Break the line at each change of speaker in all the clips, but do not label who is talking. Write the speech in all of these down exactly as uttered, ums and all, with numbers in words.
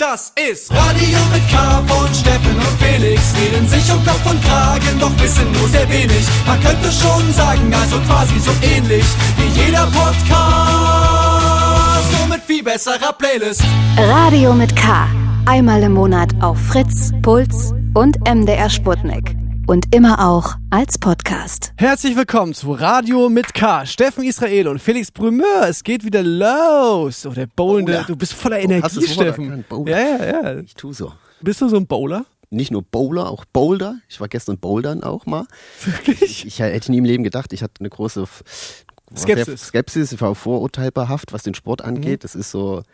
Das ist Radio mit K von Steffen und Felix. Reden sich um Kopf und Kragen, doch wissen nur sehr wenig. Man könnte schon sagen, also quasi so ähnlich wie jeder Podcast, nur mit viel besserer Playlist.
Radio mit K. Einmal im Monat auf Fritz, Puls und M D R Sputnik. Und immer auch als Podcast.
Herzlich willkommen zu Radio mit K. Steffen Israel und Felix Brümeur. Es geht wieder los. Oh, der Bowlende.
Bowler.
Du bist voller Energie,
Hast du es
Steffen.
Bowler?
Ja, ja, ja.
Ich tu so.
Bist du so ein Bowler?
Nicht nur Bowler, auch Boulder. Ich war gestern Bouldern auch mal.
Wirklich?
Ich, ich hätte nie im Leben gedacht, ich hatte eine große F-
Skepsis.
Skepsis. Ich war vorurteilbehaft, was den Sport angeht. Mhm. Das ist so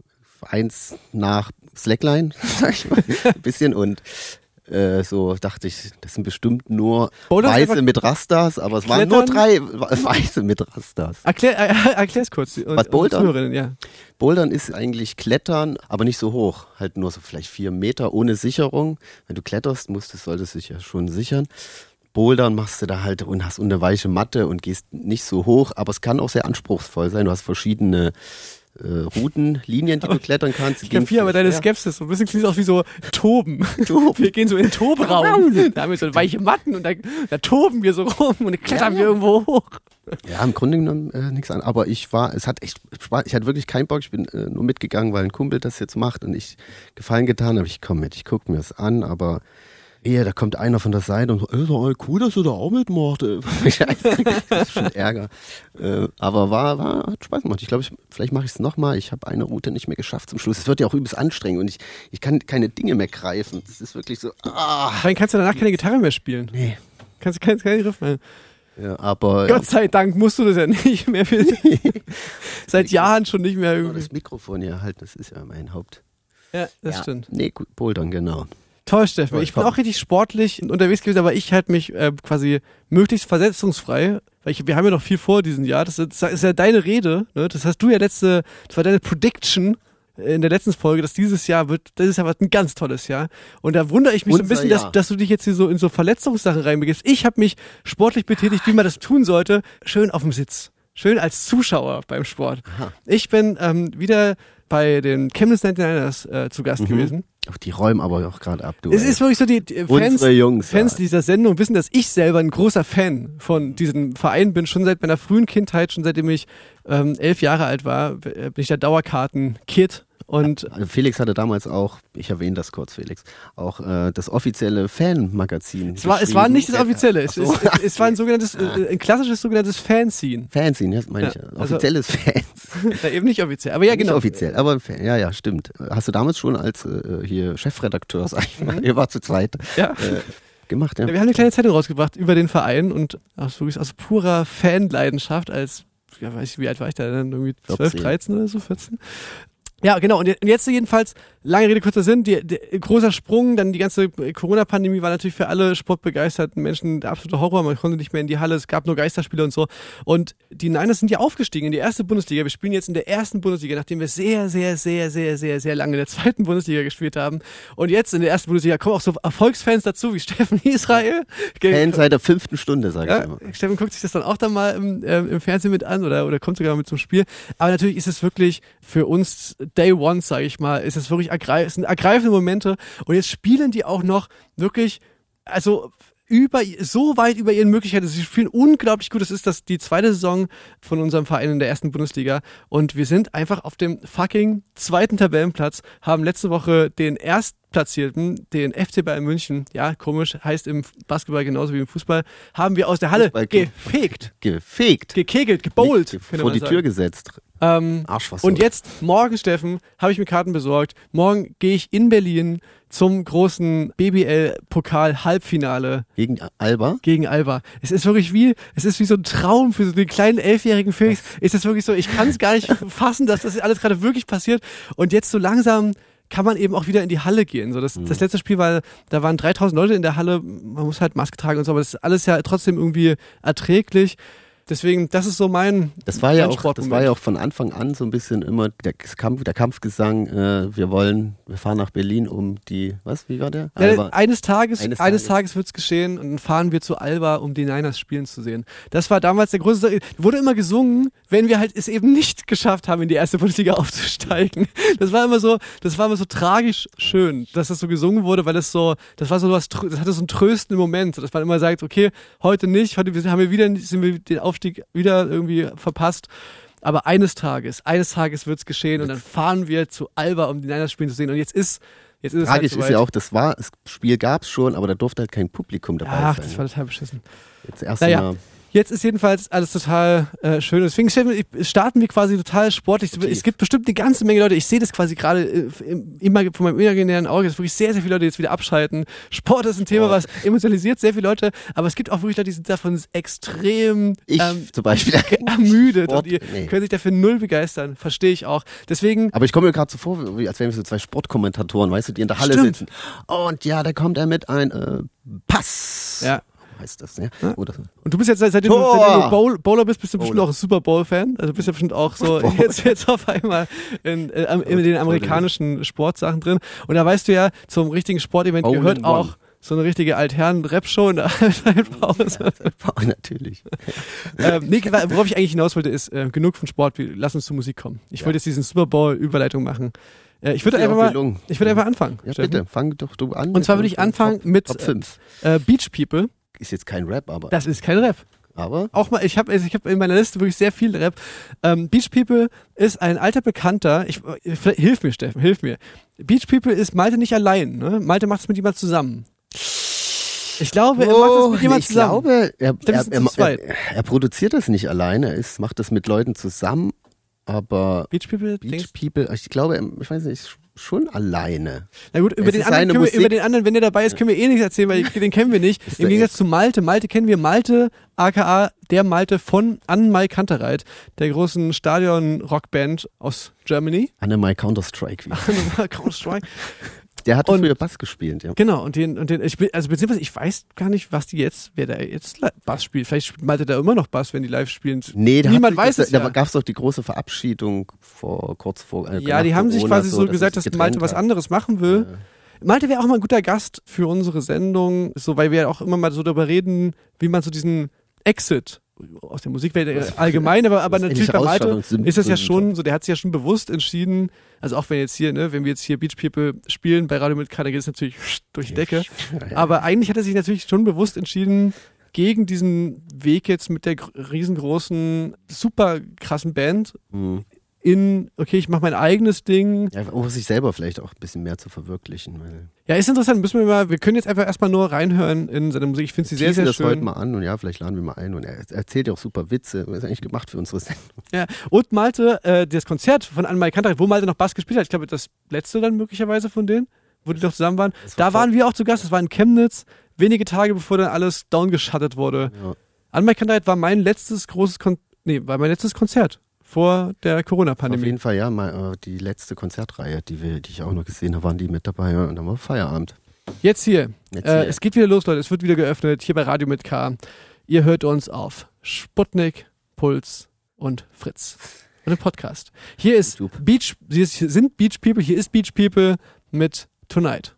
eins nach Slackline, sag ich mal, ein bisschen. Und äh, so dachte ich, das sind bestimmt nur
Bouldern
Weiße mit Rastas, aber es waren nur drei Weiße mit Rastas.
Erklär, äh, erklär's kurz. Und,
Was Bouldern?
Ja.
Bouldern ist eigentlich Klettern, aber nicht so hoch. Halt nur so vielleicht vier Meter ohne Sicherung. Wenn du kletterst, musst du, solltest du dich ja schon sichern. Bouldern machst du da halt und hast eine weiche Matte und gehst nicht so hoch, aber es kann auch sehr anspruchsvoll sein. Du hast verschiedene äh, Routen, Linien, die du klettern kannst.
Ich kapiere aber deine Skepsis. So ein bisschen klingt es auch wie so Toben.
Toben.
Wir gehen so in den Tobraum. Da haben wir so weiche Matten und da, da toben wir so rum und dann klettern
Ja.
wir irgendwo hoch.
Ja, im Grunde genommen äh, nichts an. Aber ich war, es hat echt Spaß. Ich hatte wirklich keinen Bock. Ich bin äh, nur mitgegangen, weil ein Kumpel das jetzt macht und ich Gefallen getan habe. Ich komm mit, ich gucke mir das an, aber ehe, da kommt einer von der Seite und so, ey, ist doch cool, dass du da auch mitmachst. Das ist schon Ärger. Äh, aber war, war, hat Spaß gemacht. Ich glaube, ich, vielleicht mache ich es nochmal. Ich habe eine Route nicht mehr geschafft zum Schluss. Es wird ja auch übelst anstrengend und ich, ich kann keine Dinge mehr greifen. Das ist wirklich so, ah.
Dann kannst du danach keine Gitarre mehr spielen.
Nee.
Kannst du keinen kein Riff mehr.
Ja, aber
Gott sei Dank musst du das ja nicht mehr. Für Seit Jahren schon nicht mehr
ja,
irgendwie.
das Mikrofon hier halt, das ist ja mein Haupt.
Ja, das
ja.
stimmt.
Nee, gut, Bouldern, genau.
Toll, Steffen. Ich bin auch richtig sportlich unterwegs gewesen, aber ich halte mich äh, quasi möglichst versetzungsfrei, weil ich, wir haben ja noch viel vor diesem Jahr. Das ist, das ist ja deine Rede, ne? Das hast du ja letzte, das war deine Prediction in der letzten Folge, dass dieses Jahr wird, das ist aber ein ganz tolles Jahr. Und da wundere ich mich
Unser
so ein bisschen, dass,
Jahr.
dass du dich jetzt hier so in so Verletzungssachen reinbegibst. Ich habe mich sportlich betätigt, wie man das tun sollte, schön auf dem Sitz. Schön als Zuschauer beim Sport.
Aha.
Ich bin ähm, wieder bei den Chemnitz neunundneunzigers äh, zu Gast
Mhm.
gewesen.
Ach, die räumen aber auch gerade ab, du.
Es
ey.
ist wirklich so, die, die Fans,
Unsere Jungs,
Fans
ja.
dieser Sendung wissen, dass ich selber ein großer Fan von diesem Verein bin. Schon seit meiner frühen Kindheit, schon seitdem ich ähm, elf Jahre alt war, bin ich der Dauerkarten-Kid. Und
Also Felix hatte damals auch, ich erwähne das kurz, Felix, auch äh, das offizielle Fanmagazin.
es war, es war nicht das Offizielle, es,
Ach so.
es, es war ein sogenanntes, äh, ein klassisches sogenanntes Fanzine.
Fanzine, das meine ich.
Ja,
Ja,
also-
Offizielles Fans.
Na, eben nicht offiziell, aber ja genau.
Nicht offiziell, aber ein Fan. Ja, ja, stimmt. Hast du damals schon als äh, hier Chefredakteur, sag ich mal, ihr war zu zweit,
Ja.
äh, gemacht, ja?
Wir haben eine kleine Zeitung rausgebracht über den Verein und aus, wirklich aus purer Fanleidenschaft als, ja, weiß ich, wie alt war ich da dann? Irgendwie zwölf,
vierzehn.
dreizehn oder so, vierzehn? Ja, genau. Und jetzt jedenfalls, lange Rede, kurzer Sinn, die, die, großer Sprung, dann die ganze Corona-Pandemie war natürlich für alle sportbegeisterten Menschen der absolute Horror. Man konnte nicht mehr in die Halle, es gab nur Geisterspiele und so. Und die Niners sind ja aufgestiegen in die erste Bundesliga. Wir spielen jetzt in der ersten Bundesliga, nachdem wir sehr, sehr, sehr, sehr, sehr, sehr lange in der zweiten Bundesliga gespielt haben. Und jetzt in der ersten Bundesliga kommen auch so Erfolgsfans dazu, wie Steffen Israel.
Fan seit der fünften Stunde, sag ich
Ja,
immer.
Steffen guckt sich das dann auch dann mal im, ähm, im Fernsehen mit an oder, oder kommt sogar mit zum Spiel. Aber natürlich ist es wirklich für uns Day One, sage ich mal, ist es wirklich ergreif- es sind ergreifende Momente. Und jetzt spielen die auch noch wirklich, also über, so weit über ihren Möglichkeiten. Sie spielen unglaublich gut. Das ist das die zweite Saison von unserem Verein in der ersten Bundesliga. Und wir sind einfach auf dem fucking zweiten Tabellenplatz, haben letzte Woche den Erstplatzierten, den F C Bayern München, ja, komisch, heißt im Basketball genauso wie im Fußball, haben wir aus der Halle
Fußball ge-
gefegt,
Gefegt.
gekegelt, gebowlt,
Nicht
könnte
vor
man
die
sagen.
Tür gesetzt.
Ähm,
Arschwasser.
und jetzt, morgen, Steffen, habe ich mir Karten besorgt. Morgen gehe ich in Berlin zum großen B B L-Pokal-Halbfinale
Gegen Alba.
gegen Alba. Es ist wirklich wie, es ist wie so ein Traum für so den kleinen elfjährigen Felix. Ist es wirklich so, ich kann es gar nicht fassen, dass das alles gerade wirklich passiert. Und jetzt so langsam kann man eben auch wieder in die Halle gehen. So das,
Mhm.
das letzte Spiel war, da waren dreitausend Leute in der Halle. Man muss halt Maske tragen und so, aber das ist alles ja trotzdem irgendwie erträglich. Deswegen, das ist so mein
Das war ja
mein
auch, das war ja auch von Anfang an so ein bisschen immer der Kampf, der Kampfgesang, äh, wir wollen, wir fahren nach Berlin um die, was, wie war der?
Ja,
Alba.
eines Tages,
Eines
eines
Tages.
Tages wird es geschehen und dann fahren wir zu Alba, um die Niners spielen zu sehen. Das war damals der große, wurde immer gesungen, wenn wir halt es eben nicht geschafft haben, in die erste Bundesliga aufzusteigen. Das war immer so, das war immer so tragisch schön, dass das so gesungen wurde, weil das so, das war so was, das hatte so einen tröstenden Moment, dass man immer sagt, okay, heute nicht, heute haben wir wieder, sind wir den Aufstieg wieder irgendwie verpasst. Aber eines Tages, eines Tages wird es geschehen und dann fahren wir zu Alba, um die Niners spielen zu sehen. Und jetzt ist, jetzt ist es
Tragisch
halt
ist ja auch, das war, das Spiel gab es schon, aber da durfte halt kein Publikum dabei
Ach,
sein.
das war total beschissen.
Jetzt erst
Naja.
mal.
Jetzt ist jedenfalls alles total äh, schön. Deswegen starten wir quasi total sportlich.
Okay.
Es gibt bestimmt eine ganze Menge Leute. Ich sehe das quasi gerade äh, im- immer von meinem imaginären Auge, dass wirklich sehr, sehr viele Leute jetzt wieder abschalten. Sport ist ein Thema,
Sport.
was emotionalisiert sehr viele Leute. Aber es gibt auch wirklich Leute, die sind davon extrem
Ich
ähm,
zum Beispiel.
ermüdet
Sport,
und die
nee.
können sich dafür null begeistern. Verstehe ich auch. Deswegen,
Aber ich komme mir gerade so vor, wie- als wären wir so zwei Sportkommentatoren, weißt du, die in der Halle
Stimmt.
sitzen. Und ja, da kommt er mit ein äh, Pass.
ja.
Heißt das, ja?
Ja.
Oder so.
Und du bist jetzt, seit- seitdem,
Tor!
du- seitdem du Bowl, Bowler bist, bist du bestimmt
Bowler.
auch ein Super Bowl-Fan. Also bist du bestimmt auch so
Bowl.
jetzt, jetzt auf einmal in, äh, am- in den amerikanischen Sportsachen drin. Und da weißt du ja, zum richtigen Sportevent
Hole
gehört
in
auch
one.
so eine richtige Altherren-Rap-Show in der Pause.
Ja, natürlich.
ähm, nee, worauf ich eigentlich hinaus wollte, ist äh, genug von Sport, wir, lass uns zur Musik kommen. Ich
Ja.
wollte jetzt diesen Super Bowl-Überleitung machen. Äh, ich würde
Ist dir
einfach
auch
mal,
gelungen.
ich würde einfach anfangen.
Ja,
Steffen.
bitte, fang doch du an.
Und zwar würde ich anfangen
Top,
mit
Top fünf.
äh, Beach People.
Ist jetzt kein Rap, aber.
Das ist kein Rap.
aber
Auch mal, ich habe also ich hab in meiner Liste wirklich sehr viel Rap. Ähm, Beach People ist ein alter Bekannter. Ich, äh, hilf mir, Steffen, hilf mir. Beach People ist Malte nicht allein. Ne? Malte macht es mit jemand zusammen. Ich glaube, er macht es mit jemand
ich
zusammen.
glaube, er,
glaub, wir
er,
sind
er,
zu zweit.
er, er produziert das nicht alleine, er ist, macht das mit Leuten zusammen, aber
Beach People,
Beach
denkst,
People, ich glaube, er- ich weiß nicht, ist schon alleine.
na gut, über
Es
den,
ist
anderen
seine
können wir,
Musik.
über den anderen, wenn der dabei ist, können wir eh nichts erzählen, weil den kennen wir nicht.
Ist
Im
der
Gegensatz zu Malte. Malte kennen wir. Malte, aka der Malte von Anne-Mai Kantereit, der großen Stadion-Rockband aus Germany.
Annemai Counter-Strike. wie-
Counter-Strike.
Der hat
Und-
früher Bass gespielt, ja.
Genau, und den, und den, ich bin, also beziehungsweise ich weiß gar nicht, was die jetzt, wer da jetzt li- Bass spielt. Vielleicht spielt Malte da immer noch Bass, wenn die live spielen.
Nee, da
Niemand
hat
weiß
sich,
es
da,
ja.
Da gab es doch die große Verabschiedung vor, kurz vor. Äh,
Ja,
nach
die haben sich
Corona
quasi so, gesagt, dass
sich
Malte
getrennt
was
hat.
anderes machen will. Malte wäre auch mal ein guter Gast für unsere Sendung, so, weil wir ja auch immer mal so darüber reden, wie man so diesen Exit aus der Musikwelt äh, allgemein, aber, aber
Was
natürlich
ähnliche
bei Malte
Ausstattungssymbole
ist das ja
sind.
schon so, der hat sich ja schon bewusst entschieden, also auch wenn jetzt hier, ne, wenn wir jetzt hier Beach People spielen bei Radio mit K, dann geht es natürlich durch die Decke, aber eigentlich hat er sich natürlich schon bewusst entschieden, gegen diesen Weg jetzt mit der gr- riesengroßen, super krassen Band
Mhm.
in, okay, ich mache mein eigenes Ding.
Ja, um sich selber vielleicht auch ein bisschen mehr zu verwirklichen. Weil
Ja, ist interessant, müssen wir mal, wir können jetzt einfach erstmal nur reinhören in seine Musik. Ich finde sie sehr,
teasen
sehr
das
schön.
heute mal an und ja, vielleicht laden wir mal ein und er er erzählt ja auch super Witze. Das ist eigentlich gemacht für unsere Sendung.
Ja. Und Malte, äh, das Konzert von Anne-Mai Kantereit, wo Malte noch Bass gespielt hat, ich glaube, das letzte dann möglicherweise von denen, wo die noch zusammen waren,
Das
da
war
waren wir auch zu Gast, das war in Chemnitz, wenige Tage bevor dann alles downgeschattet wurde.
Ja.
Anne-Mai Kantereit war mein letztes großes Kon nee, war mein letztes Konzert vor der
Auf
Corona-Pandemie.
jeden Fall, ja, mal, äh, die letzte Konzertreihe, die, wir, die ich auch noch gesehen habe, waren die mit dabei ja, und dann war Feierabend.
Jetzt hier.
Jetzt
Äh,
hier.
es geht wieder los, Leute. Es wird wieder geöffnet. Hier bei Radio mit K. Ihr hört uns auf Sputnik, Puls und Fritz. Und im Podcast. Hier ist
YouTube.
Beach, hier ist- hier sind Beach People, hier ist Beach People mit Tonight.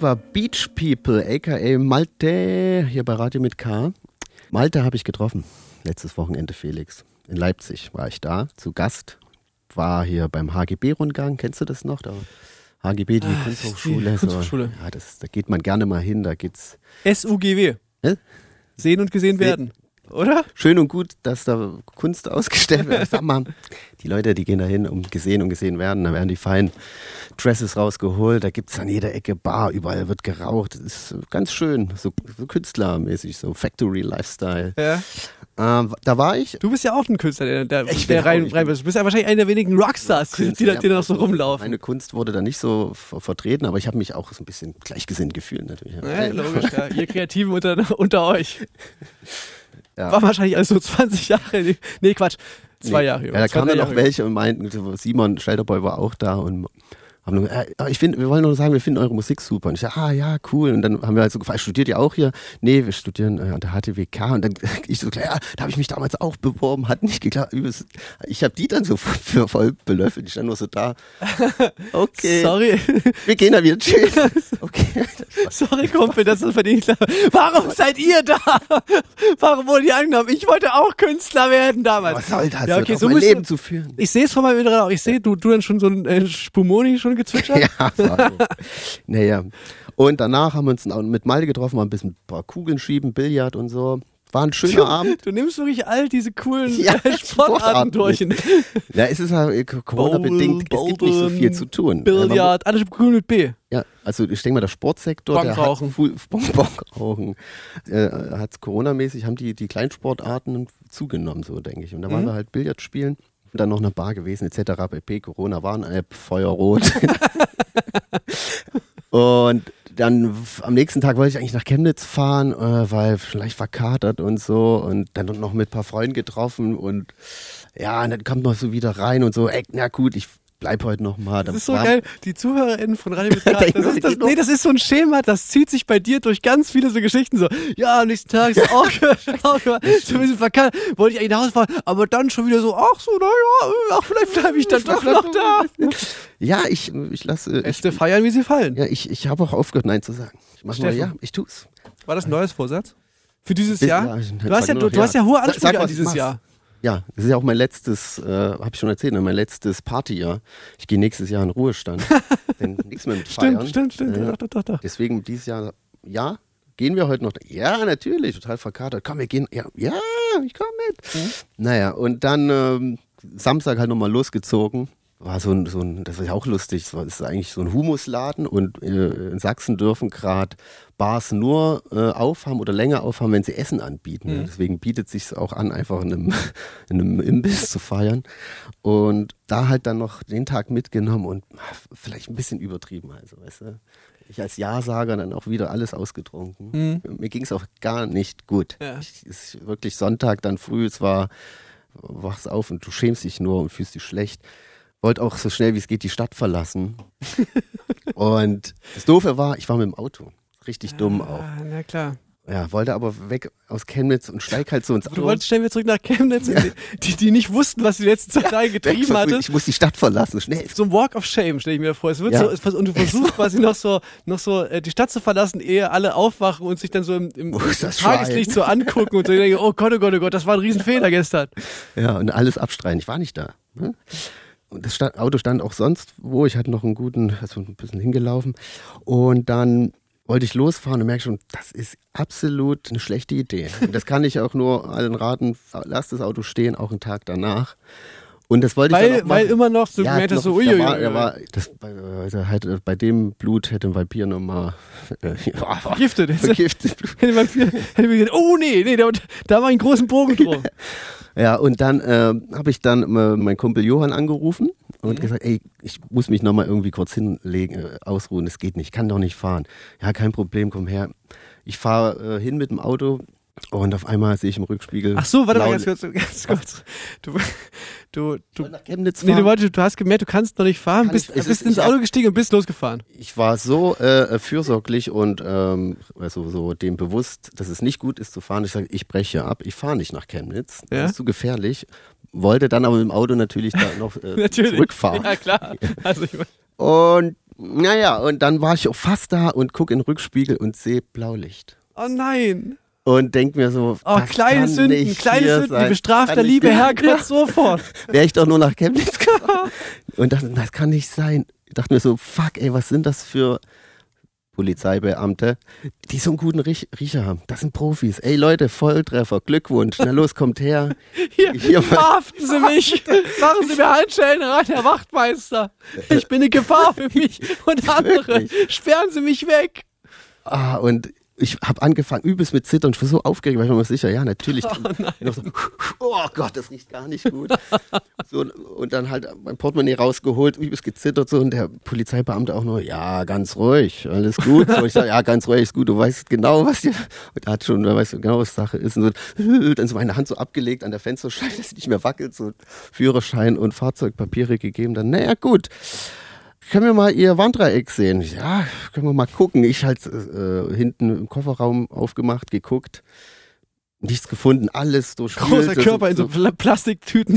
war Beach People, aka Malte, hier bei Radio mit K. Malte habe ich getroffen, letztes Wochenende, Felix. In Leipzig war ich da, zu Gast. War hier beim H G B-Rundgang, kennst du das noch? Da H G B, die ah, Kunsthochschule.
Die Kunsthochschule.
So, ja, das, da geht man gerne mal hin, da geht's.
S U G W.
Äh?
Sehen und gesehen
Se-
werden, oder?
Schön und gut, dass da Kunst ausgestellt wird. Sag mal, die Leute, die gehen da hin, um gesehen und gesehen werden. Da werden die feinen Dresses rausgeholt, da gibt's an jeder Ecke Bar, überall wird geraucht. Das ist ganz schön, so, so künstlermäßig, so Factory Lifestyle.
Ja.
Ähm, da war ich.
Du bist ja auch ein Künstler, der, der,
Ich
der
bin
rein,
auch-
rein bist. Du bist ja wahrscheinlich einer der wenigen Rockstars, die, die, da, die da noch so rumlaufen.
Meine Kunst wurde da nicht so ver- vertreten, aber ich habe mich auch so ein bisschen gleichgesinnt gefühlt natürlich.
Ja, logisch, ja. Ihr Kreativen unter, unter euch.
Ja.
War wahrscheinlich also so zwanzig Jahre. Nee, Quatsch. Zwei
Nee.
Jahre.
Ja, da kamen dann
Jahre.
noch welche und meinten, Simon Schelterboy war auch da und haben nur, äh, ich find, wir wollen nur sagen, wir finden eure Musik super. Und ich sage, ah ja, cool. Und dann haben wir halt so gefragt, studiert ihr auch hier? Nee, wir studieren äh, an der H T W K. Und dann ich so, ja, da habe ich mich damals auch beworben, hat nicht geklappt. Ich habe die dann so für voll belöffelt. Ich stand nur so da. Okay.
Sorry.
Wir gehen da wieder. Tschüss. Okay.
Sorry, Kumpel, das ist verdient. Warum seid ihr da? Warum wurde ihr angenommen? Ich wollte auch Künstler werden damals.
Was soll das?
Ja, okay,
Auf
so
mein
musst du-
Leben zu führen.
Ich sehe es vor meinem Inneren auch. Ich sehe, du, du dann schon so ein äh, Spumoni schon gezwitschert.
Ja, war so. Naja. Und danach haben wir uns auch mit Malte getroffen, haben ein bisschen ein paar Kugeln schieben, Billard und so. War ein schöner Abend.
Du nimmst wirklich all diese coolen
Ja,
äh, Sportarten durch.
Ja, es ist halt Corona-bedingt, es gibt nicht so viel zu tun.
Billard, alles cool mit B.
Ja, also ich denke mal, der Sportsektor, der hat
Bonkrauchen.
Fu- Bon- Bonkrauchen, äh, hat Corona-mäßig, haben die, die Kleinsportarten zugenommen, so denke ich. Und da waren
Mhm.
wir halt Billard spielen, dann noch eine Bar gewesen, et cetera pp. Corona-Warn-App, Feuerrot. Und dann f- am nächsten Tag wollte ich eigentlich nach Chemnitz fahren, äh, weil vielleicht verkatert und so. Und dann noch mit ein paar Freunden getroffen und ja, und dann kommt man so wieder rein und so, ey, na gut, ich bleib heute noch mal.
Das ist so geil. Die ZuhörerInnen von Radio mit K,
Denken
das ist, das,
wir, genau.
nee, das ist so ein Schema, das zieht sich bei dir durch ganz viele so Geschichten so. Ja, am nächsten Tag ist auch, auch so ein bisschen verkackt. Wollte ich eigentlich nach Hause fahren, aber dann schon wieder so, ach so, naja, ach, vielleicht bleibe ich dann doch noch da.
Ja, ich, ich lasse. Ich,
Äste feiern, wie sie fallen.
ja, ich, ich habe auch aufgehört, Nein zu sagen. Ich mach nur,
Steffen.
ja, ich tu's.
War das ein neues Vorsatz? Für dieses
Bis-
Jahr?
ja, ich
Du hast ja,
sag
du,
nur
du hast ja hohe
Sag-
Ansprüche
sag,
an
was
dieses
machst.
Jahr.
Ja, das ist ja auch mein letztes, äh, habe ich schon erzählt, ne, mein letztes Partyjahr. Ich gehe nächstes Jahr in Ruhestand. Denn nichts mehr mit Feiern.
Stimmt, stimmt, stimmt.
Ja.
Doch, doch, doch, doch.
Deswegen dieses Jahr, ja, gehen wir heute noch. Ja, natürlich, total verkatert. Komm, wir gehen. Ja, ja ich komme mit.
Mhm.
Naja, und dann ähm, Samstag halt nochmal losgezogen. War so ein, so ein, das war ja auch lustig, das war- das ist eigentlich so ein Humusladen und äh, in Sachsen dürfen gerade Bars nur äh, aufhaben oder länger aufhaben, wenn sie Essen anbieten.
Mhm.
Deswegen bietet sich auch an, einfach in einem, in einem Imbiss zu feiern. Und da halt dann noch den Tag mitgenommen und ah, vielleicht ein bisschen übertrieben, also, weißt du. Ich als Ja-Sager dann auch wieder alles ausgetrunken.
Mhm.
Mir ging es auch gar nicht gut.
Ja.
Ich, es ist wirklich Sonntag dann früh, es war, wachst auf und du schämst dich nur und fühlst dich schlecht. Wollte auch so schnell wie es geht die Stadt verlassen. Und das Doofe war, ich war mit dem Auto. Richtig dumm auch.
Ah, na klar.
Ja, wollte aber weg aus Chemnitz und steig halt so ins Auto.
Du wolltest schnell wieder zurück nach Chemnitz, die, die, die nicht wussten, was du die letzten zwei Tage getrieben
Weg,
hattest.
ich muss die Stadt verlassen, schnell.
So ein Walk of Shame, stelle ich mir vor. Es wird
Ja.
so, es, vers- und du versuchst quasi noch so, noch so äh, die Stadt zu verlassen, ehe alle aufwachen und sich dann so im, im,
Wo ist
im
das
Tageslicht so angucken und so denken, oh Gott, oh Gott, oh Gott, das war ein Riesenfehler gestern.
Ja, und alles abstreiten. Ich war nicht da. Ne? Und das stand, Auto stand auch sonst wo. Ich hatte noch einen guten, also ein bisschen hingelaufen. Und dann wollte ich losfahren und merke schon, das ist absolut eine schlechte Idee. Und das kann ich auch nur allen raten, lass das Auto stehen, auch einen Tag danach. Und das wollte ich
Weil,
dann auch
weil
machen.
immer noch so
Ja,
gemerkt hast,
noch-
so
da
uiuiui.
war, da war, das, bei, also halt, bei dem Blut hätte ein Vampir nochmal äh,
Vergiftet.
vergiftet.
Hätte man, hätte man gesagt, oh nee, nee, da, da war ein großen Bogen drum.
Ja, und dann äh, habe ich dann äh, meinen Kumpel Johann angerufen und
Mhm.
gesagt, ey, ich muss mich nochmal irgendwie kurz hinlegen, äh, ausruhen, es geht nicht, ich kann doch nicht fahren. Ja, kein Problem, komm her. Ich fahre äh, hin mit dem Auto und auf einmal sehe ich im Rückspiegel.
Ach so, warte mal
Laune-
ganz kurz, ganz kurz. Du, du,
Ich
du,
wollte nach Chemnitz
nee,
fahren.
du, wolltest, du hast gemerkt, du kannst noch nicht fahren,
Kann
bist,
ich- es
bist
ist-
ins
ich
Auto
hab-
gestiegen und bist losgefahren.
Ich war so äh, fürsorglich und ähm, also so dem bewusst, dass es nicht gut ist zu fahren. Ich sage, ich breche ab, ich fahre nicht nach Chemnitz, das
Ja?
ist zu gefährlich. Wollte dann aber mit dem Auto natürlich da noch äh,
Natürlich.
zurückfahren.
Ja, klar. Also ich mein,
Und Naja, und dann war ich auch fast da und gucke in den Rückspiegel und sehe Blaulicht.
Oh nein.
Und denk mir so,
oh,
das
kleine
kann
Sünden,
nicht
kleine
hier
Sünden,
sein.
bestraft der
Kann
liebe
nicht-
Herrgott
Ja.
sofort.
Wäre ich doch nur nach Chemnitz gefahren. Und dachte, das kann nicht sein. Ich dachte mir so, fuck, ey, was sind das für Polizeibeamte, die so einen guten Riech- Riecher haben. Das sind Profis. Ey Leute, Volltreffer, Glückwunsch. Na los, kommt her.
Hier,
Hier mal-
verhaften Sie mich. Machen Sie mir Handschellen ran, Herr Wachtmeister. Ich bin eine Gefahr für mich und andere.
Wirklich?
Sperren Sie mich weg.
Ah, und ich habe angefangen, übelst mit Zittern. Ich war so aufgeregt, weil ich war mir sicher, ja, natürlich.
Oh nein.
Noch so, oh Gott, das riecht gar nicht gut. So, und dann halt mein Portemonnaie rausgeholt, übelst gezittert so und der Polizeibeamte auch nur, ja, ganz ruhig, alles gut. So, ich sag, ja, ganz ruhig, ist gut, du weißt genau, was hier, und er hat schon, er weiß genau, was Sache ist. Und so, dann so meine Hand so abgelegt an der Fensterscheibe, dass sie nicht mehr wackelt, so Führerschein und Fahrzeugpapiere gegeben. Dann, naja, gut. Können wir mal Ihr Warndreieck sehen? Ja, können wir mal gucken. Ich halt äh, hinten im Kofferraum aufgemacht, geguckt. Nichts gefunden, alles durchwühlt.
Großer Körper in so Pla- Plastiktüten.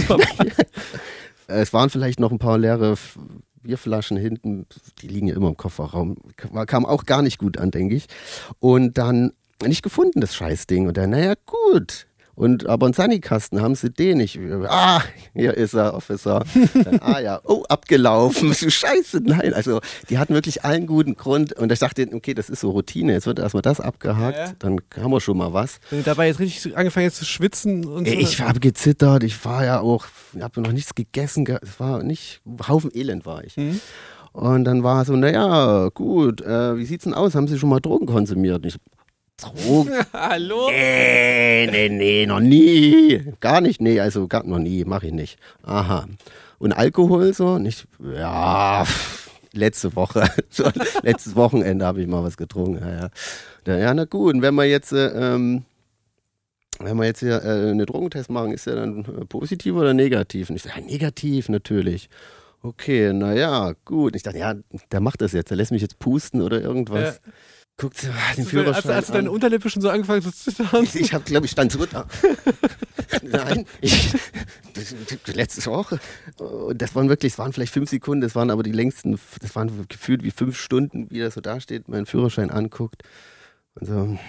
Es waren vielleicht noch ein paar leere F- Bierflaschen hinten. Die liegen ja immer im Kofferraum. Kam- Kam auch gar nicht gut an, denke ich. Und dann nicht gefunden, das Scheißding. Und dann, naja, gut. Und aber einen Sanikasten haben sie den nicht. Ah, hier ist er, Officer. Dann, ah ja, oh, abgelaufen. Scheiße, nein. Also die hatten wirklich allen guten Grund. Und ich dachte, okay, das ist so Routine. Jetzt wird erstmal das abgehakt.
Ja.
Dann haben wir schon mal was.
Wenn du dabei jetzt richtig so angefangen jetzt zu schwitzen und so.
Ey, ich habe gezittert. Ich war ja auch, ich habe noch nichts gegessen. ge- Es war nicht, Haufen Elend war ich.
Mhm.
Und dann war so, naja, gut, äh, wie sieht's denn aus? Haben Sie schon mal Drogen konsumiert? Und ich so, Drogen?
Hallo?
Nee, nee, nee, noch nie. Gar nicht, nee, also gar noch nie, mache ich nicht. Aha. Und Alkohol so? Nicht, ja, letzte Woche, so, letztes Wochenende habe ich mal was getrunken. Ja, ja. Na, ja, na gut, und wenn wir jetzt, äh, ähm, wenn wir jetzt hier äh, einen Drogentest machen, ist der dann äh, positiv oder negativ? Und ich sage, ja, negativ natürlich. Okay, naja, gut. Ich dachte, ja, der macht das jetzt, der lässt mich jetzt pusten oder irgendwas.
Ja.
Guckt den
Als,
Führerschein
als du deine
an.
Unterlippe schon so angefangen zu zittern.
Ich habe, glaube ich, stand so da. Nein, ich, das, das letzte Woche. Und das waren wirklich, es waren vielleicht fünf Sekunden, das waren aber die längsten, das waren gefühlt wie fünf Stunden, wie das so dasteht, meinen Führerschein anguckt. Und so.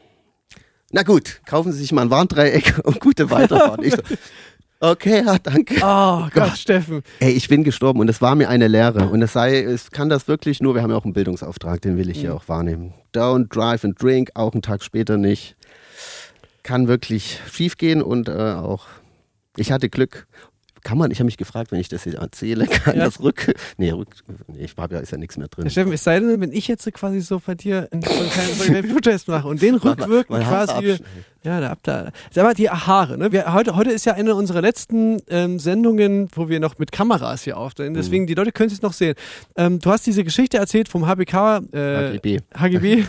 Na gut, kaufen Sie sich mal ein Warndreieck und gute Weiterfahrt. Ich so, okay, ja, danke.
Oh Gott, Steffen.
Ey, ich bin gestorben und es war mir eine Lehre. Und es sei, es kann das wirklich nur, wir haben ja auch einen Bildungsauftrag, den will ich hier auch wahrnehmen. Don't drive and drink, auch einen Tag später nicht. Kann wirklich schief gehen und äh, auch, ich hatte Glück. Kann man, ich habe mich gefragt, wenn ich das jetzt erzähle, kann
Ja.
das rück, nee, rück, nee, ich habe ja, ist ja nichts mehr drin.
Ja, Steffen, es sei denn, wenn ich jetzt quasi so bei dir einen, so einen kleinen, so einen Bluttest mache und den
Mal-
rückwirkend
mal Haare
quasi,
abschneiden.
ja, der ab da. Sag mal, die Haare, ne? Wir, heute, heute ist ja eine unserer letzten ähm, Sendungen, wo wir noch mit Kameras hier aufnehmen. Deswegen, die Leute können es jetzt noch sehen. Ähm, du hast diese Geschichte erzählt vom H B K, äh,
H G B.
H G B.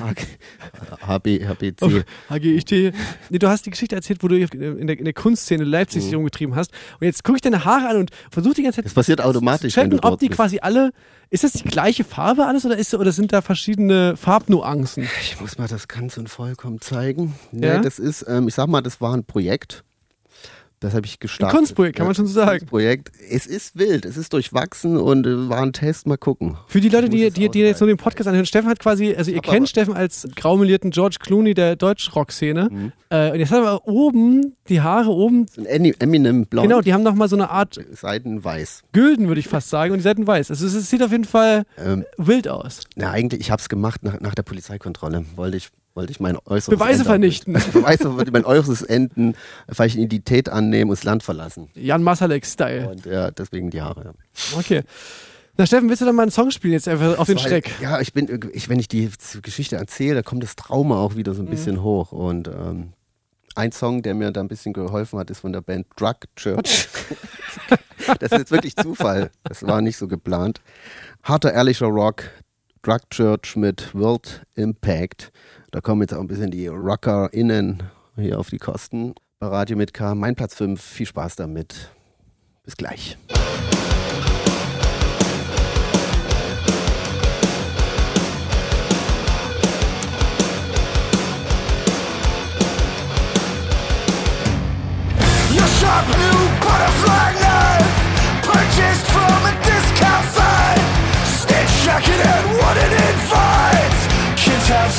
H B, H B
Oh,
C.
H G I T. Nee, du hast die Geschichte erzählt, wo du in der, in der Kunstszene Leipzig sich rumgetrieben hast. Und jetzt gucke ich deine Haare an und versuche die ganze Zeit
Das passiert automatisch,
zu checken,
wenn du dort
ob die
bist.
quasi alle, ist das die gleiche Farbe alles oder, ist, oder sind da verschiedene Farbnuancen?
Ich muss mal das ganz und vollkommen zeigen. Nee,
Ja?
das ist, ähm, ich sag mal, das war ein Projekt. Das habe ich gestartet.
Ein Kunstprojekt, kann man schon so sagen.
Kunstprojekt. Es ist wild, es ist durchwachsen und äh, war ein Test, mal gucken.
Für die Leute,
Ich muss
die,
es
die, die jetzt nur den Podcast anhören, Steffen hat quasi, also ihr
Aber-
kennt
aber-
Steffen als graumelierten George Clooney der Deutschrock-Szene.
Mhm.
Äh, und jetzt hat er aber oben, die Haare oben,
So ein Eni- Eminem Blond,
genau, die haben nochmal so eine Art
Seidenweiß.
Gülden, würde ich fast sagen, und die Seiten weiß. Also es, es sieht auf jeden Fall
Ähm,
wild aus.
na, eigentlich, ich habe es gemacht nach, nach der Polizeikontrolle. Wollte ich, wollte ich mein äußeres
Beweise
Ende-
vernichten.
Beweise, wollte mein äußeres Enden, vielleicht Identität annehmen und das Land verlassen.
Jan Masalek-Style.
Und ja, deswegen die Haare. Ja.
Okay. Na Steffen, willst du dann mal einen Song spielen jetzt einfach auf den
Weil,
Schreck?
Ja, ich bin, ich, wenn ich die Geschichte erzähle, da kommt das Trauma auch wieder so ein bisschen hoch. Und ähm, ein Song, der mir da ein bisschen geholfen hat, ist von der Band Drug Church. Das ist jetzt wirklich Zufall. Das war nicht so geplant. Harter, ehrlicher Rock. Drug Church mit World Impact. Da kommen jetzt auch ein bisschen die RockerInnen hier auf die Kosten. Bei Radio mit K, mein Platz fünf. Viel Spaß damit. Bis gleich.
Your sharp new butterfly knife, purchased from a discount site. Stitch jacket and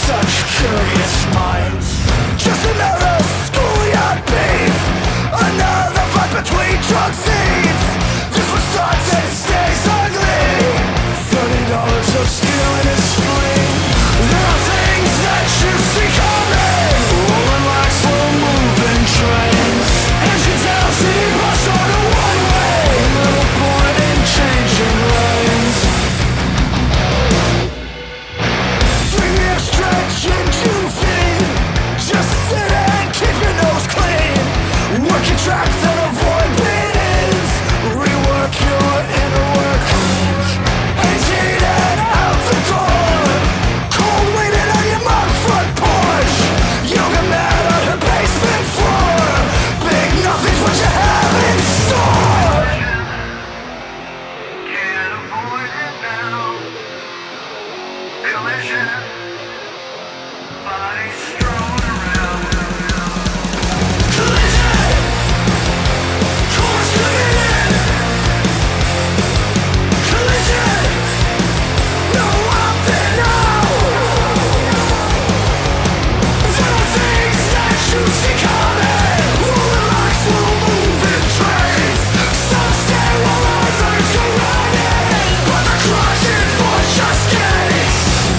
such curious minds. Just another schoolyard beef, another fight between drug thieves. This one starts and stays ugly. Thirty dollars of skill in a spleen. There are things that you see coming, rolling like slow-moving trains. Engine down, city bus on a one-way. Little point in changing lanes. Three years stretch into feed. Just sit and keep your nose clean. Work your tracks and avoid beatings. Rework your inner work. eighteen and out the door. Cold waiting on your mug front porch. Yoga mat on her basement floor. Big nothing's what you have in store. Can't avoid it now. Collision. Bodies strewn around. Collision. Cars coming in. Collision. No up and now. There are things that you see coming, rolling like slow-moving trains. Some stay while others go running, but they're crushing for just gains.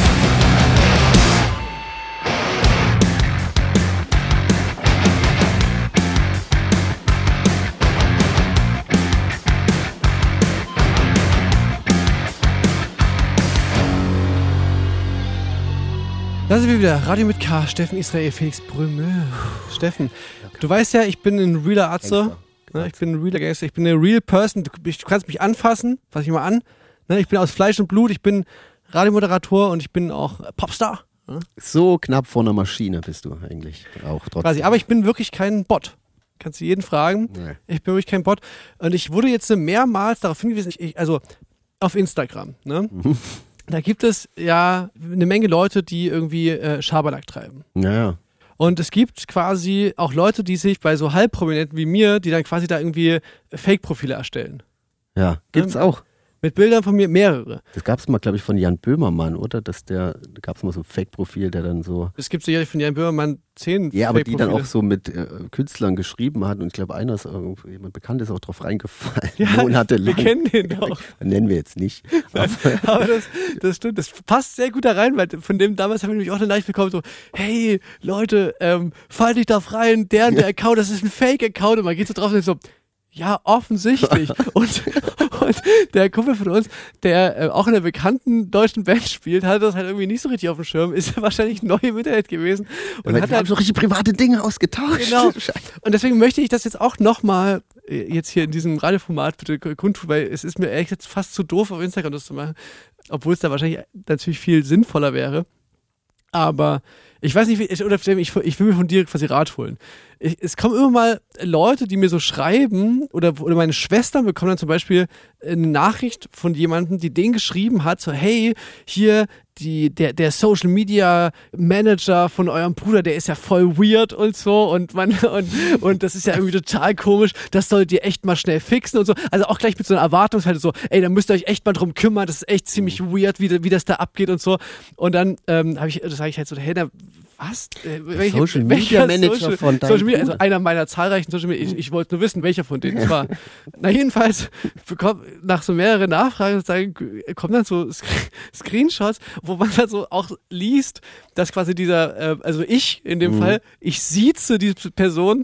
Da sind wir wieder. Radio mit K. Steffen Israel, Felix Brümö. Steffen, du weißt ja, ich bin ein realer Atze. Ne, ich bin ein realer Gangster. Ich bin eine real person. Du, ich, du kannst mich anfassen. Fass ich mal an. Ne, ich bin aus Fleisch und Blut. Ich bin Radiomoderator und ich bin auch Popstar. Ne?
So knapp vor einer Maschine bist du eigentlich auch trotzdem.
Quasi. Aber ich bin wirklich kein Bot. Kannst du jeden fragen.
Nee.
Ich bin wirklich kein Bot. Und ich wurde jetzt mehrmals darauf hingewiesen, ich, also auf Instagram, ne?
Mhm.
Da gibt es ja eine Menge Leute, die irgendwie äh, Schabernack treiben.
Naja.
Und es gibt quasi auch Leute, die sich bei so Halbprominenten wie mir, die dann quasi da irgendwie Fake-Profile erstellen.
Ja, gibt's
Ja.
auch.
Mit Bildern von mir, mehrere.
Das gab's mal, glaube ich, von Jan Böhmermann, oder? Dass der, da gab's mal so ein Fake-Profil, der dann so.
Es gibt sicherlich von Jan Böhmermann zehn
Ja, aber die dann
Fake-Profile.
auch so mit äh, Künstlern geschrieben hat und ich glaube, einer ist irgendwie, jemand bekannt ist auch drauf reingefallen.
Ja,
monatelang.
wir kennen den doch.
Nennen wir jetzt nicht. Aber,
Aber das, das stimmt, das passt sehr gut da rein, weil von dem damals haben wir nämlich auch eine Nachricht bekommen, so, hey, Leute, ähm, fallt nicht drauf rein, deren der Account, das ist ein Fake-Account und man geht so drauf und ist so, ja, offensichtlich. und, und der Kumpel von uns, der äh, auch in einer bekannten deutschen Band spielt, hat das halt irgendwie nicht so richtig auf dem Schirm, ist wahrscheinlich neu im Internet gewesen. Und
aber
hat
wir haben
halt
so richtig private Dinge ausgetauscht.
Genau. Und deswegen möchte ich das jetzt auch nochmal jetzt hier in diesem Radioformat bitte kundtun, weil es ist mir ehrlich gesagt fast zu doof, auf Instagram das zu machen, obwohl es da wahrscheinlich natürlich viel sinnvoller wäre. Aber ich weiß nicht, wie, ich, oder ich, ich will mir von dir quasi Rat holen. Ich, es kommen immer mal Leute, die mir so schreiben, oder, oder meine Schwestern bekommen dann zum Beispiel eine Nachricht von jemandem, die den geschrieben hat, so, hey, hier, die, der, der Social Media Manager von eurem Bruder, der ist ja voll weird und so und man, und, und das ist ja irgendwie total komisch, das solltet ihr echt mal schnell fixen und so. Also auch gleich mit so einer Erwartungshaltung so, ey, da müsst ihr euch echt mal drum kümmern, das ist echt ziemlich weird, wie, wie das da abgeht und so. Und dann, ähm, habe ich, das sage ich halt so, hey, da, was? Äh, welche,
Social Media Manager
Social,
von deinem
Social Media, also
Bruder?
einer meiner zahlreichen Social Media, ich, ich wollte nur wissen, welcher von denen es war. Na jedenfalls, bekommt, nach so mehreren Nachfragen sozusagen, kommen dann so Sc- Screenshots, wo man dann so auch liest, dass quasi dieser, äh, also ich in dem
Mhm.
Fall, ich sieze diese Person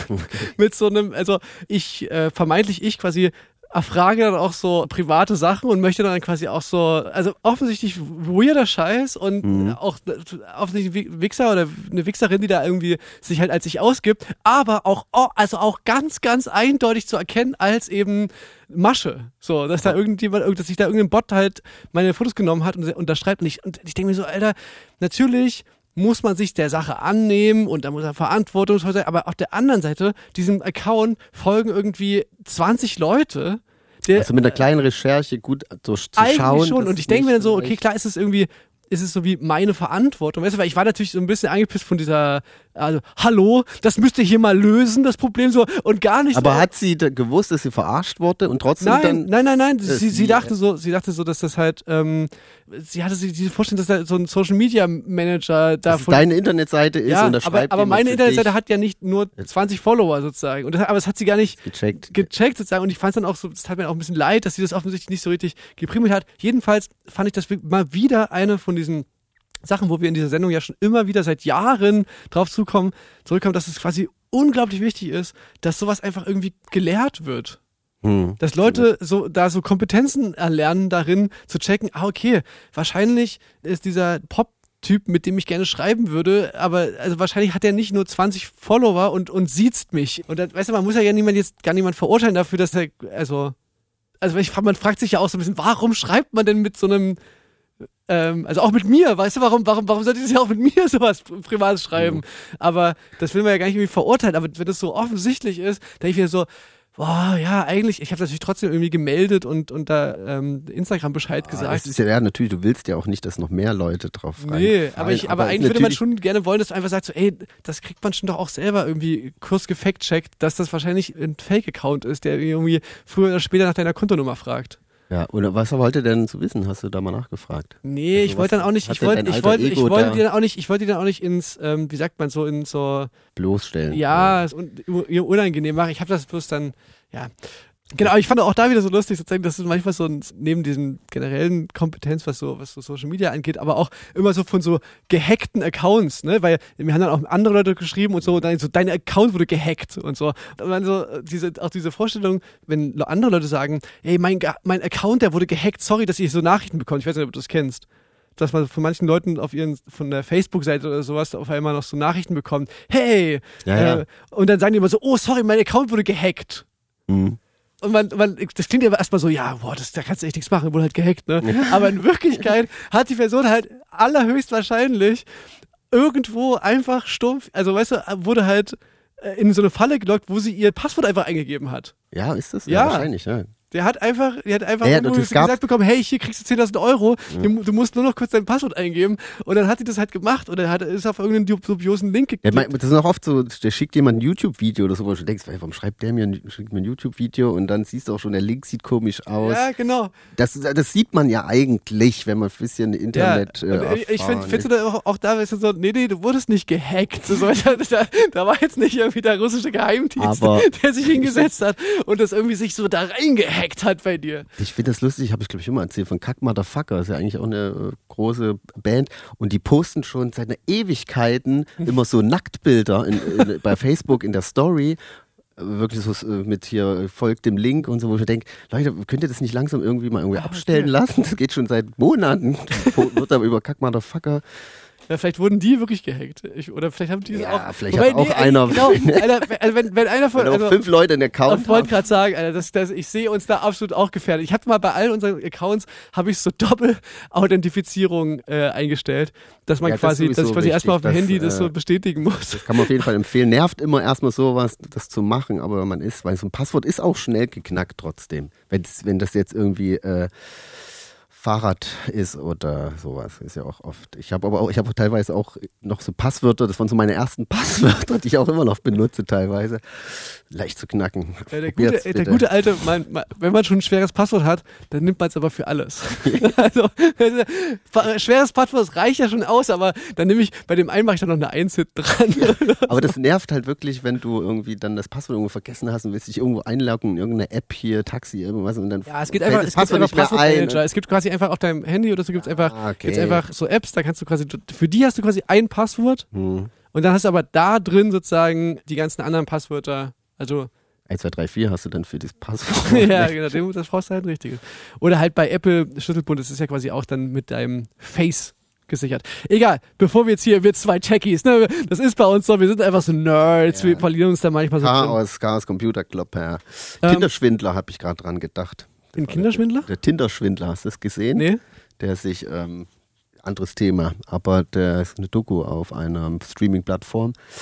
mit so einem, also ich, äh, vermeintlich ich quasi erfrage dann auch so private Sachen und möchte dann quasi auch so, also offensichtlich weirder Scheiß und
Mhm.
auch offensichtlich ein Wichser oder eine Wichserin, die da irgendwie sich halt als sich ausgibt, aber auch, oh, also auch ganz, ganz eindeutig zu erkennen als eben Masche. So, dass da irgendjemand, dass sich da irgendein Bot halt meine Fotos genommen hat und unterschreibt und ich, und ich denke mir so, Alter, natürlich muss man sich der Sache annehmen und da muss er verantwortungsvoll sein, aber auf der anderen Seite, diesem Account folgen irgendwie zwanzig Leute, der
Also mit einer kleinen Recherche gut so zu
eigentlich
schauen.
schon.
dass
Und ich
es
denke mir
nicht
dann so, okay,
vielleicht-
klar ist es irgendwie, ist es so wie meine Verantwortung, weißt du, weil ich war natürlich so ein bisschen angepisst von dieser also, hallo, das müsst ihr hier mal lösen, das Problem so und gar nicht.
Aber hat sie da gewusst, dass sie verarscht wurde und trotzdem
nein,
dann...
Nein, nein, nein, sie,
sie,
sie dachte so, sie dachte so, dass das halt, ähm, sie hatte sich diese Vorstellung, dass da so ein Social Media Manager da
dass deine Internetseite ist
ja,
und das
aber,
schreibt
aber meine Internetseite
dich.
hat ja nicht nur zwanzig Follower sozusagen, und das, aber das hat sie gar nicht
gecheckt.
gecheckt sozusagen, und ich fand es dann auch so, es tat mir auch ein bisschen leid, dass sie das offensichtlich nicht so richtig geprimmelt hat. Jedenfalls fand ich das mal wieder eine von diesen Sachen, wo wir in dieser Sendung ja schon immer wieder seit Jahren drauf zukommen, zurückkommen, dass es quasi unglaublich wichtig ist, dass sowas einfach irgendwie gelehrt wird.
Hm.
Dass Leute so da so Kompetenzen erlernen darin, zu checken, ah okay, wahrscheinlich ist dieser Pop-Typ, mit dem ich gerne schreiben würde, aber also wahrscheinlich hat er nicht nur zwanzig Follower und, und sieht's mich. Und dann, weißt du, man muss ja niemand jetzt gar niemand verurteilen dafür, dass er, also, also ich, man fragt sich ja auch so ein bisschen, warum schreibt man denn mit so einem Ähm, also auch mit mir, weißt du, warum, warum, warum sollte ich das ja auch mit mir sowas Privates schreiben? Mhm. Aber das will man ja gar nicht irgendwie verurteilen, aber wenn das so offensichtlich ist, denke ich mir so, boah, ja, eigentlich, ich habe natürlich trotzdem irgendwie gemeldet und, und da ähm, Instagram Bescheid gesagt.
Ah, das ist ja, ja, natürlich, du willst ja auch nicht, dass noch mehr Leute drauf rein.
Nee, aber, ich, aber, aber eigentlich würde man schon gerne wollen, dass du einfach sagst, so, ey, das kriegt man schon doch auch selber irgendwie kurz gefact-checkt, dass das wahrscheinlich ein Fake-Account ist, der irgendwie früher oder später nach deiner Kontonummer fragt.
Ja, oder was wollte denn zu wissen? Hast du da mal nachgefragt?
Nee, also ich wollte dann auch nicht, ich wollte, ich wollte, ich wollte dir dann auch nicht, ich wollte dir dann auch nicht ins, ähm, wie sagt man so, in so
bloßstellen.
Ja, ja. Un, unangenehm machen. Ich habe das bloß dann, ja. Genau, ich fand auch da wieder so lustig, sozusagen, dass es manchmal so ein, neben diesen generellen Kompetenz, was so, was so Social Media angeht, aber auch immer so von so gehackten Accounts, ne, weil wir haben dann auch andere Leute geschrieben und so, und dann so, dein Account wurde gehackt und so. Und dann so, diese, auch diese Vorstellung, wenn andere Leute sagen, ey, mein, mein Account, der wurde gehackt, sorry, dass ich so Nachrichten bekomme. Ich weiß nicht, ob du das kennst. Dass man von manchen Leuten auf ihren, von der Facebook-Seite oder sowas auf einmal noch so Nachrichten bekommt, hey,
ja, ja.
Äh, und dann sagen die immer so, oh, sorry, mein Account wurde gehackt.
Mhm.
Und man, man, das klingt ja erstmal so, ja, boah, das, da kannst du echt nichts machen, wurde halt gehackt, ne? Aber in Wirklichkeit hat die Person halt allerhöchstwahrscheinlich irgendwo einfach stumpf, also weißt du, wurde halt in so eine Falle gelockt, wo sie ihr Passwort einfach eingegeben hat.
Ja, ist das?
Ja,
ja wahrscheinlich, ja.
Der hat einfach, der hat einfach
ja,
ja, gesagt bekommen, hey, hier kriegst du zehntausend Euro, ja. du, du musst nur noch kurz dein Passwort eingeben. Und dann hat die das halt gemacht und dann hat, ist auf irgendeinen dubiosen Link geklickt.
Ja, das ist auch oft so, der schickt jemand ein YouTube-Video oder so, wo du denkst, warum schreibt der mir ein, schickt mir ein YouTube-Video und dann siehst du auch schon, der Link sieht komisch aus.
Ja, genau.
Das, das sieht man ja eigentlich, wenn man ein bisschen Internet
ja,
äh,
Ich finde, findest du da auch, auch da, ist so, nee, nee, du wurdest nicht gehackt. So, da, da, da war jetzt nicht irgendwie der russische Geheimdienst,
aber
der sich hingesetzt hat und das irgendwie sich so da reingehackt hat bei dir.
Ich finde das lustig, habe ich glaube ich immer erzählt, von Kack Motherfucker, das ist ja eigentlich auch eine äh, große Band und die posten schon seit einer Ewigkeiten immer so Nacktbilder in, in, bei Facebook in der Story, wirklich so äh, mit hier folgt dem Link und so, wo ich denke, Leute, könnt ihr das nicht langsam irgendwie mal irgendwie ah, abstellen okay. lassen? Das geht schon seit Monaten, wird aber über Kack Motherfucker.
Ja, vielleicht wurden die wirklich gehackt. Ich, oder vielleicht haben die das
ja,
auch.
Ja, vielleicht hat auch nee, einer.
Genau, Alter, also wenn, wenn einer von.
Wenn
Also,
fünf Leute einen Account
ich wollte gerade sagen, Alter, das, das, ich sehe uns da absolut auch gefährdet. Ich habe mal bei all unseren Accounts habe ich so Doppel-Authentifizierung äh, eingestellt, dass man ja, quasi, das dass ich quasi erstmal auf dem Handy das äh, so bestätigen muss.
Das kann man auf jeden Fall empfehlen. Nervt immer erstmal sowas, das zu machen, aber man ist, weil so ein Passwort ist auch schnell geknackt trotzdem. Wenn's, wenn das jetzt irgendwie. Äh, Fahrrad ist oder sowas, ist ja auch oft. Ich habe aber auch, ich habe teilweise auch noch so Passwörter, das waren so meine ersten Passwörter, die ich auch immer noch benutze teilweise. Leicht zu knacken.
Ja, der, gute, der gute alte, man, man, wenn man schon ein schweres Passwort hat, dann nimmt man es aber für alles. Also, schweres Passwort reicht ja schon aus, aber dann nehme ich, bei dem einen mache ich dann noch eine Eins hinten dran.
Ja, aber das nervt halt wirklich, wenn du irgendwie dann das Passwort irgendwo vergessen hast und willst dich irgendwo einloggen in irgendeine App hier, Taxi, irgendwas und dann
ja, es geht einfach, es gibt einfach Passwortmanager. Es gibt quasi einfach auf deinem Handy oder so gibt es einfach,
ah, okay.
gibt's einfach so Apps, da kannst du quasi, für die hast du quasi ein Passwort
hm.
und dann hast du aber da drin sozusagen die ganzen anderen Passwörter, also
eins, zwei, drei, vier hast du dann für das Passwort.
Ja, genau, das brauchst du halt ein richtiges. Oder halt bei Apple Schlüsselbund, das ist ja quasi auch dann mit deinem Face gesichert. Egal, bevor wir jetzt hier, wir zwei Techies, ne, das ist bei uns so, wir sind einfach so Nerds, ja. Wir verlieren uns da manchmal so.
Chaos, Chaos Computer Club, ja. Ähm, Tinderschwindler habe ich gerade dran gedacht.
Ein Kinderschwindler?
Der, der Tinderschwindler, hast du das gesehen?
Nee.
Der sich, ähm, anderes Thema, aber der ist eine Doku auf einer Streaming-Plattform.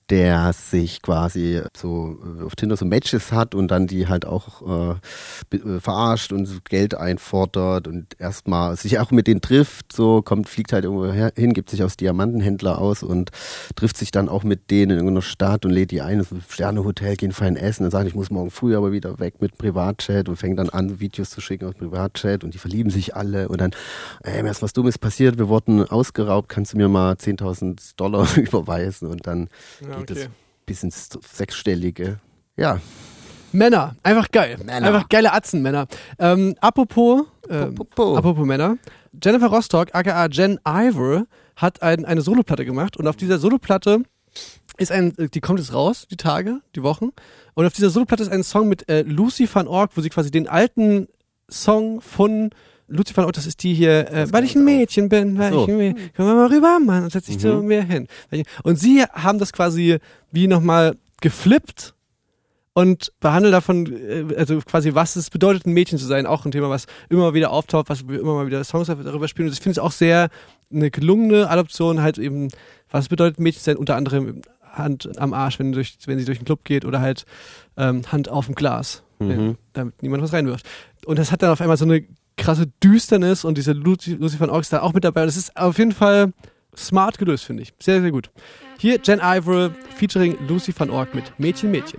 der sich quasi so auf Tinder so Matches hat und dann die halt auch äh, verarscht und Geld einfordert und erstmal sich auch mit denen trifft, so kommt, fliegt halt irgendwo hin, gibt sich als Diamantenhändler aus und trifft sich dann auch mit denen in irgendeiner Stadt und lädt die ein, so Sternehotel, gehen fein essen, dann sagt, ich muss morgen früh aber wieder weg mit Privatchat und fängt dann an, Videos zu schicken aus Privatchat und die verlieben sich alle und dann, ey, mir ist was Dummes passiert, wir wurden ausgeraubt, kannst du mir mal zehntausend Dollar überweisen und dann
Ja,
geht
okay.
es bis ins Sechsstellige. Ja.
Männer, einfach geil.
Männer.
Einfach geile Atzen, Männer. Ähm, apropos, ähm,
Apropos.
apropos Männer. Jennifer Rostock, aka Jen Ivor, hat ein, eine Soloplatte gemacht und auf dieser Soloplatte ist ein, die kommt jetzt raus, die Tage, die Wochen, und auf dieser Soloplatte ist ein Song mit äh, Lucy van Ork, wo sie quasi den alten Song von Lucy van Ork, das ist die hier, äh, weil ich ein Mädchen bin, weil
so.
ich ein Mädchen, können wir mal rüber, Mann, und setz dich zu mir hin. Und sie haben das quasi wie nochmal geflippt und behandeln davon, äh, also quasi, was es bedeutet, ein Mädchen zu sein, auch ein Thema, was immer wieder auftaucht, was wir immer mal wieder Songs darüber spielen. Und ich finde es auch sehr eine gelungene Adoption, halt eben, was es bedeutet, ein Mädchen zu sein, unter anderem Hand am Arsch, wenn, durch, wenn sie durch den Club geht oder halt ähm, Hand auf dem Glas,
Mhm.
wenn, damit niemand was reinwirft. Und das hat dann auf einmal so eine krasse Düsternis und diese Lucy, Lucy van Ork ist da auch mit dabei. Und das ist auf jeden Fall smart gelöst, finde ich. Sehr, sehr gut. Hier Jen Ivor featuring Lucy van Ork mit Mädchen, Mädchen.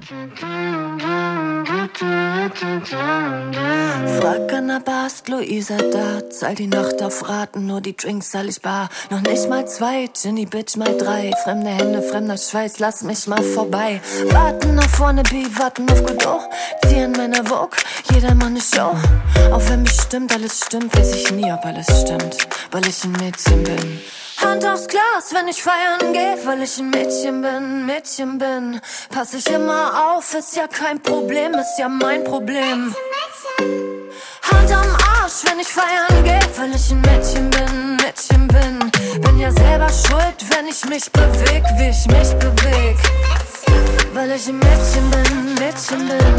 Frag an der Bar, ist Luisa da? Zahl die Nacht auf Raten, nur die Drinks zahl ich bar. Noch nicht mal zwei, Ginny Bitch mal drei. Fremde Hände, fremder Schweiß, lass mich mal vorbei. Warten auf Wannabe, warten auf Godot. Ziehen meine Vogue, jeder Mann eine Show. Auch wenn mich stimmt, alles stimmt, weiß ich nie, ob alles stimmt. Weil ich ein Mädchen bin. Hand aufs Glas, wenn ich feiern gehe, weil ich ein Mädchen bin, Mädchen bin. Pass ich immer auf, ist ja kein Problem, ist ja mein Problem. Hand am Arsch, wenn ich feiern gehe, weil ich ein Mädchen bin, Mädchen bin. Bin ja selber schuld, wenn ich mich beweg, wie ich mich beweg. Weil ich ein Mädchen bin, Mädchen bin.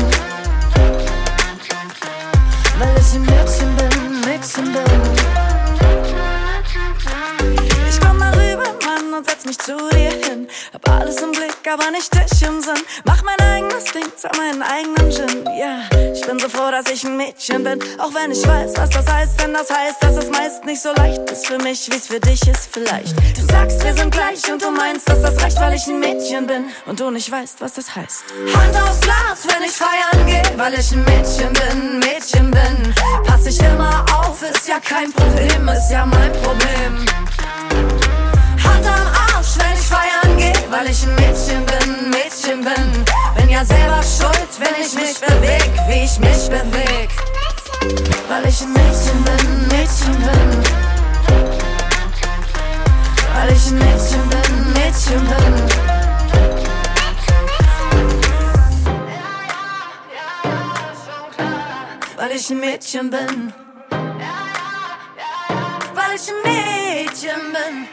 Weil ich ein Mädchen bin, Mädchen bin. Ich komm mal rüber, Mann, und setz mich zu dir hin. Hab alles im Blick, aber nicht dich im Sinn. Mach mein eigenes Ding, zahl meinen eigenen Gin. Ja, yeah. Ich bin so froh, dass ich ein Mädchen bin. Auch wenn ich weiß, was das heißt, denn das heißt, dass es meist nicht so leicht ist für mich, wie's für dich ist vielleicht. Du sagst, wir sind gleich und du meinst, dass das reicht, weil ich ein Mädchen bin und du nicht weißt, was das heißt. Hand aufs Glas, wenn ich feiern gehe, weil ich ein Mädchen bin, Mädchen bin. Pass ich immer auf, ist ja kein Problem, ist ja mein Problem. Hand am Arsch, wenn ich feiern gehe, weil ich ein Mädchen bin, Mädchen bin. Bin ja selber schuld, wenn ich mich beweg, wie ich mich beweg. Weil ich ein Mädchen bin, Mädchen bin. Weil ich ein Mädchen bin, Mädchen bin. Weil ich ein Mädchen bin. Weil ich ein Mädchen bin.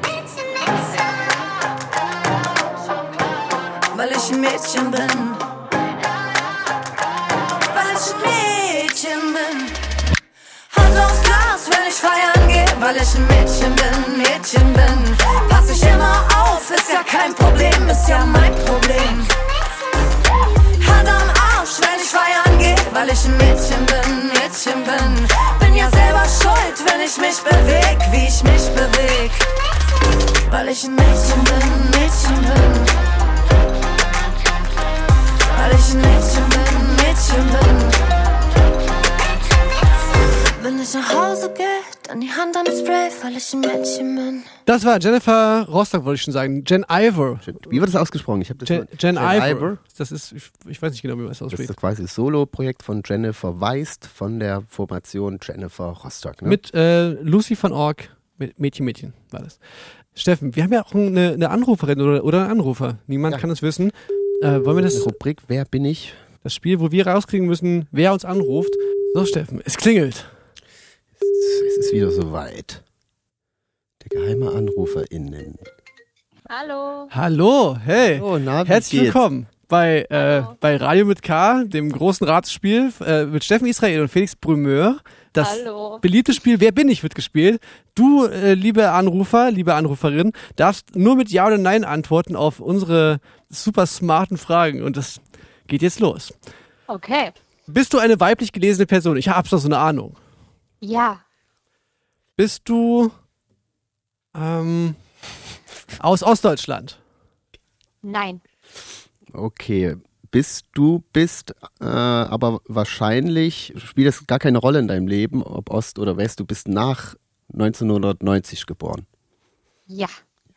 Weil ich ein Mädchen bin. Weil ich ein Mädchen bin. Hand aufs Glas, wenn ich feiern gehe, weil ich ein Mädchen bin, Mädchen bin. Pass ich immer auf, ist ja kein Problem, ist ja mein Problem. Hand am Arsch, wenn ich feiern gehe, weil ich ein Mädchen bin, Mädchen bin. Bin ja selber schuld, wenn ich mich beweg, wie ich mich beweg. Weil ich ein Mädchen bin, Mädchen bin. Weil ich ein Mädchen bin, Mädchen bin. Wenn ich nach Hause gehe, dann die Hand am Spray, weil ich ein Mädchen bin.
Das war Jennifer Rostock, wollte ich schon sagen. Jen Ivor.
Wie wird das ausgesprochen? Ich habe das
Jen,
mal-
Jen,
Jen
Ivor.
Ivor.
Das ist, ich, ich weiß nicht genau, wie man das
Das
ausspricht.
ist quasi das Solo-Projekt von Jennifer Weist von der Formation Jennifer Rostock. Ne?
Mit äh, Lucy van Ork, mit Mädchen, Mädchen war das. Steffen, wir haben ja auch eine, eine Anruferin oder, oder einen Anrufer. Niemand
Ja.
kann es wissen. Äh, wollen wir das,
Eine Rubrik, wer bin ich?
das Spiel, wo wir rauskriegen müssen, wer uns anruft? So, Steffen, es klingelt.
Es ist wieder soweit. Der geheime AnruferInnen.
Hallo.
Hallo, hey.
Oh, na, wie
Herzlich
geht's?
willkommen bei, äh,
Hallo.
bei Radio mit K, dem großen Ratsspiel äh, mit Steffen Israel und Felix Brümeur. Das
Hallo.
beliebte Spiel Wer bin ich wird gespielt. Du, äh, liebe Anrufer, liebe Anruferin, darfst nur mit Ja oder Nein antworten auf unsere super smarten Fragen. Und das geht jetzt los.
Okay.
Bist du eine weiblich gelesene Person? Ich hab's doch so eine Ahnung.
Ja.
Bist du ähm, aus Ostdeutschland?
Nein.
Okay. Bist du bist, äh, aber wahrscheinlich spielt es gar keine Rolle in deinem Leben, ob Ost oder West. Du bist nach neunzehnhundertneunzig geboren.
Ja.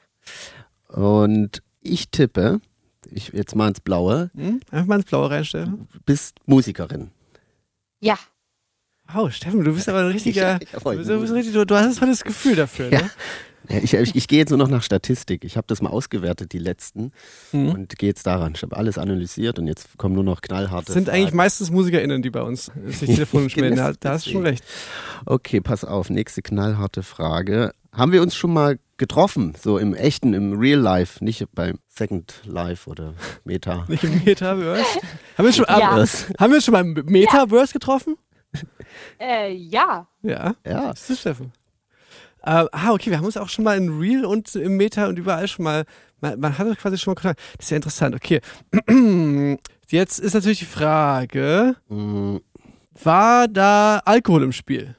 Und ich tippe, ich jetzt mal ins Blaue,
Hm? Einfach mal ins Blaue reinstellen.
du bist Musikerin.
Ja.
Oh, Steffen, du bist aber ein richtiger,
Ich- ich-
du, bist, du, bist richtig, du, du hast ein tolles Gefühl dafür,
Ja.
ne?
Ja, ich, ich, ich gehe jetzt nur noch nach Statistik. Ich habe das mal ausgewertet, die letzten,
Mhm.
und gehe jetzt daran. Ich habe alles analysiert und jetzt kommen nur noch knallharte
Das sind eigentlich
Fragen.
meistens MusikerInnen, die bei uns sich telefonisch melden. Da, da hast du schon recht.
Okay, pass auf, nächste knallharte Frage. Haben wir uns schon mal getroffen, so im echten, im Real Life, nicht beim Second Life oder Meta?
Nicht im Metaverse. Haben wir schon,
Ja.
haben, haben wir schon mal im Metaverse getroffen?
Äh, ja.
Ja.
Ja.
Das ist Steffen. Äh, ah, okay, wir haben uns auch schon mal in Real und im Meta und überall schon mal, man, man hat quasi schon mal Kontakt. Das ist ja interessant, okay. Jetzt ist natürlich die Frage,
Mm,
war da Alkohol im Spiel?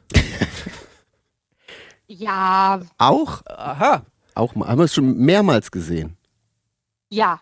Ja.
Auch?
Aha.
Auch mal, haben wir es schon mehrmals gesehen.
Ja.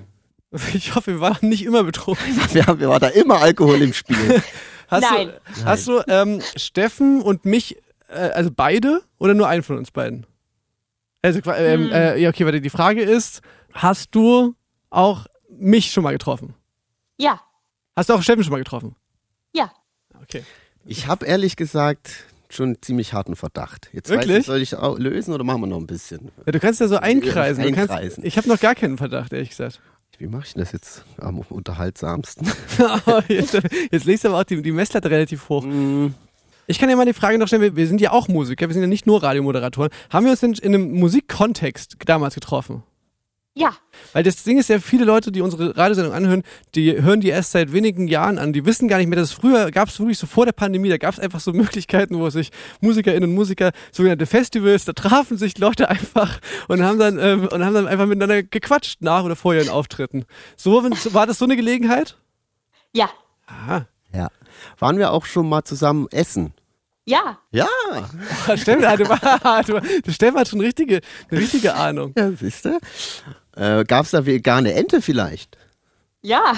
Ich hoffe, wir waren nicht immer betrunken.
Wir haben, wir war da immer Alkohol im Spiel.
Hast
Nein.
Du, hast du ähm, Steffen und mich, äh, also beide oder nur einen von uns beiden? Also, qua- ähm,
Hm.
äh, ja, okay, warte, die Frage ist, hast du auch mich schon mal getroffen?
Ja.
Hast du auch Steffen schon mal getroffen?
Ja.
Okay.
Ich habe ehrlich gesagt schon einen ziemlich harten Verdacht. Jetzt
Wirklich?
Weiß ich, soll ich auch lösen oder machen wir noch ein bisschen?
Ja, du kannst ja so einkreisen. Du kannst,
Einkreisen.
ich habe noch gar keinen Verdacht, ehrlich gesagt.
Wie mache ich denn das jetzt am unterhaltsamsten?
jetzt, jetzt legst du aber auch die, die Messlatte relativ hoch.
Mm,
Ich kann ja mal die Frage noch stellen, wir, wir sind ja auch Musiker, wir sind ja nicht nur Radiomoderatoren. Haben wir uns denn in einem Musikkontext damals getroffen?
Ja.
Weil das Ding ist ja, viele Leute, die unsere Radiosendung anhören, die hören die erst seit wenigen Jahren an. Die wissen gar nicht mehr, dass es früher gab es wirklich so vor der Pandemie, da gab es einfach so Möglichkeiten, wo sich MusikerInnen und Musiker, sogenannte Festivals, da trafen sich Leute einfach und haben dann ähm, und haben dann einfach miteinander gequatscht nach oder vor ihren Auftritten. So, wenn- war das so eine Gelegenheit?
Ja.
Aha.
ja. Waren wir auch schon mal zusammen essen?
Ja.
Ja.
Steffen, du, du, du Steffen hat schon richtige, eine richtige Ahnung.
Ja, siehst du? Äh, Gab es da vegane Ente vielleicht?
Ja.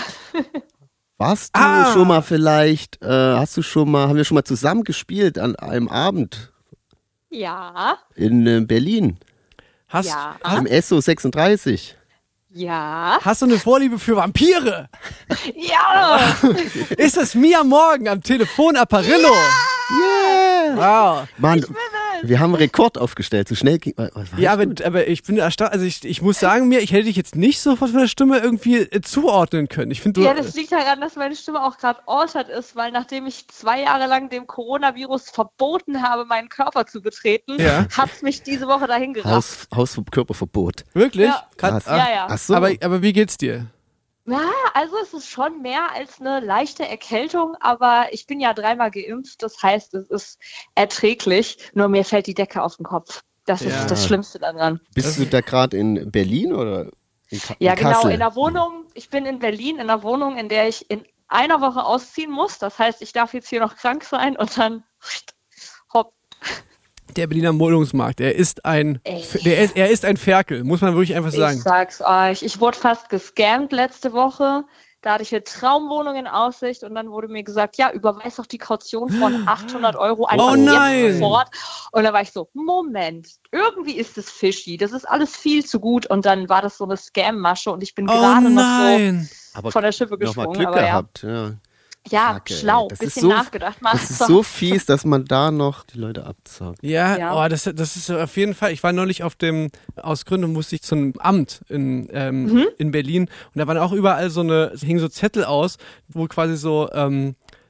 Warst du
Ah.
schon mal vielleicht, äh, hast du schon mal, haben wir schon mal zusammen gespielt an einem Abend
Ja.
in äh, Berlin,
Hast,
Ja.
im S O sechsunddreißig?
Ja.
hast du eine Vorliebe für Vampire?
Ja.
Ist es Mia Morgan am Telefon Apparillo?
Yeah!
Wow.
Mann, wir haben einen Rekord aufgestellt, so schnell ging, was war
Ja,
ich
aber, aber ich bin erstaunt, also ich, ich muss sagen mir, ich hätte dich jetzt nicht sofort von der Stimme irgendwie äh, zuordnen können. Ich finde, du,
Ja, das liegt daran, dass meine Stimme auch gerade altered ist, weil nachdem ich zwei Jahre lang dem Coronavirus verboten habe, meinen Körper zu betreten,
Ja.
hat es mich diese Woche dahin gerafft.
Haus, Hauskörperverbot.
wirklich?
Ja.
Kann,
Krass.
ach,
Ja, ja.
Ach so.
Aber, aber wie geht's dir?
Ja, also es ist schon mehr als eine leichte Erkältung, aber ich bin ja dreimal geimpft, das heißt, es ist erträglich, nur mir fällt die Decke auf den Kopf. Das
Ja.
ist das Schlimmste daran.
Bist du da gerade in Berlin oder in, Ka
Ja,
in
genau,
Kassel?
in der Wohnung, ich bin in Berlin in einer Wohnung, in der ich in einer Woche ausziehen muss. Das heißt, ich darf jetzt hier noch krank sein und dann hopp.
Der Berliner Wohnungsmarkt, er ist ein,
Ey.
der ist, er ist ein Ferkel, muss man wirklich einfach
Ich
sagen.
sag's euch, ich wurde fast gescammt letzte Woche. Da hatte ich eine Traumwohnung in Aussicht und dann wurde mir gesagt, ja, überweis doch die Kaution von achthundert Euro einfach
Oh nein.
jetzt sofort. Und da war ich so, Moment, irgendwie ist es fishy, das ist alles viel zu gut. Und dann war das so eine Scam-Masche und ich bin
Oh
gerade noch
nein.
Aber
so von der Schippe
noch mal
gesprungen.
Glück
Aber ja,
gehabt. Ja.
ja
Kacke, ey.
schlau,
Das ist
bisschen
so-
nachgedacht. Mal.
Das ist so fies, dass man da noch die Leute abzockt.
Ja,
Ja.
Oh, das, das ist auf jeden Fall. Ich war neulich auf dem, aus Gründen musste ich zum Amt in, ähm,
Mhm.
in Berlin und da waren auch überall so eine, es hingen so Zettel aus, wo quasi so, ähm,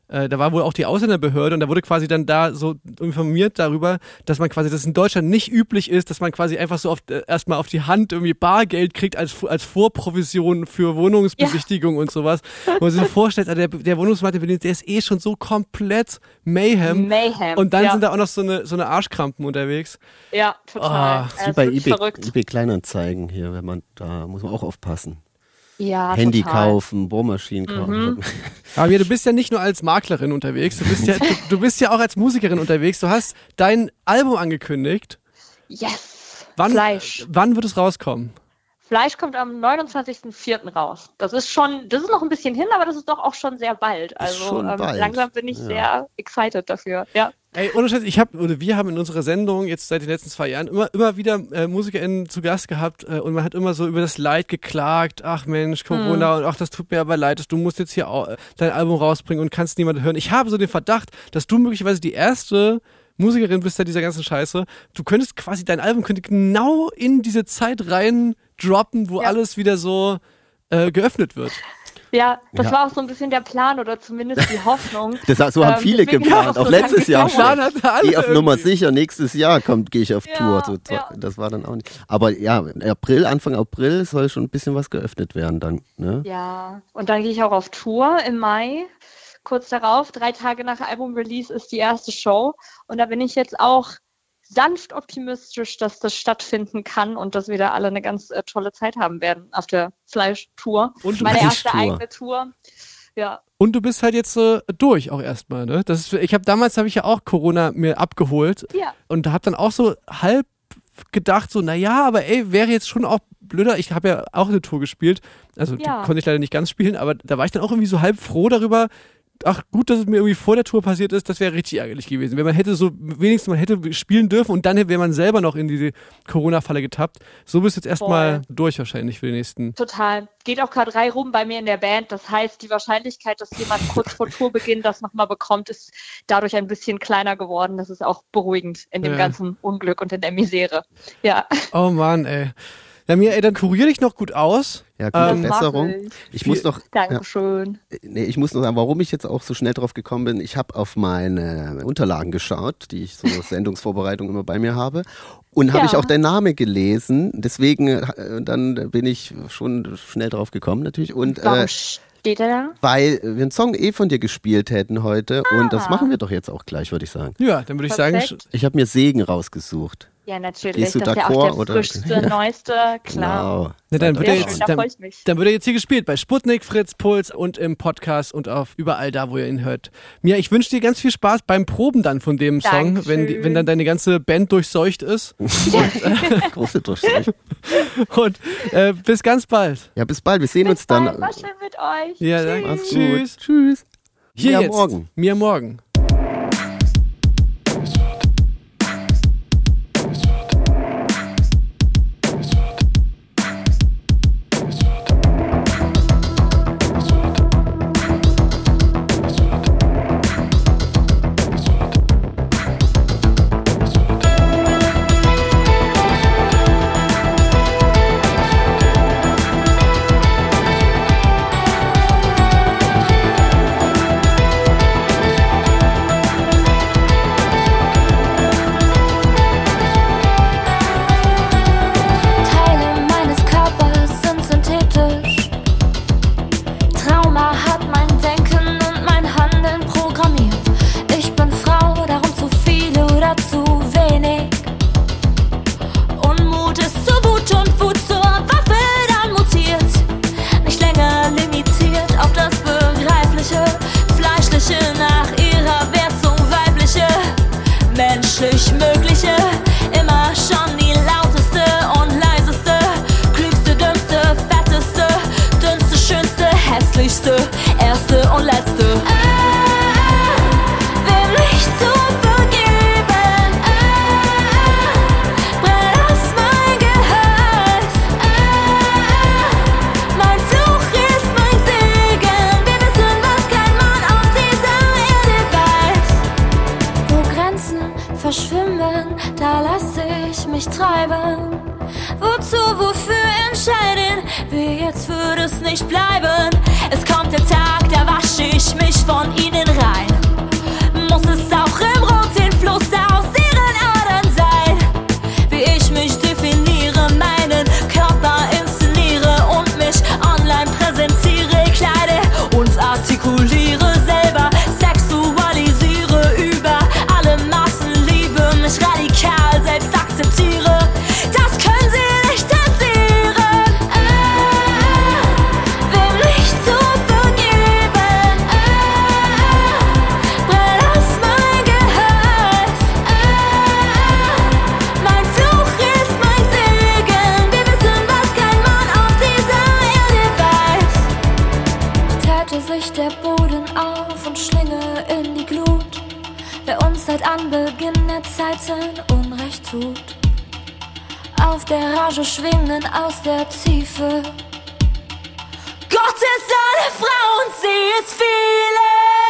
äh, da war wohl auch die Ausländerbehörde und da wurde quasi dann da so informiert darüber, dass man quasi, dass es in Deutschland nicht üblich ist, dass man quasi einfach so auf, äh, erstmal auf die Hand irgendwie Bargeld kriegt als, als Vorprovision für Wohnungsbesichtigung ja. und sowas. Wo man sich so vorstellt, also der, der Wohnungsmarkt, der ist eh schon so komplett Mayhem.
Mayhem.
Und dann
ja.
sind da auch noch so eine, so eine Arschkrampen unterwegs.
Ja, total.
Oh,
wie bei eBay, eBay Kleinanzeigen hier, wenn man, da muss man auch aufpassen.
Ja,
Handy
total.
kaufen, Bohrmaschinen kaufen.
Mhm.
Aber ja, du bist ja nicht nur als Maklerin unterwegs, du bist ja, du, du bist ja auch als Musikerin unterwegs. Du hast dein Album angekündigt.
Yes.
Wann,
Fleisch.
Wann wird es rauskommen?
Fleisch kommt am neunundzwanzigsten vierten raus. Das ist schon, das ist noch ein bisschen hin, aber das ist doch auch schon sehr bald. Also
schon
ähm,
bald.
langsam bin ich
Ja.
sehr excited dafür. Ja.
Ey, ohne Scheiß, ich habe oder wir haben in unserer Sendung jetzt seit den letzten zwei Jahren immer immer wieder äh, MusikerInnen zu Gast gehabt äh, und man hat immer so über das Leid geklagt. Ach Mensch, Corona
Hm.
und ach, das tut mir aber leid, du musst jetzt hier auch, äh, dein Album rausbringen und kannst niemand hören. Ich habe so den Verdacht, dass du möglicherweise die erste Musikerin bist da dieser ganzen Scheiße. Du könntest quasi, dein Album könnte genau in diese Zeit rein droppen, wo
Ja.
alles wieder so äh, geöffnet wird.
Ja, das
Ja.
war auch so ein bisschen der Plan oder zumindest die Hoffnung.
Das, so haben
Ähm,
viele
deswegen
geplant,
hat
auch
so
letztes
lange
Jahr
gedauert.
schon.
Plan hatte alle
Geh auf Nummer
irgendwie.
sicher, nächstes Jahr kommt, gehe ich auf
Ja,
Tour. So,
ja.
Das war dann auch nicht. Aber ja, April, Anfang April soll schon ein bisschen was geöffnet werden dann. Ne?
Ja, und dann gehe ich auch auf Tour im Mai. Kurz darauf, drei Tage nach Album-Release, ist die erste Show. Und da bin ich jetzt auch sanft optimistisch, dass das stattfinden kann und dass wir da alle eine ganz äh, tolle Zeit haben werden auf der Fleisch-Tour.
Und
Meine erste
Fleisch-Tour.
eigene Tour. Ja,
Und du bist halt jetzt äh, durch auch erstmal, ne? Das ist, ich habe damals habe ich ja auch Corona mir abgeholt
ja.
und habe dann auch so halb gedacht so, na ja, aber ey, wäre jetzt schon auch blöder. Ich habe ja auch eine Tour gespielt, also die
Ja.
konnte ich leider nicht ganz spielen, aber da war ich dann auch irgendwie so halb froh darüber. Ach gut, dass es mir irgendwie vor der Tour passiert ist, das wäre richtig ärgerlich gewesen. Wenn man hätte so, wenigstens man hätte spielen dürfen und dann wäre man selber noch in diese Corona-Falle getappt. So bist du jetzt erstmal durch wahrscheinlich für die nächsten.
Total. Geht auch K drei rum bei mir in der Band. Das heißt, die Wahrscheinlichkeit, dass jemand kurz vor Tourbeginn das nochmal bekommt, ist dadurch ein bisschen kleiner geworden. Das ist auch beruhigend in dem
Ja.
ganzen Unglück und in der Misere. Ja.
Oh Mann, ey. Na mir, ey, dann kurier dich noch gut aus.
Ja, gute
Ähm,
Besserung.
Mach ich.
Ich muss noch,
Dankeschön.
ja, nee, ich muss noch sagen, warum ich jetzt auch so schnell drauf gekommen bin. Ich habe auf meine Unterlagen geschaut, die ich so Sendungsvorbereitung immer bei mir habe. Und habe
Ja.
ich auch deinen Namen gelesen. Deswegen, äh, dann bin ich schon schnell drauf gekommen natürlich. Und
Warum
äh,
steht er da?
weil wir einen Song eh von dir gespielt hätten heute. Und das
Ah.
machen wir doch jetzt auch gleich, würde ich sagen.
Ja, dann würde ich sagen,
Perfekt.
Ich habe mir Segen rausgesucht.
Ja, natürlich.
Gehst du
das ist ja
d'accord,
auch der
oder?
frischste,
Ja.
neueste, klar.
Genau.
Na, dann wird
Sehr
er
schön,
jetzt,
da
dann,
freue ich mich.
dann wird er jetzt hier gespielt bei Sputnik, Fritz, Puls und im Podcast und auf überall da, wo ihr ihn hört. Mia, ich wünsche dir ganz viel Spaß beim Proben dann von dem Song,
Dankeschön.
wenn, die, wenn dann deine ganze Band durchseucht ist.
Große Durchsicht.
Und äh, bis ganz bald.
Ja, bis bald. Wir sehen
Bis
uns dann.
bald, war schön mit euch.
Ja,
Tschüss.
danke.
Mach's
Tschüss.
gut. Tschüss.
Hier
Mia
jetzt.
morgen.
Mir morgen.
Teile meines Körpers sind synthetisch. Trauma hat mein Denken und mein Handeln programmiert. Ich bin Frau, darum zu viel oder zu wenig. Unmut ist zu Wut und Wut zur Waffe dann mutiert. Nicht länger limitiert auf das Begreifliche, Fleischliche nach ihrer Wertung weibliche, menschlich Mögliche. Immer schon die lauteste und leiseste, klügste, dümmste, fetteste, dünnste, schönste, hässlichste, erste und letzte. Ah, wem nicht zu vergeben, ah, brennt aus mein Gehirn. Ah, mein Fluch ist mein Segen. Wir wissen, was kein Mann auf dieser Erde weiß. Wo Grenzen verschwimmen, da lasse ich mich treiben. Wozu, wofür entscheiden wir? Jetzt wird es nicht bleiben. Es kommt der Tag, da wasche ich mich von ihnen rein. baute sich der Boden auf und Schlinge in die Glut, wer uns seit Anbeginn der Zeiten Unrecht tut. Auf der Rage schwingen aus der Tiefe. Gott ist eine Frau und sie ist viele.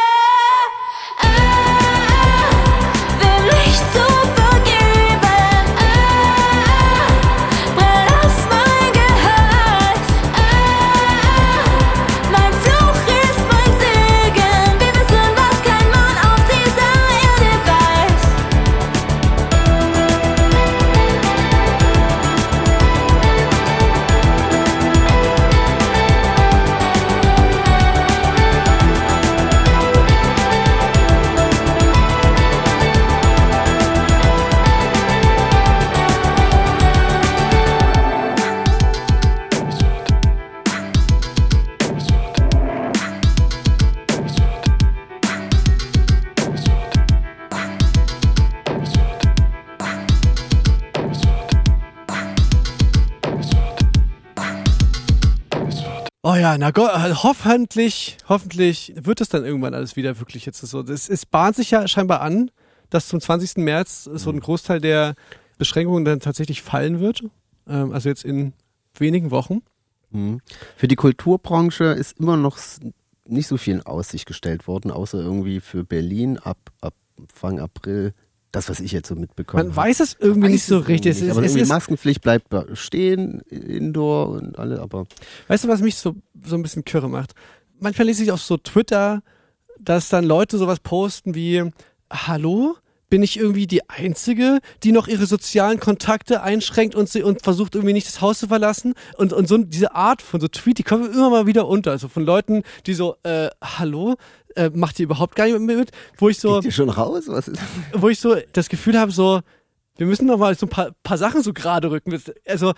Oh ja, na Gott, hoffentlich, hoffentlich wird es dann irgendwann alles wieder wirklich jetzt so. Es, es bahnt sich ja scheinbar an, dass zum zwanzigsten März so ein Großteil der Beschränkungen dann tatsächlich fallen wird. Ähm, also jetzt in wenigen Wochen.
Mhm. Für die Kulturbranche ist immer noch nicht so viel in Aussicht gestellt worden, außer irgendwie für Berlin ab, ab Anfang April. Das, was ich jetzt so mitbekommen habe.
Man weiß es irgendwie weiß nicht so richtig.
Nicht, es, aber es irgendwie ist, Maskenpflicht bleibt stehen, Indoor und alle, aber...
Weißt du, was mich so, so ein bisschen kirre macht? Manchmal lese ich auf so Twitter, dass dann Leute sowas posten wie, hallo, bin ich irgendwie die Einzige, die noch ihre sozialen Kontakte einschränkt und, sie, und versucht irgendwie nicht das Haus zu verlassen? Und, und so diese Art von so Tweet, die kommen immer mal wieder unter. Also von Leuten, die so, äh, hallo, äh, macht ihr überhaupt gar nicht mit, mit wo ich so...
Geht ihr schon raus? Was ist?
Wo ich so das Gefühl habe, so, wir müssen noch mal so ein paar, paar Sachen so gerade rücken. Also,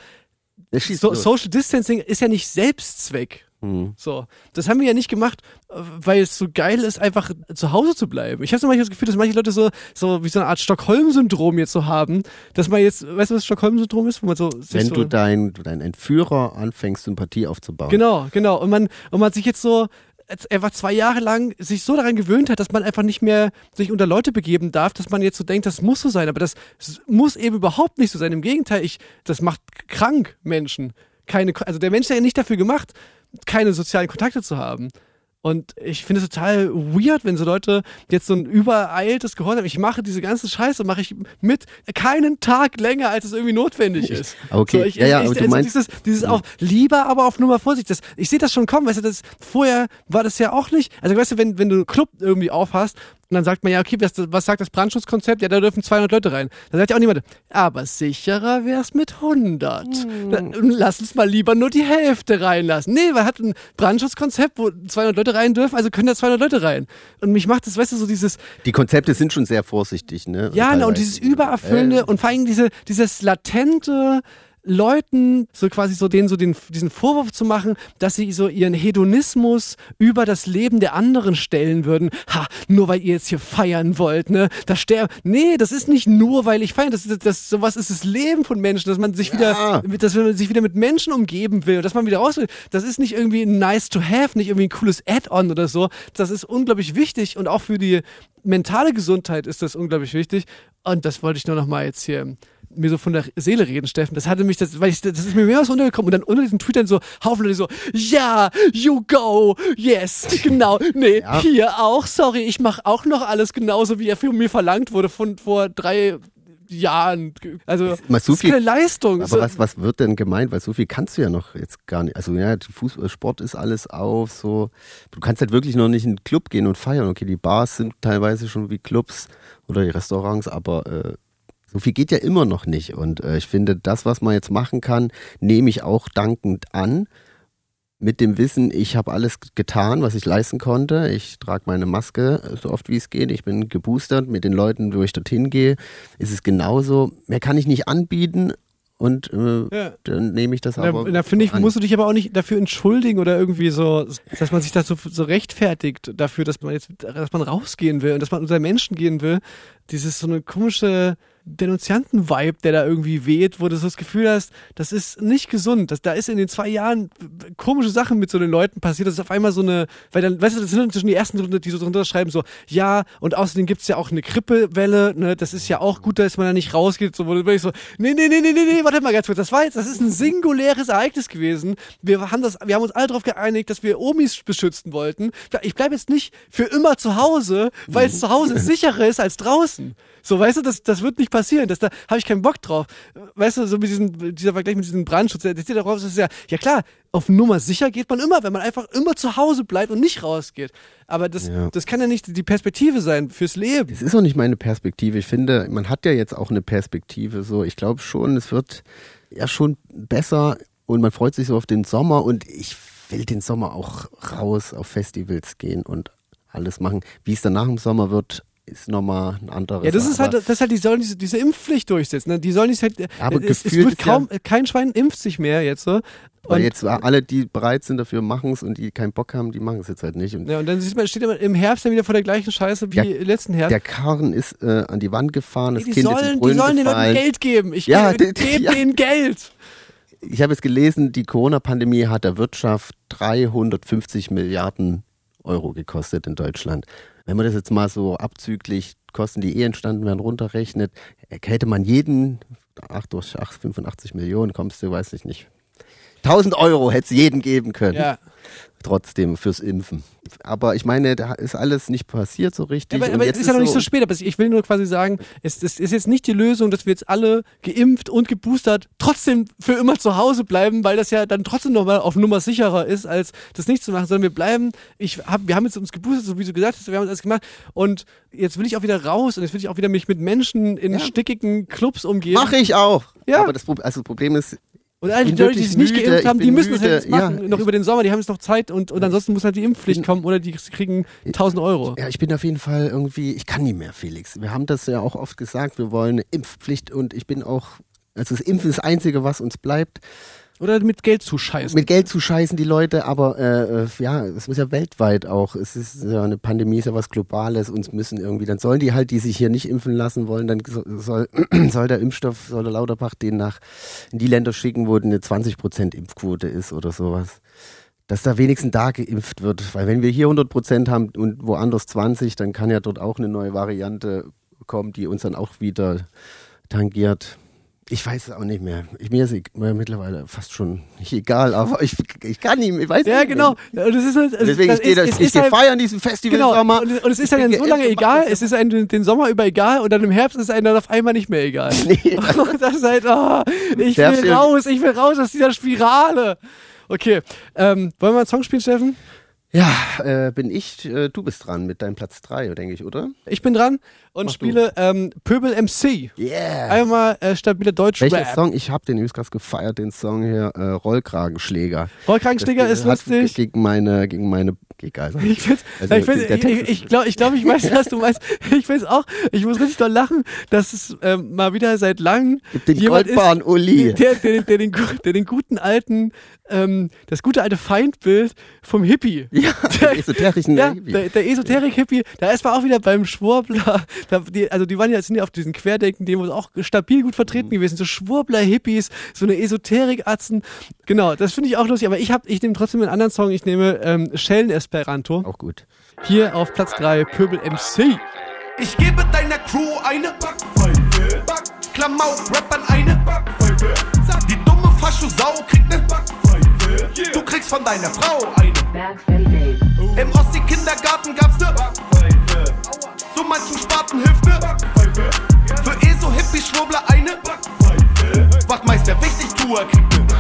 so, Social Distancing ist ja nicht Selbstzweck. Hm. So, das haben wir ja nicht gemacht, weil es so geil ist, einfach zu Hause zu bleiben. Ich habe so manchmal das Gefühl, dass manche Leute so, so wie so eine Art Stockholm-Syndrom jetzt so haben, dass man jetzt, weißt du, was Stockholm-Syndrom ist? Wo man so,
Wenn
so
du dein, dein Entführer anfängst, Sympathie aufzubauen.
Genau, genau. Und man, und man sich jetzt so einfach zwei Jahre lang sich so daran gewöhnt hat, dass man einfach nicht mehr sich unter Leute begeben darf, dass man jetzt so denkt, das muss so sein. Aber das muss eben überhaupt nicht so sein. Im Gegenteil, ich, das macht krank Menschen. Keine, also der Mensch ist ja nicht dafür gemacht, keine sozialen Kontakte zu haben. Und ich finde es total weird, wenn so Leute jetzt so ein übereiltes Gehorsam, ich mache diese ganze Scheiße, mache ich mit keinen Tag länger, als es irgendwie notwendig ist.
Okay,
so, ich,
ja, ja,
ich,
aber
also
du meinst...
Dieses, dieses auch lieber, aber auf Nummer Vorsicht. Das, ich sehe das schon kommen, weißt du, das, vorher war das ja auch nicht, also weißt du, wenn, wenn du einen Club irgendwie aufhast, und dann sagt man ja, okay, was, was sagt das Brandschutzkonzept? Ja, da dürfen zweihundert Leute rein. Da sagt ja auch niemand, aber sicherer wär's mit hundert. Hm. Dann, lass uns mal lieber nur die Hälfte reinlassen. Nee, man hat ein Brandschutzkonzept, wo zweihundert Leute rein dürfen, also können da zweihundert Leute rein. Und mich macht das, weißt du, so dieses...
Die Konzepte sind schon sehr vorsichtig, ne?
Ja, und, und dieses Übererfüllende äh. und vor allem diese, dieses latente... Leuten so quasi so denen so den, diesen Vorwurf zu machen, dass sie so ihren Hedonismus über das Leben der anderen stellen würden. Ha, nur weil ihr jetzt hier feiern wollt, ne? Da sterben. Nee, das ist nicht nur, weil ich feiern. Das, das, das, sowas ist das Leben von Menschen, dass man sich
ja.
wieder, dass man sich wieder mit Menschen umgeben will, dass man wieder raus will. Das ist nicht irgendwie nice to have, nicht irgendwie ein cooles Add-on oder so. Das ist unglaublich wichtig und auch für die mentale Gesundheit ist das unglaublich wichtig. Und das wollte ich nur noch mal jetzt hier mir so von der Seele reden, Steffen. Das hatte mich, das, weil ich, das ist mir mehrmals untergekommen und dann unter diesen Tweetern so Haufen Leute so, ja, you go, yes, genau, nee, ja. Hier auch, sorry, ich mache auch noch alles genauso, wie er für mir verlangt wurde von vor drei Jahren. Also,
so das ist
keine Leistung.
Aber was, was wird denn gemeint? Weil so viel kannst du ja noch jetzt gar nicht. Also ja, Fußball, Sport ist alles auf, so. Du kannst halt wirklich noch nicht in den Club gehen und feiern. Okay, die Bars sind teilweise schon wie Clubs oder die Restaurants, aber äh, so viel geht ja immer noch nicht. Und äh, ich finde, das, was man jetzt machen kann, nehme ich auch dankend an. Mit dem Wissen, ich habe alles getan, was ich leisten konnte. Ich trage meine Maske so oft wie es geht. Ich bin geboostert. Mit den Leuten, wo ich dorthin gehe, ist es genauso. Mehr kann ich nicht anbieten. Und äh, ja. dann nehme ich das aber.
Da, da finde ich, an. musst du dich aber auch nicht dafür entschuldigen oder irgendwie so, dass man sich da so, so rechtfertigt dafür, dass man jetzt, dass man rausgehen will und dass man unter Menschen gehen will. dieses so eine komische Denunzianten-Vibe, der da irgendwie weht, wo du so das Gefühl hast, das ist nicht gesund. Das, da ist in den zwei Jahren komische Sachen mit so den Leuten passiert. Das ist auf einmal so eine, weil dann, weißt du, das sind inzwischen die ersten, die so drunter schreiben, so, ja, und außerdem gibt's ja auch eine Grippewelle, ne, das ist ja auch gut, dass man da nicht rausgeht, so, wo du wirklich so, nee, nee, nee, nee, nee, nee, warte mal ganz kurz, das war jetzt, das ist ein singuläres Ereignis gewesen. Wir haben das, wir haben uns alle darauf geeinigt, dass wir Omis beschützen wollten. Ich bleibe jetzt nicht für immer zu Hause, weil es zu Hause sicherer ist als draußen. So, weißt du, das, das wird nicht passieren. Das, da habe ich keinen Bock drauf. Weißt du, so mit diesem, dieser Vergleich mit diesem Brandschutz, der zieht darauf, das ist ja, ja klar, auf Nummer sicher geht man immer, wenn man einfach immer zu Hause bleibt und nicht rausgeht. Aber das,
ja.
das kann ja nicht die Perspektive sein fürs Leben.
Das ist auch nicht meine Perspektive. Ich finde, man hat ja jetzt auch eine Perspektive. So, ich glaube schon, es wird ja schon besser und man freut sich so auf den Sommer und ich will den Sommer auch raus auf Festivals gehen und alles machen. Wie es dann nach dem Sommer wird, ist nochmal ein anderes.
Ja, das ist halt, das ist halt, die sollen diese, diese Impfpflicht durchsetzen. Ne? Die sollen nicht halt,
aber
es, es
gefühlt
wird kaum,
ja,
kein Schwein impft sich mehr jetzt so.
Weil
Und,
jetzt alle, die bereit sind dafür, machen es und die keinen Bock haben, die machen es jetzt halt nicht. Und
ja, und dann sieht man, steht man im Herbst dann wieder vor der gleichen Scheiße wie
der,
letzten Herbst.
Der Karren ist äh, an die Wand gefahren, das
die
Kind
sollen,
ist in Brüllen
Die sollen den
gefallen.
Leuten Geld geben. Ich
Ja,
gebe
die- die- ja.
denen Geld.
Ich habe jetzt gelesen, die Corona-Pandemie hat der Wirtschaft dreihundertfünfzig Milliarden Euro gekostet in Deutschland. Wenn man das jetzt mal so abzüglich Kosten, die eh entstanden werden, runterrechnet, hätte man jeden, ach durch ach, fünfundachtzig Millionen, kommst du, weiß ich nicht, tausend Euro hätte es jedem geben können.
Ja.
Trotzdem fürs Impfen. Aber ich meine, da ist alles nicht passiert so richtig.
Aber,
und
aber es
jetzt
ist ja noch nicht so spät, aber ich will nur quasi sagen, es, es ist jetzt nicht die Lösung, dass wir jetzt alle geimpft und geboostert trotzdem für immer zu Hause bleiben, weil das ja dann trotzdem nochmal auf Nummer sicherer ist, als das nicht zu machen, sondern wir bleiben, ich hab, wir haben jetzt uns geboostert, so wie du gesagt hast, wir haben uns alles gemacht und jetzt will ich auch wieder raus und jetzt will ich auch wieder mich mit Menschen in
Ja.
stickigen Clubs umgeben.
Mache ich auch.
Ja.
Aber das, Pro- also das Problem ist,
Und all die
bin
Leute, die
wirklich
es nicht
müde,
geimpft
ich
haben, die
bin
müssen das
müde,
jetzt machen,
ja,
noch
ich-
über den Sommer, die haben jetzt noch Zeit und, und ansonsten muss halt die Impfpflicht
bin-
kommen oder die kriegen tausend Euro.
ja, ich bin auf jeden Fall irgendwie, ich kann nicht mehr, Felix. Wir haben das ja auch oft gesagt, wir wollen eine Impfpflicht und ich bin auch, also das Impfen ist das Einzige, was uns bleibt.
Oder mit Geld zuscheißen.
Mit Geld zu scheißen die Leute, aber äh, ja, es muss ja weltweit auch. Es ist ja eine Pandemie, ist ja was Globales. Uns müssen irgendwie, dann sollen die halt, die sich hier nicht impfen lassen wollen, dann soll, soll der Impfstoff, soll der Lauterbach den nach in die Länder schicken, wo eine zwanzig Prozent Impfquote ist oder sowas. Dass da wenigstens da geimpft wird. Weil wenn wir hier hundert Prozent haben und woanders zwanzig, dann kann ja dort auch eine neue Variante kommen, die uns dann auch wieder tangiert. Ich weiß es auch nicht mehr. Ich, mir ist es mittlerweile fast schon nicht egal, aber ich, ich kann nicht mehr. Ich weiß
Ja,
nicht
genau.
mehr.
Und das ist halt, also
Deswegen,
das
ich gehe
ist- es
ich
ist
geh
halt-
feiern diesen Festival
Genau,
Sommer.
und, und es ist dann
Ich
so
bin
lange
geimpft,
egal,
mach das
es ist einem den Sommer über egal und dann im Herbst ist einem dann auf einmal nicht mehr egal.
Nee.
Und das ist halt, oh, ich
Darfst
will
du-
raus, ich will raus aus dieser Spirale. Okay, ähm, wollen wir einen Song spielen, Steffen?
Ja, äh, bin ich, äh, du bist dran mit deinem Platz drei, denke ich, oder?
Ich bin dran und
Mach du.
spiele ähm, Pöbel M C.
Yeah.
Einmal äh, stabiler
Welcher
Deutsch-Rap.
Song? Ich habe den übrigens gerade gefeiert, den Song hier, äh, Rollkragenschläger.
Rollkragenschläger
Das
ist
hat
lustig.
Gegen meine, gegen meine, egal.
Ich find's,
Also,
ich, find,
der
ich,
Text
ich,
ist-
ich glaube, ich, glaub, ich weiß, was du meinst. Ich weiß auch, ich muss richtig doll lachen, dass es ähm, mal wieder seit langem
Gib den
jemand
Goldbahn
ist,
Uli.
der, der, der, den, gu- der den guten alten, ähm, das gute alte Feindbild vom Hippie.
Ja, den esoterischen
Ja,
Hippie.
der, der Esoterik-Hippie, da ist man auch wieder beim Schwurbler, da, die, also die waren ja, sind ja auf diesen Querdenken-Demos auch stabil gut vertreten
Mhm.
gewesen, so Schwurbler-Hippies, so eine Esoterik-Atzen, genau, das finde ich auch lustig, aber ich habe, ich nehme trotzdem einen anderen Song, ich nehme ähm, Schellen-Esperanto,
Auch gut.
hier auf Platz drei, Pöbel M C.
Ich gebe deiner Crew eine Backpfeife. Klamauk-Rappern eine Backpfeife. Die dumme Fascho-Sau kriegt ne Backpfeife. Du kriegst von deiner Frau eine. Im Ossi-Kindergarten gab's ne Backpfeife. So manchen Spaten hilft ne Backpfeife. Für Eso-Hippie-Schwurbler eine Backpfeife. Wachtmeister, wichtig, tu er kriegt ne.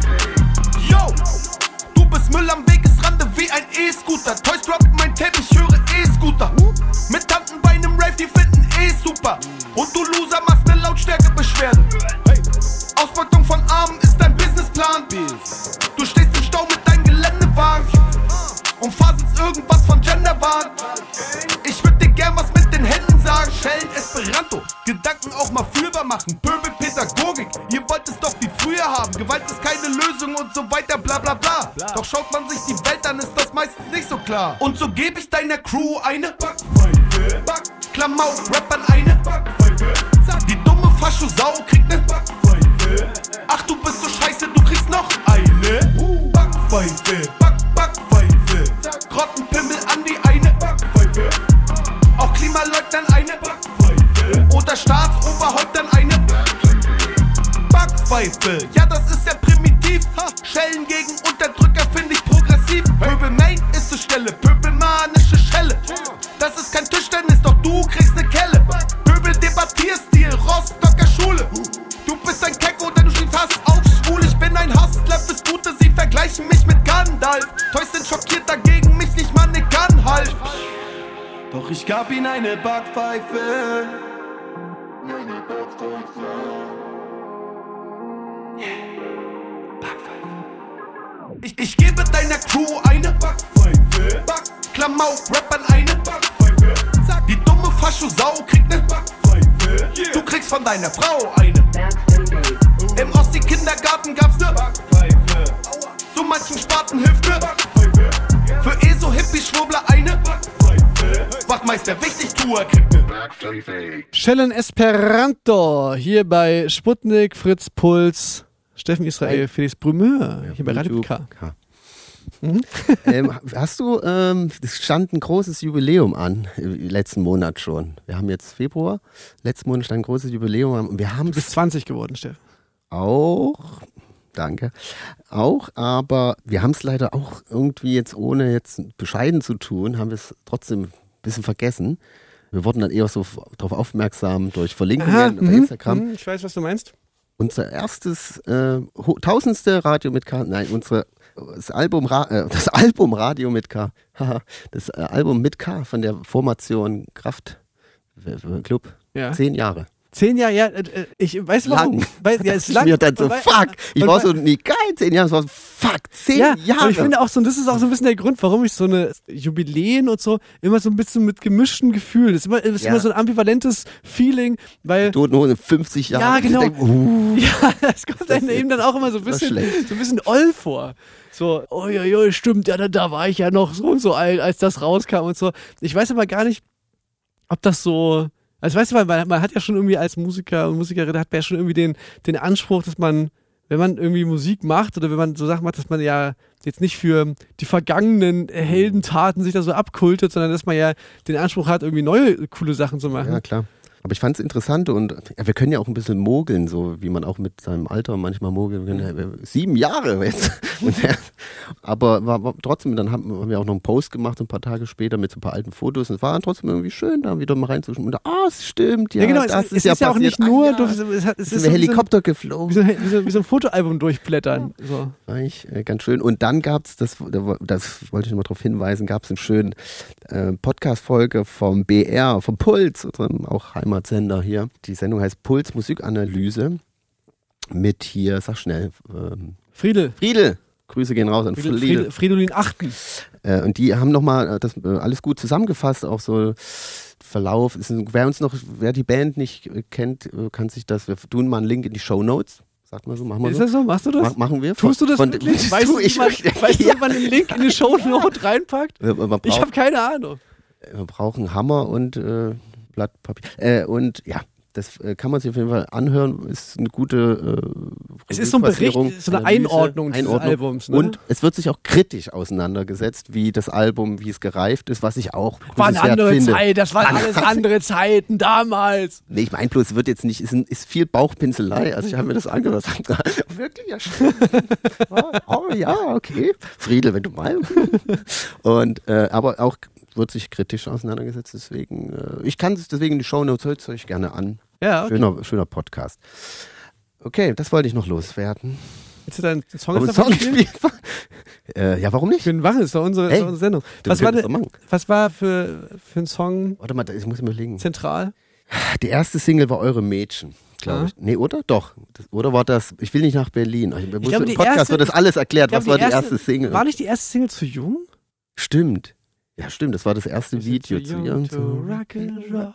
Yo! Du bist Müll am Wegesrande wie ein E-Scooter. Toys droppen mein Tape, ich höre E-Scooter. Mit Tanten bei nem Rave, die finden eh super. Und du Loser machst ne Lautstärkebeschwerde. Ausbeutung von Armen ist dein Businessplan. Du stehst im Stau mit deinem Geländewagen und faselst irgendwas von Genderwahn. Ich würd dir gern was mit den Händen sagen. Schellen Esperanto, Gedanken auch mal fühlbar machen. Pöbel Pädagogik, ihr wollt es doch wie früher haben. Gewalt ist keine Lösung und so weiter, bla bla bla. Doch schaut man sich die Welt an, ist das meistens nicht so klar. Und so gebe ich deiner Crew eine Backpfeife. Back
Klamauk, Rappern eine Backpfeife. Die dumme Faschosau kriegt ne Backpfeife. Ach, du bist so scheiße, du kriegst noch eine Backpfeife. Back, Backpfeife. Grottenpimmel an die eine Backpfeife. Auch Klimaleugnern eine Backpfeife. Oder Staatsoberhäuptern eine Backpfeife. Ja, das ist ja primitiv. Ha. Schellen gegen Unterdrücker finde ich progressiv. Pöbel Main ist so Stelle, pöbelmanische Schelle. Das ist kein Tischtennis, doch du kriegst ne Kelle. Pöbel Debattierstil, Rostocker Schule. Du bist ein Kecko, denn du schiebst Hass auf schwul. Ich bin ein Hustler fürs Gute, sie vergleichen mich mit Gandalf. Toys sind schockiert dagegen, mich nicht mal ne Gun half. Doch ich gab ihm eine Backpfeife. Eine Backpfeife. Yeah. Backpfeife. Ich, ich gebe deiner Crew eine Backpfeife. Back, Klamauk, Rappern eine Backpfeife. Sag, die dumme Faschosau kriegt ne Backpfeife. Yeah. Du kriegst von deiner Frau eine. Im Ossi-Kindergarten gab's ne Backpfeife. So manchen Spaten hilft ne Backpfeife. Für eh so Hippie-Schwurbler eine Backpfeife. Wachmeister, wichtig, tu er kriegt ne Backpfeife.
Schellen Esperanto, hier bei Sputnik, Fritz Puls, Steffen Israel, Felix Brümeur, ja, hier bei Radio K.
Mhm. ähm, hast du, ähm, es stand ein großes Jubiläum an, letzten Monat schon. Wir haben jetzt Februar, letzten Monat stand ein großes Jubiläum an. Und wir haben
du bist zwanzig geworden, Steffen.
Auch, danke, auch, aber wir haben es leider auch irgendwie jetzt, ohne jetzt bescheiden zu tun, haben wir es trotzdem ein bisschen vergessen. Wir wurden dann eher so darauf aufmerksam durch Verlinkungen
Aha,
bei
mh,
Instagram.
Mh, ich weiß, was du meinst.
Unser erstes, äh, tausendste Radio mit K, nein, unsere, das Album, äh, das Album Radio mit K, das äh, Album mit K von der Formation Kraft Club,
ja.
Zehn Jahre.
Zehn Jahre, ja, äh, ich weiß warum.
Lang.
Weiß, ja, ist
ich
lang.
mir dann so,
weil,
fuck, ich
und,
war so, nie geil, zehn Jahre, es war so, fuck, zehn
ja,
Jahre.
Und ich finde auch so, und das ist auch so ein bisschen der Grund, warum ich so eine Jubiläen und so immer so ein bisschen mit gemischten Gefühlen, das ist immer, das ist
Ja.
immer so ein ambivalentes Feeling, weil...
Toten Hosen fünfzig Jahre.
Ja, genau.
Denk, uh,
Ja, das kommt
das
einem eben dann auch immer so ein
das
bisschen,
schlecht.
so ein bisschen oll vor. So, oh ja, ja, stimmt, ja, da, da war ich ja noch so und so alt, als das rauskam und so. Ich weiß aber gar nicht, ob das so, also weißt du, weil man, man hat ja schon irgendwie als Musiker und Musikerin, hat man ja schon irgendwie den, den Anspruch, dass man, wenn man irgendwie Musik macht oder wenn man so Sachen macht, dass man ja jetzt nicht für die vergangenen Heldentaten sich da so abkultet, sondern dass man ja den Anspruch hat, irgendwie neue coole Sachen zu machen.
ja, klar. Aber ich fand es interessant und ja, wir können ja auch ein bisschen mogeln, so wie man auch mit seinem Alter manchmal mogeln kann. Ja, sieben Jahre jetzt. Und der, aber war, war trotzdem, dann haben, haben wir auch noch einen Post gemacht, ein paar Tage später mit so ein paar alten Fotos. Und es war dann trotzdem irgendwie schön, da wieder mal reinzuschauen. Und ah, es stimmt, ja,
Ja, genau,
das
es,
ist
es
ja
ist ja auch
passiert.
nicht nur,
ah,
du,
ja.
es, es, es
Sind
ist
wir
so
Helikopter
wie
geflogen.
so, wie, so, wie, so, wie so ein Fotoalbum durchblättern. So.
War ich, äh, ganz schön. Und dann gab es, das, das wollte ich nochmal darauf hinweisen, gab es einen schönen äh, Podcast-Folge vom B R, vom Puls, unserem auch Heimatsender hier. Die Sendung heißt Puls Musikanalyse mit hier, sag schnell, ähm,
Friedel.
Friedel. Grüße gehen raus an
Friedel,
Friedel.
Friedel Fridolin Achten.
Äh, und die haben nochmal das äh, alles gut zusammengefasst, auch so Verlauf. Ist ein, wer uns noch, wer die Band nicht äh, kennt, äh, kann sich das, wir tun mal einen Link in die Shownotes. Sagt mal so, machen wir
Ist
so.
das so? Machst du das?
Mach, machen wir.
Tust du das
Von-
wirklich?
Das
Weißt,
tu
du,
ich
wie man,
wirklich.
weißt du,
Ja.
wie man den Link in die Shownote reinpackt?
Wir, man
Ich
braucht,
habe keine Ahnung.
wir brauchen Hammer und äh, Blatt Papier. Äh, und ja, das äh, kann man sich auf jeden Fall anhören. Ist eine gute äh,
Es ist so ein Bericht,
Registrierung,
so eine
Analyse,
Einordnung dieses
Einordnung.
Albums. Ne?
Und es wird sich auch kritisch auseinandergesetzt, wie das Album, wie es gereift ist, was ich auch
war eine
grüßenswert
andere
finde.
Zeit, das waren alles andere Zeiten damals.
Nee, ich meine bloß, es wird jetzt nicht, ist, ein, ist viel Bauchpinselei. Also ich habe mir das angehört. Wirklich, ja, stimmt. Oh ja, okay. Friedel, wenn du meinst. Und, äh, aber auch wird sich kritisch auseinandergesetzt, deswegen, äh, ich kann es deswegen in die Shownotes, hört es euch gerne an.
Ja, okay.
Schöner, schöner Podcast. Okay, das wollte ich noch loswerden.
Willst du deinen Song
Aber
jetzt davon
Song
spielen?
spielen? äh, ja, warum nicht?
Für den Wachen ist doch unsere, ist
Hey,
doch unsere Sendung.
du
Was war,
könntest
denn,
doch machen.
was war für, für ein Song
Warte mal, ich muss mir überlegen.
zentral?
Die erste Single war Eure Mädchen, glaube
Ah.
ich. Nee, oder? Doch. Das, oder war das, ich will nicht nach Berlin. Ich, muss,
glaube,
Im
die
Podcast
erste-
wird das alles erklärt.
Ich
Was
glaub,
war die erste, Single?
War nicht die erste Single zu jung?
Stimmt. Ja, stimmt. Das war das erste Video zu
Young
Young.
to
to-
rock and roll.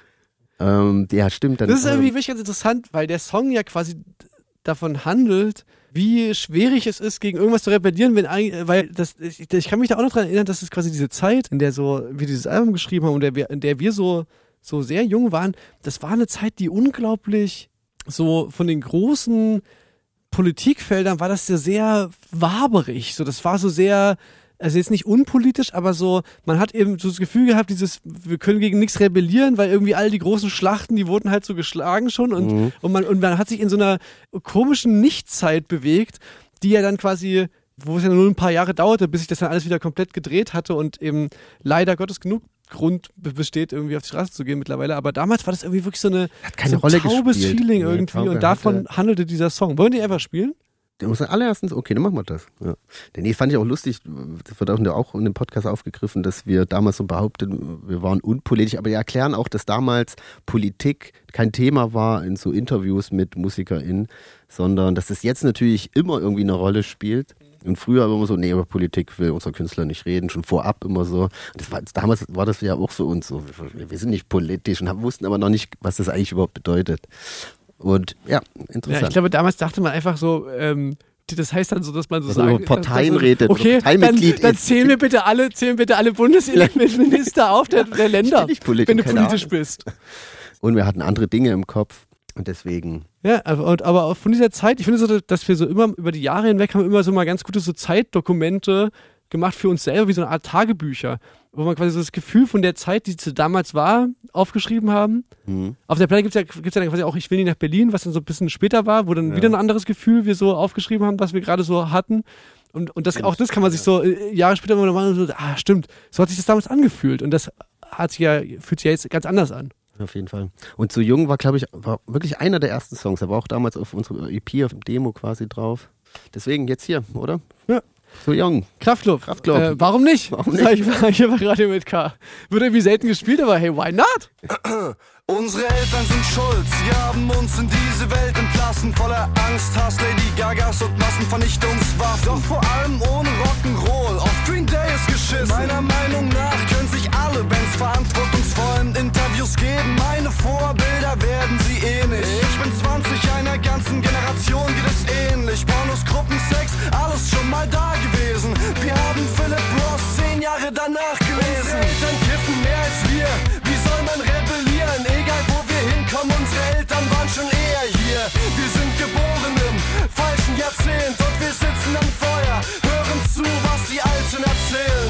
Ähm, ja, stimmt. Dann,
Das ist irgendwie
ähm,
wirklich ganz interessant, weil der Song ja quasi davon handelt, wie schwierig es ist, gegen irgendwas zu rebellieren, wenn eigentlich, weil das, ich, ich kann mich da auch noch dran erinnern, dass es quasi diese Zeit, in der so wir dieses Album geschrieben haben und der wir, in der wir so so sehr jung waren, das war eine Zeit, die unglaublich so von den großen Politikfeldern war das ja sehr waberig. So, das war so sehr, also jetzt nicht unpolitisch, aber so, man hat eben so das Gefühl gehabt, dieses, wir können gegen nichts rebellieren, weil irgendwie all die großen Schlachten, die wurden halt so geschlagen schon und, mhm. und, man, und man hat sich in so einer komischen Nichtzeit bewegt, die ja dann quasi, wo es ja nur ein paar Jahre dauerte, bis sich das dann alles wieder komplett gedreht hatte und eben leider Gottes genug Grund besteht, irgendwie auf die Straße zu gehen mittlerweile. Aber damals war das irgendwie wirklich so, eine,
hat keine
so ein
Rolle
taubes
gespielt.
Feeling
Ja,
irgendwie
Taube
und davon
hatte.
handelte dieser Song. Wollen die einfach spielen?
Der muss allererstens, okay, dann machen wir das. Ja. Nee, fand ich auch lustig, das wird auch in dem Podcast aufgegriffen, dass wir damals so behaupten, wir waren unpolitisch, aber wir erklären auch, dass damals Politik kein Thema war in so Interviews mit MusikerInnen, sondern dass das jetzt natürlich immer irgendwie eine Rolle spielt. Und früher immer so, nee, über Politik will unser Künstler nicht reden, schon vorab immer so. Das war, damals war das ja auch so uns so, wir sind nicht politisch und wussten aber noch nicht, was das eigentlich überhaupt bedeutet. Und ja, interessant.
Ja, ich glaube, damals dachte man einfach so, ähm, das heißt dann so, dass man so
dass
sagt,
man über Parteien
dass,
redet,
okay,
oder
dann, dann
ist.
zählen wir bitte alle, zählen bitte alle Bundesminister auf der, der Länder,
nicht politisch,
wenn du
keine
politisch
Ahnung.
bist.
Und wir hatten andere Dinge im Kopf und deswegen.
Ja, aber, aber auch von dieser Zeit, ich finde so, dass wir so immer über die Jahre hinweg haben immer so mal ganz gute so Zeitdokumente gemacht für uns selber, wie so eine Art Tagebücher, wo man quasi so das Gefühl von der Zeit, die damals war, aufgeschrieben haben. Mhm. Auf der Platte gibt es ja, gibt's ja dann quasi auch Ich will nicht nach Berlin, was dann so ein bisschen später war, wo dann ja. wieder ein anderes Gefühl wir so aufgeschrieben haben, was wir gerade so hatten. Und, und das, auch das kann man sich so äh, Jahre später mal machen und so, ah stimmt, so hat sich das damals angefühlt und das hat sich ja, fühlt sich ja jetzt ganz anders an.
Auf jeden Fall. Und So jung war, glaube ich, war wirklich einer der ersten Songs. Er war auch damals auf unserer E P, auf dem Demo quasi drauf. Deswegen jetzt hier, oder?
Ja.
So jung.
Kraftklub.
Kraftklub.
Äh, warum nicht?
Warum nicht?
Sag ich mal, hier war Radio mit K. Wird irgendwie selten gespielt, aber hey, why not?
Unsere Eltern sind schuld, sie haben uns in diese Welt entlassen. Voller Angst, Hass, Lady Gagas und Massenvernichtungswaffen. Doch vor allem ohne Rock'n'Roll, auf Green Day ist geschissen. Meiner Meinung nach können sich alle Bands verantwortungsvollen Interviews geben. Meine Vorbilder werden sie eh nicht. Ich bin zwanzig, einer ganzen Generation geht es ähnlich. Pornos, Gruppen, Sex, alles schon mal da gewesen. Wir haben Philip Ross zehn Jahre danach gelesen. Unsere Eltern kiffen mehr als wir, wie soll man rebellieren? Egal wo wir hinkommen, unsere Eltern waren schon eher hier. Wir sind geboren im falschen Jahrzehnt und wir sitzen am Feuer, hören zu, was die Alten erzählen.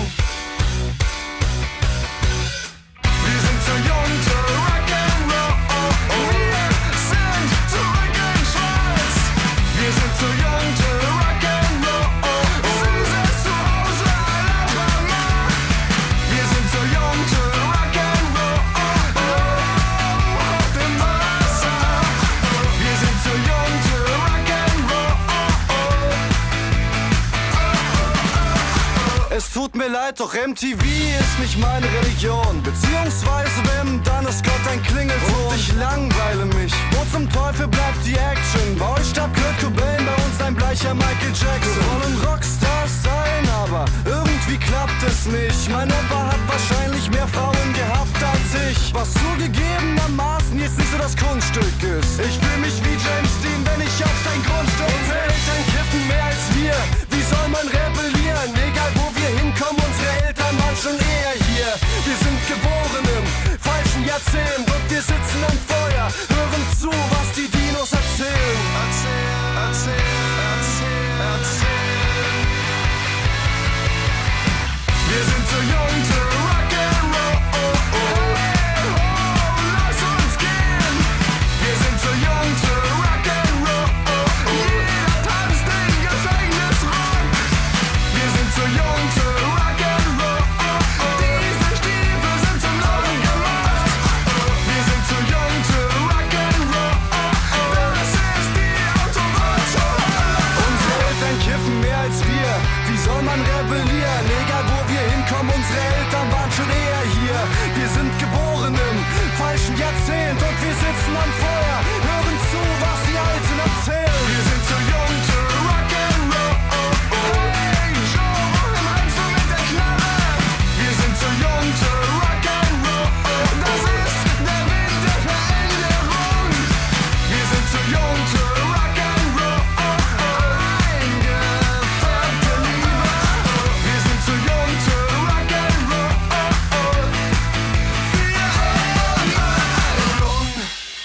Wir sind zu jung zu Rock'n'Roll. Wir sind zurück in Schweiz. Wir sind zu jung zu Rock'n'Roll. Sie sind zu Hause Alabama. Wir sind zu jung zu Rock'n'Roll. Auf dem Wasser. Wir sind zu jung zu Rock'n'Roll. Es tut mir leid, doch M T V ist nicht meine Religion. Beziehungsweise wenn, dann ist Gott ein Klingelton. Und ich langweile mich. Wo zum Teufel bleibt die Action? Bei euch statt Kurt Cobain, bei uns ein bleicher Michael Jackson. Wir wollen Rockstars sein, aber irgendwie klappt es nicht. Mein Opa hat wahrscheinlich mehr Frauen gehabt als ich. Was zugegebenermaßen jetzt nicht so das Kunststück ist. Ich fühle mich wie James Dean, wenn ich auf sein Grundstück bin. Unsere Eltern kiffen mehr als wir. Wie soll man rebellieren? Egal wo wir hinkommen, unsere Eltern waren schon eher hier. Wir sind geboren im falschen Jahrzehnt und wir sitzen am Feuer, hören zu, was die Dinos erzählen. Erzähl, erzähl, erzähl, erzähl. Wir sind zu jung zu Rock'n'Roll. Oh, lass uns gehen. Wir sind zu jung zu Rock'n'Roll. Jeder tanzt den Gefängnisrock. Wir sind zu jung zu Rock'n'Roll. Diese Stiefel sind zum Laufen gemacht. Wir sind zu jung zu Rock'n'Roll. Das ist die Autobahn. Unsere Eltern kiffen mehr als wir. Wie soll man rebellieren? Egal wo wir hinkommen, unsere Eltern waren schon eher hier. Wir sind geboren im falschen Jahrzehnt und wir sitzen am Feuer, hören zu, was die Alten erzählen. Wir sind zu jung zu Rock'n'Roll. Hey Joe, wohin rennst du mit der Knarre? Wir sind zu jung zu Rock'n'Roll. Das ist der Wind der Veränderung. Wir sind zu jung zu Rock'n'Roll. Eingefärbte Liebe. Wir sind zu jung zu Rock'n'Roll. Für immer.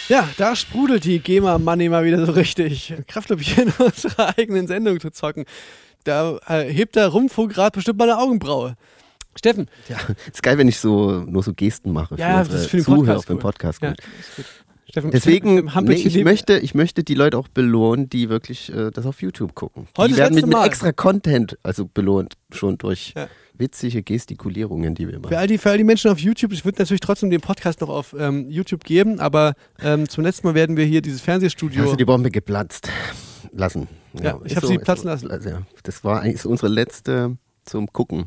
Ja, da sprudelt die GEMA-Money mal wieder so richtig. Kraft, glaube ich, in unserer eigenen Sendung zu zocken. Da äh, hebt der Rundfunk gerade bestimmt mal eine Augenbraue. Steffen.
Ja, ist geil, wenn ich so nur so Gesten mache.
Ja,
für
das ist für den
Zuhörer
Podcast
für den
cool.
Podcast.
Ja,
Gut.
ist gut. Steffen,
Deswegen,
Steffen,
nee, ich, möchte, ich möchte die Leute auch belohnen, die wirklich äh, das auf YouTube gucken.
Heute
Die werden
das
mit
letzte
einem
Mal.
extra Content also belohnt, schon durch
Ja.
witzige Gestikulierungen, die wir
Für
machen.
all die, für all die Menschen auf YouTube, es wird natürlich trotzdem den Podcast noch auf ähm, YouTube geben, aber ähm, zum letzten Mal werden wir hier dieses Fernsehstudio.
Hast du die Bombe geplatzt lassen?
Ja, ich
ist
habe sie
ist
platzen lassen.
Also, ja, das war eigentlich unsere letzte zum Gucken.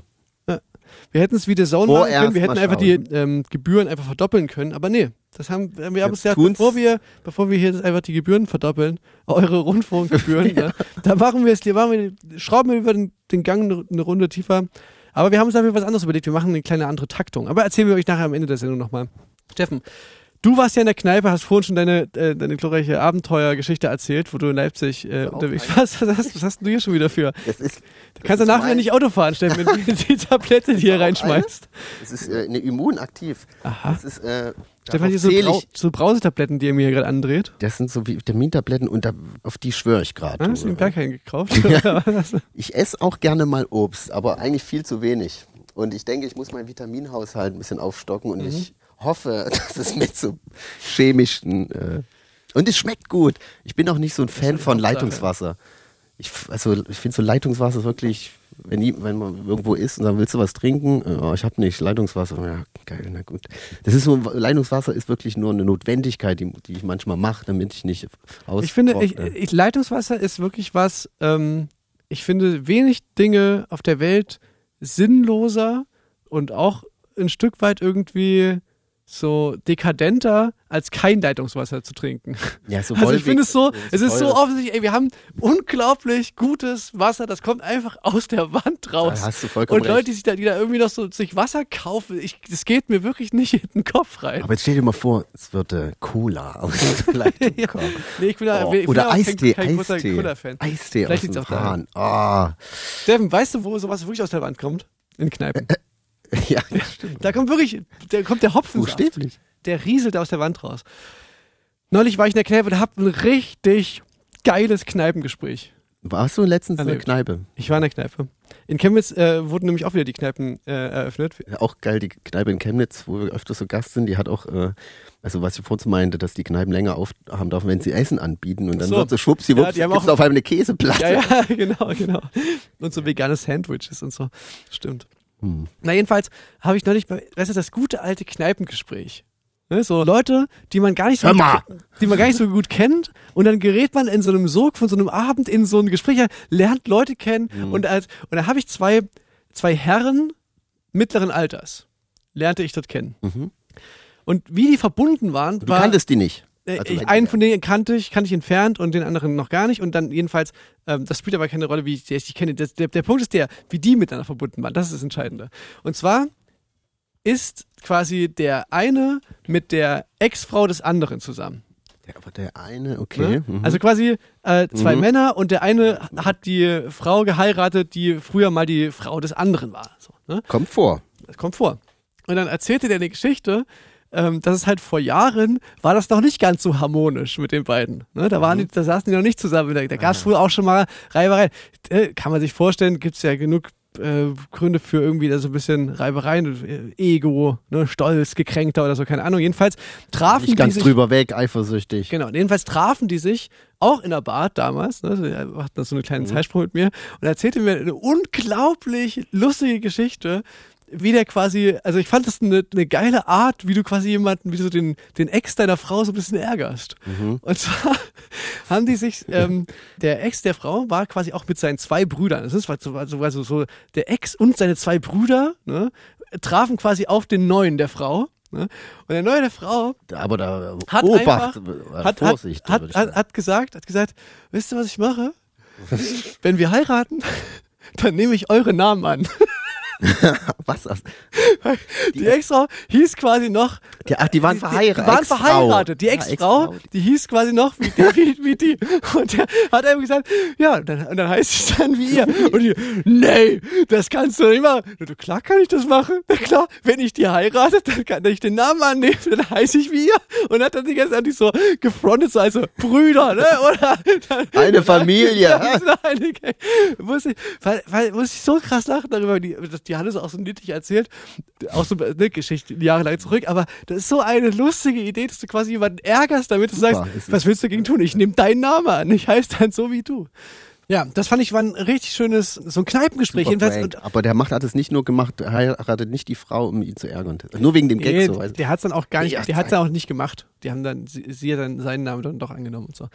Wir hätten es wie The Zone
Vorerst
machen können, wir hätten
mal
einfach die
schauen.
ähm, Gebühren einfach verdoppeln können, aber nee, das haben wir haben
Ja,
uns gesagt,
tun's.
bevor wir, bevor wir hier einfach die Gebühren verdoppeln, eure Rundfunkgebühren, ne, da machen wir es, hier machen wir, schrauben wir über den, den Gang eine, eine Runde tiefer. Aber wir haben uns dafür was anderes überlegt, wir machen eine kleine andere Taktung. Aber erzählen wir euch nachher am Ende der Sendung nochmal. Steffen, du warst ja in der Kneipe, hast vorhin schon deine, äh, deine glorreiche Abenteuergeschichte erzählt, wo du in Leipzig äh, unterwegs warst. Was hast, was hast du hier schon wieder für?
Das ist,
Du kannst danach wieder nicht Auto fahren, Steffen, wenn du die Tablette, die hier reinschmeißt.
Das ist äh, eine Immunaktiv.
Aha.
Das ist, äh,
Stefan, hier
darauf
so,
zähl
Brau
ich.
so Brausetabletten, die er mir hier gerade andreht.
Das sind so Vitamintabletten und da, auf die schwöre ich gerade.
Ah, hast du ihm gar keinen gekauft?
Ich esse auch gerne mal Obst, aber eigentlich viel zu wenig. Und ich denke, ich muss meinen Vitaminhaushalt ein bisschen aufstocken und
Mhm.
ich hoffe, dass es mit so chemischen... Äh, und es schmeckt gut. Ich bin auch nicht so ein Fan von
Hauptsache.
Leitungswasser. Ich, also ich finde so Leitungswasser ist wirklich, wenn, die, wenn man irgendwo ist und dann willst du was trinken, äh, oh, ich habe nicht Leitungswasser, ja geil, na gut. Das ist so, Leitungswasser ist wirklich nur eine Notwendigkeit, die, die ich manchmal mache, damit ich nicht aus.
Ich finde, ich, ich, Leitungswasser ist wirklich was, ähm, ich finde wenig Dinge auf der Welt sinnloser und auch ein Stück weit irgendwie so dekadenter, als kein Leitungswasser zu trinken.
Ja, so
Also ich finde es so,
das
es ist so
voll-
offensichtlich, ey, wir haben unglaublich gutes Wasser, das kommt einfach aus der Wand raus.
Da hast du vollkommen
Und Leute,
recht.
die sich da, die da irgendwie noch so sich Wasser kaufen, ich, das geht mir wirklich nicht in den Kopf rein.
Aber jetzt stell dir mal vor, es würde Cola aus der Leitung
Ja.
kommen.
Nee, ich bin da,
Oh,
ich bin
oder
da auch
Eistee,
kein, kein großer
Eistee.
Cola-Fan.
Eistee aus
Vielleicht
dem
liegt's auch daran.
Hahn. Oh.
Steffen, weißt du, wo sowas wirklich aus der Wand kommt? In Kneipen.
Ja, ja, stimmt.
Da kommt wirklich, da kommt der Hopfensaft.
Buchstäblich.
Der rieselt aus der Wand raus. Neulich war ich in der Kneipe und hab ein richtig geiles Kneipengespräch.
Warst du letztens in der
Erlebt.
Kneipe?
Ich war in der Kneipe. In Chemnitz äh, wurden nämlich auch wieder die Kneipen äh, eröffnet.
Ja, auch geil, die Kneipe in Chemnitz, wo wir öfter so Gast sind, die hat auch, äh, also was ich vorhin meinte, dass die Kneipen länger auf haben dürfen, wenn sie Essen anbieten und dann
So.
wird so schwuppsiwupps,
Ja, die haben
gibt's
auch-
auf einmal eine Käseplatte.
Ja, ja, genau, genau. Und so vegane Sandwiches und so. Stimmt.
Hm.
Na, jedenfalls habe ich neulich, bei- weißt du, das gute alte Kneipengespräch. Ne, so Leute, die man gar nicht so
Hör
gut,
mal.
die man gar nicht so gut kennt, und dann gerät man in so einem Sog von so einem Abend in so ein Gespräch, lernt Leute kennen
Mhm.
und als und da habe ich zwei zwei Herren mittleren Alters lernte ich dort kennen.
Mhm.
Und wie die verbunden waren,
Du
war
kanntest die nicht.
äh,
Also,
ich, einen von denen kannte ich, kannte ich entfernt und den anderen noch gar nicht. Und dann jedenfalls, ähm, das spielt aber keine Rolle, wie ich die, ich kenne. Das, der, der Punkt ist der, wie die miteinander verbunden waren. Das ist das Entscheidende. Und zwar ist quasi der eine mit der Ex-Frau des anderen zusammen.
Ja, aber der eine, okay.
Ne?
Mhm.
Also quasi äh, zwei
Mhm.
Männer und der eine hat die Frau geheiratet, die früher mal die Frau des anderen war. So, ne?
Kommt vor.
Das kommt vor. Und dann erzählte der eine Geschichte, ähm, dass es halt vor Jahren war das noch nicht ganz so harmonisch mit den beiden. Ne? Da waren die, da saßen die noch nicht zusammen. Da, da gab es wohl auch schon mal Reibereien. Äh, kann man sich vorstellen, gibt es ja genug äh, Gründe für irgendwie da so ein bisschen Reibereien, äh, Ego, ne? Stolz, gekränkter oder so, keine Ahnung. Jedenfalls trafen
Nicht ganz
die sich.
drüber weg, eifersüchtig.
Genau, jedenfalls trafen die sich auch in der Bar damals, ne, er macht da so einen kleinen Zeitsprung mit mir und erzählte mir eine unglaublich lustige Geschichte, wie der quasi, also ich fand das eine, eine geile Art, wie du quasi jemanden, wie du so den, den Ex deiner Frau so ein bisschen ärgerst. Und zwar haben die sich, ähm, der Ex der Frau war quasi auch mit seinen zwei Brüdern, das ist so, also, also so der Ex und seine zwei Brüder, ne, trafen quasi auf den Neuen der Frau. Ne? Und der Neue der Frau
Aber da
hat
Obacht,
einfach,
äh,
hat,
Vorsicht.
hat,
würde ich
hat,
sagen.
hat gesagt, hat gesagt, wisst ihr, was ich mache? Wenn wir heiraten, dann nehme ich eure Namen an.
Was? aus-
Die Ex-Frau hieß quasi noch.
Die, ach, die waren
Die,
verheiratet.
die waren
Ex-Frau.
verheiratet. Die
Ja,
Ex-Frau, die hieß quasi noch wie, die, wie, wie die. Und der hat eben gesagt, ja, und dann, und dann heißt sie dann wie ihr. Und die, nee, das kannst du nicht machen. Du, klar kann ich das machen. Na klar, wenn ich die heirate, dann kann ich den Namen annehmen, dann heiße ich wie ihr. Und hat dann die ganze Zeit so gefrontet, so also Brüder, ne? Oder? Dann,
Eine Familie.
Ja, das ist eine, okay. muss ich, weil, weil, muss ich so krass lachen darüber, die, die hat es auch so niedlich erzählt, auch so eine Geschichte jahrelang zurück, aber das ist so eine lustige Idee, dass du quasi jemanden ärgerst, damit du
Super,
sagst,
es
was willst du dagegen tun? Ich nehme deinen Namen an, ich heiße dann so wie du. Ja, das fand ich war ein richtig schönes, so ein Kneipengespräch.
Super
Jedenfalls,
Prank.
und,
Aber der macht hat es nicht nur gemacht, er heiratet nicht die Frau, um ihn zu ärgern. Nur wegen dem Gag
nee,
so. Also.
der hat es dann auch gar nicht,
Ja,
der hat es dann auch nicht gemacht. Die haben dann, sie, sie hat dann seinen Namen dann doch angenommen und so.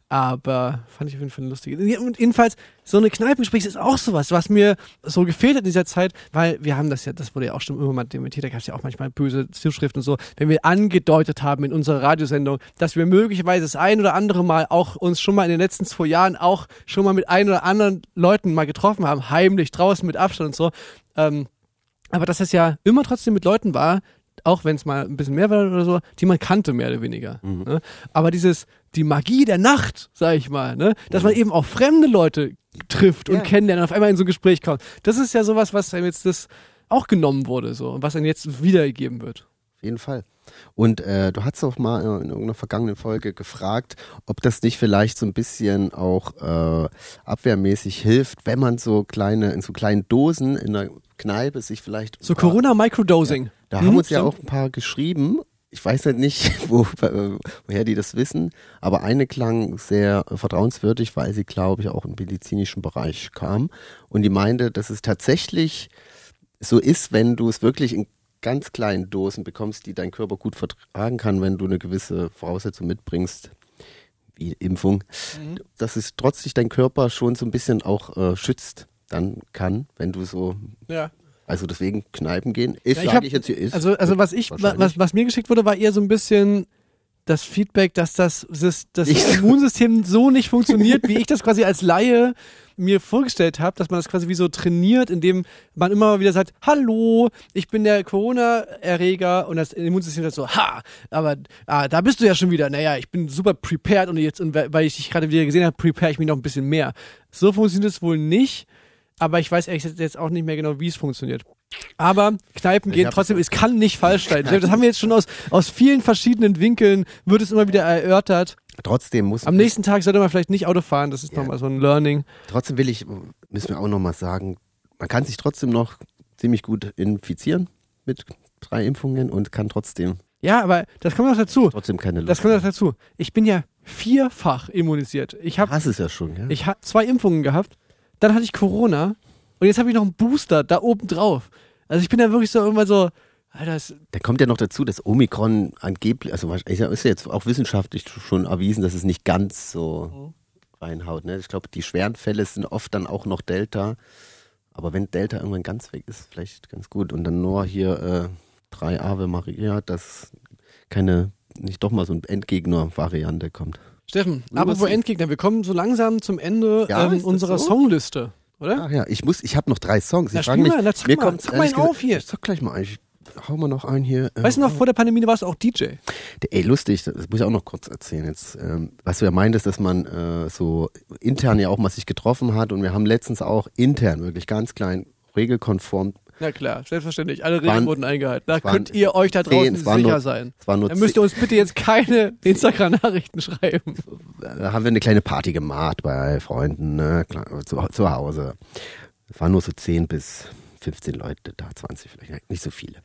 Aber fand ich auf jeden Fall eine lustige Idee. Und jedenfalls, so eine Kneipengespräch ist auch sowas, was mir so gefehlt hat in dieser Zeit, weil wir haben das ja, das wurde ja auch schon immer mal dementiert, da gab es ja auch manchmal böse Zuschriften und so, wenn wir angedeutet haben in unserer Radiosendung, dass wir möglicherweise das ein oder andere Mal auch uns schon mal in den letzten zwei Jahren auch schon mal mit ein oder anderen Leuten mal getroffen haben, heimlich, draußen mit Abstand und so. Ähm, aber dass das ja immer trotzdem mit Leuten war, auch wenn es mal ein bisschen mehr war oder so, die man kannte, mehr oder weniger. Mhm. Ne? Aber dieses, die Magie der Nacht, sag ich mal, ne? Dass man eben auch fremde Leute trifft und
ja.
kennenlernt und auf einmal in so ein Gespräch kommt. Das ist ja sowas, was einem jetzt das auch genommen wurde, so, und was einem jetzt wiedergegeben wird.
Auf jeden Fall. Und äh, du hast auch mal in irgendeiner vergangenen Folge gefragt, ob das nicht vielleicht so ein bisschen auch äh, abwehrmäßig hilft, wenn man so kleine, in so kleinen Dosen in der Kneipe sich vielleicht...
So Corona-Microdosing.
Ja, da
Mhm,
haben uns ja
stimmt.
auch ein paar geschrieben. Ich weiß halt nicht, wo, woher die das wissen, aber eine klang sehr vertrauenswürdig, weil sie, glaube ich, auch im medizinischen Bereich kam. Und die meinte, dass es tatsächlich so ist, wenn du es wirklich in ganz kleinen Dosen bekommst, die dein Körper gut vertragen kann, wenn du eine gewisse Voraussetzung mitbringst, wie Impfung, mhm. dass es trotzdem dein Körper schon so ein bisschen auch äh, schützt dann kann, wenn du so...
Ja.
Also deswegen Kneipen gehen. Ist,
Ja, ich
sag
hab,
ich jetzt hier, ist.
Also, also was ich, was, was mir geschickt wurde, war eher so ein bisschen das Feedback, dass das, das, das Immunsystem so nicht funktioniert, wie ich das quasi als Laie mir vorgestellt habe, dass man das quasi wie so trainiert, indem man immer wieder sagt, hallo, ich bin der Corona-Erreger, und das Immunsystem sagt so, ha, aber ah, da bist du ja schon wieder, naja, ich bin super prepared, und jetzt, und weil ich dich gerade wieder gesehen habe, prepare ich mich noch ein bisschen mehr. So funktioniert es wohl nicht. Aber ich weiß ehrlich jetzt auch nicht mehr genau, wie es funktioniert. Aber Kneipen gehen trotzdem, es kann nicht falsch sein. Das haben wir jetzt schon aus, aus vielen verschiedenen Winkeln, wird es immer wieder erörtert.
Trotzdem muss
Am nächsten Tag sollte man vielleicht nicht Auto fahren, das ist ja nochmal so ein Learning.
Trotzdem will ich, müssen wir auch nochmal sagen, man kann sich trotzdem noch ziemlich gut infizieren mit drei Impfungen und kann trotzdem...
Ja, aber das kommt noch dazu.
Trotzdem keine Lust.
Das kommt noch dazu. Ich bin ja vierfach immunisiert. Ich habe
Hast es ja schon, ja.
Ich habe zwei Impfungen gehabt. Dann hatte ich Corona und jetzt habe ich noch einen Booster da oben drauf. Also ich bin da wirklich so irgendwann so, Alter, das
Da kommt ja noch dazu, dass Omikron angeblich, also ist ja jetzt auch wissenschaftlich schon erwiesen, dass es nicht ganz so reinhaut. Ne? Ich glaube, die schweren Fälle sind oft dann auch noch Delta. Aber wenn Delta irgendwann ganz weg ist, vielleicht ganz gut. Und dann nur hier äh, drei Ave Maria, dass keine, nicht doch mal so eine Endgegner-Variante kommt.
Steffen, apropos Endgegner, wir kommen so langsam zum Ende
Ja,
ähm,
ist das
unserer
so?
Songliste, oder?
Ach ja, ich muss, ich habe noch drei Songs. Ich
Na,
frage
spiel
mich,
mal, na, zock
mir
mal,
kommt
zock mal einen auf hier.
Ich zock gleich mal ein. Ich hau mal noch einen hier.
Weißt du noch, vor der Pandemie warst du auch D J.
Ey, lustig, das muss ich auch noch kurz erzählen jetzt. Ähm, was du ja meintest, dass man äh, so intern ja auch mal sich getroffen hat, und wir haben letztens auch intern wirklich ganz klein, regelkonform.
Na klar, selbstverständlich. Alle Regeln
waren-
wurden eingehalten. Da
es waren
könnt ihr euch da
zehn,
draußen
es waren
sicher
nur-
sein.
Es waren nur
Dann müsst ihr uns bitte jetzt keine Instagram-Nachrichten schreiben.
Da haben wir eine kleine Party gemacht bei Freunden, ne, klar, zu, zu Hause. Es waren nur so zehn bis fünfzehn Leute da, zwanzig vielleicht, nicht so viele.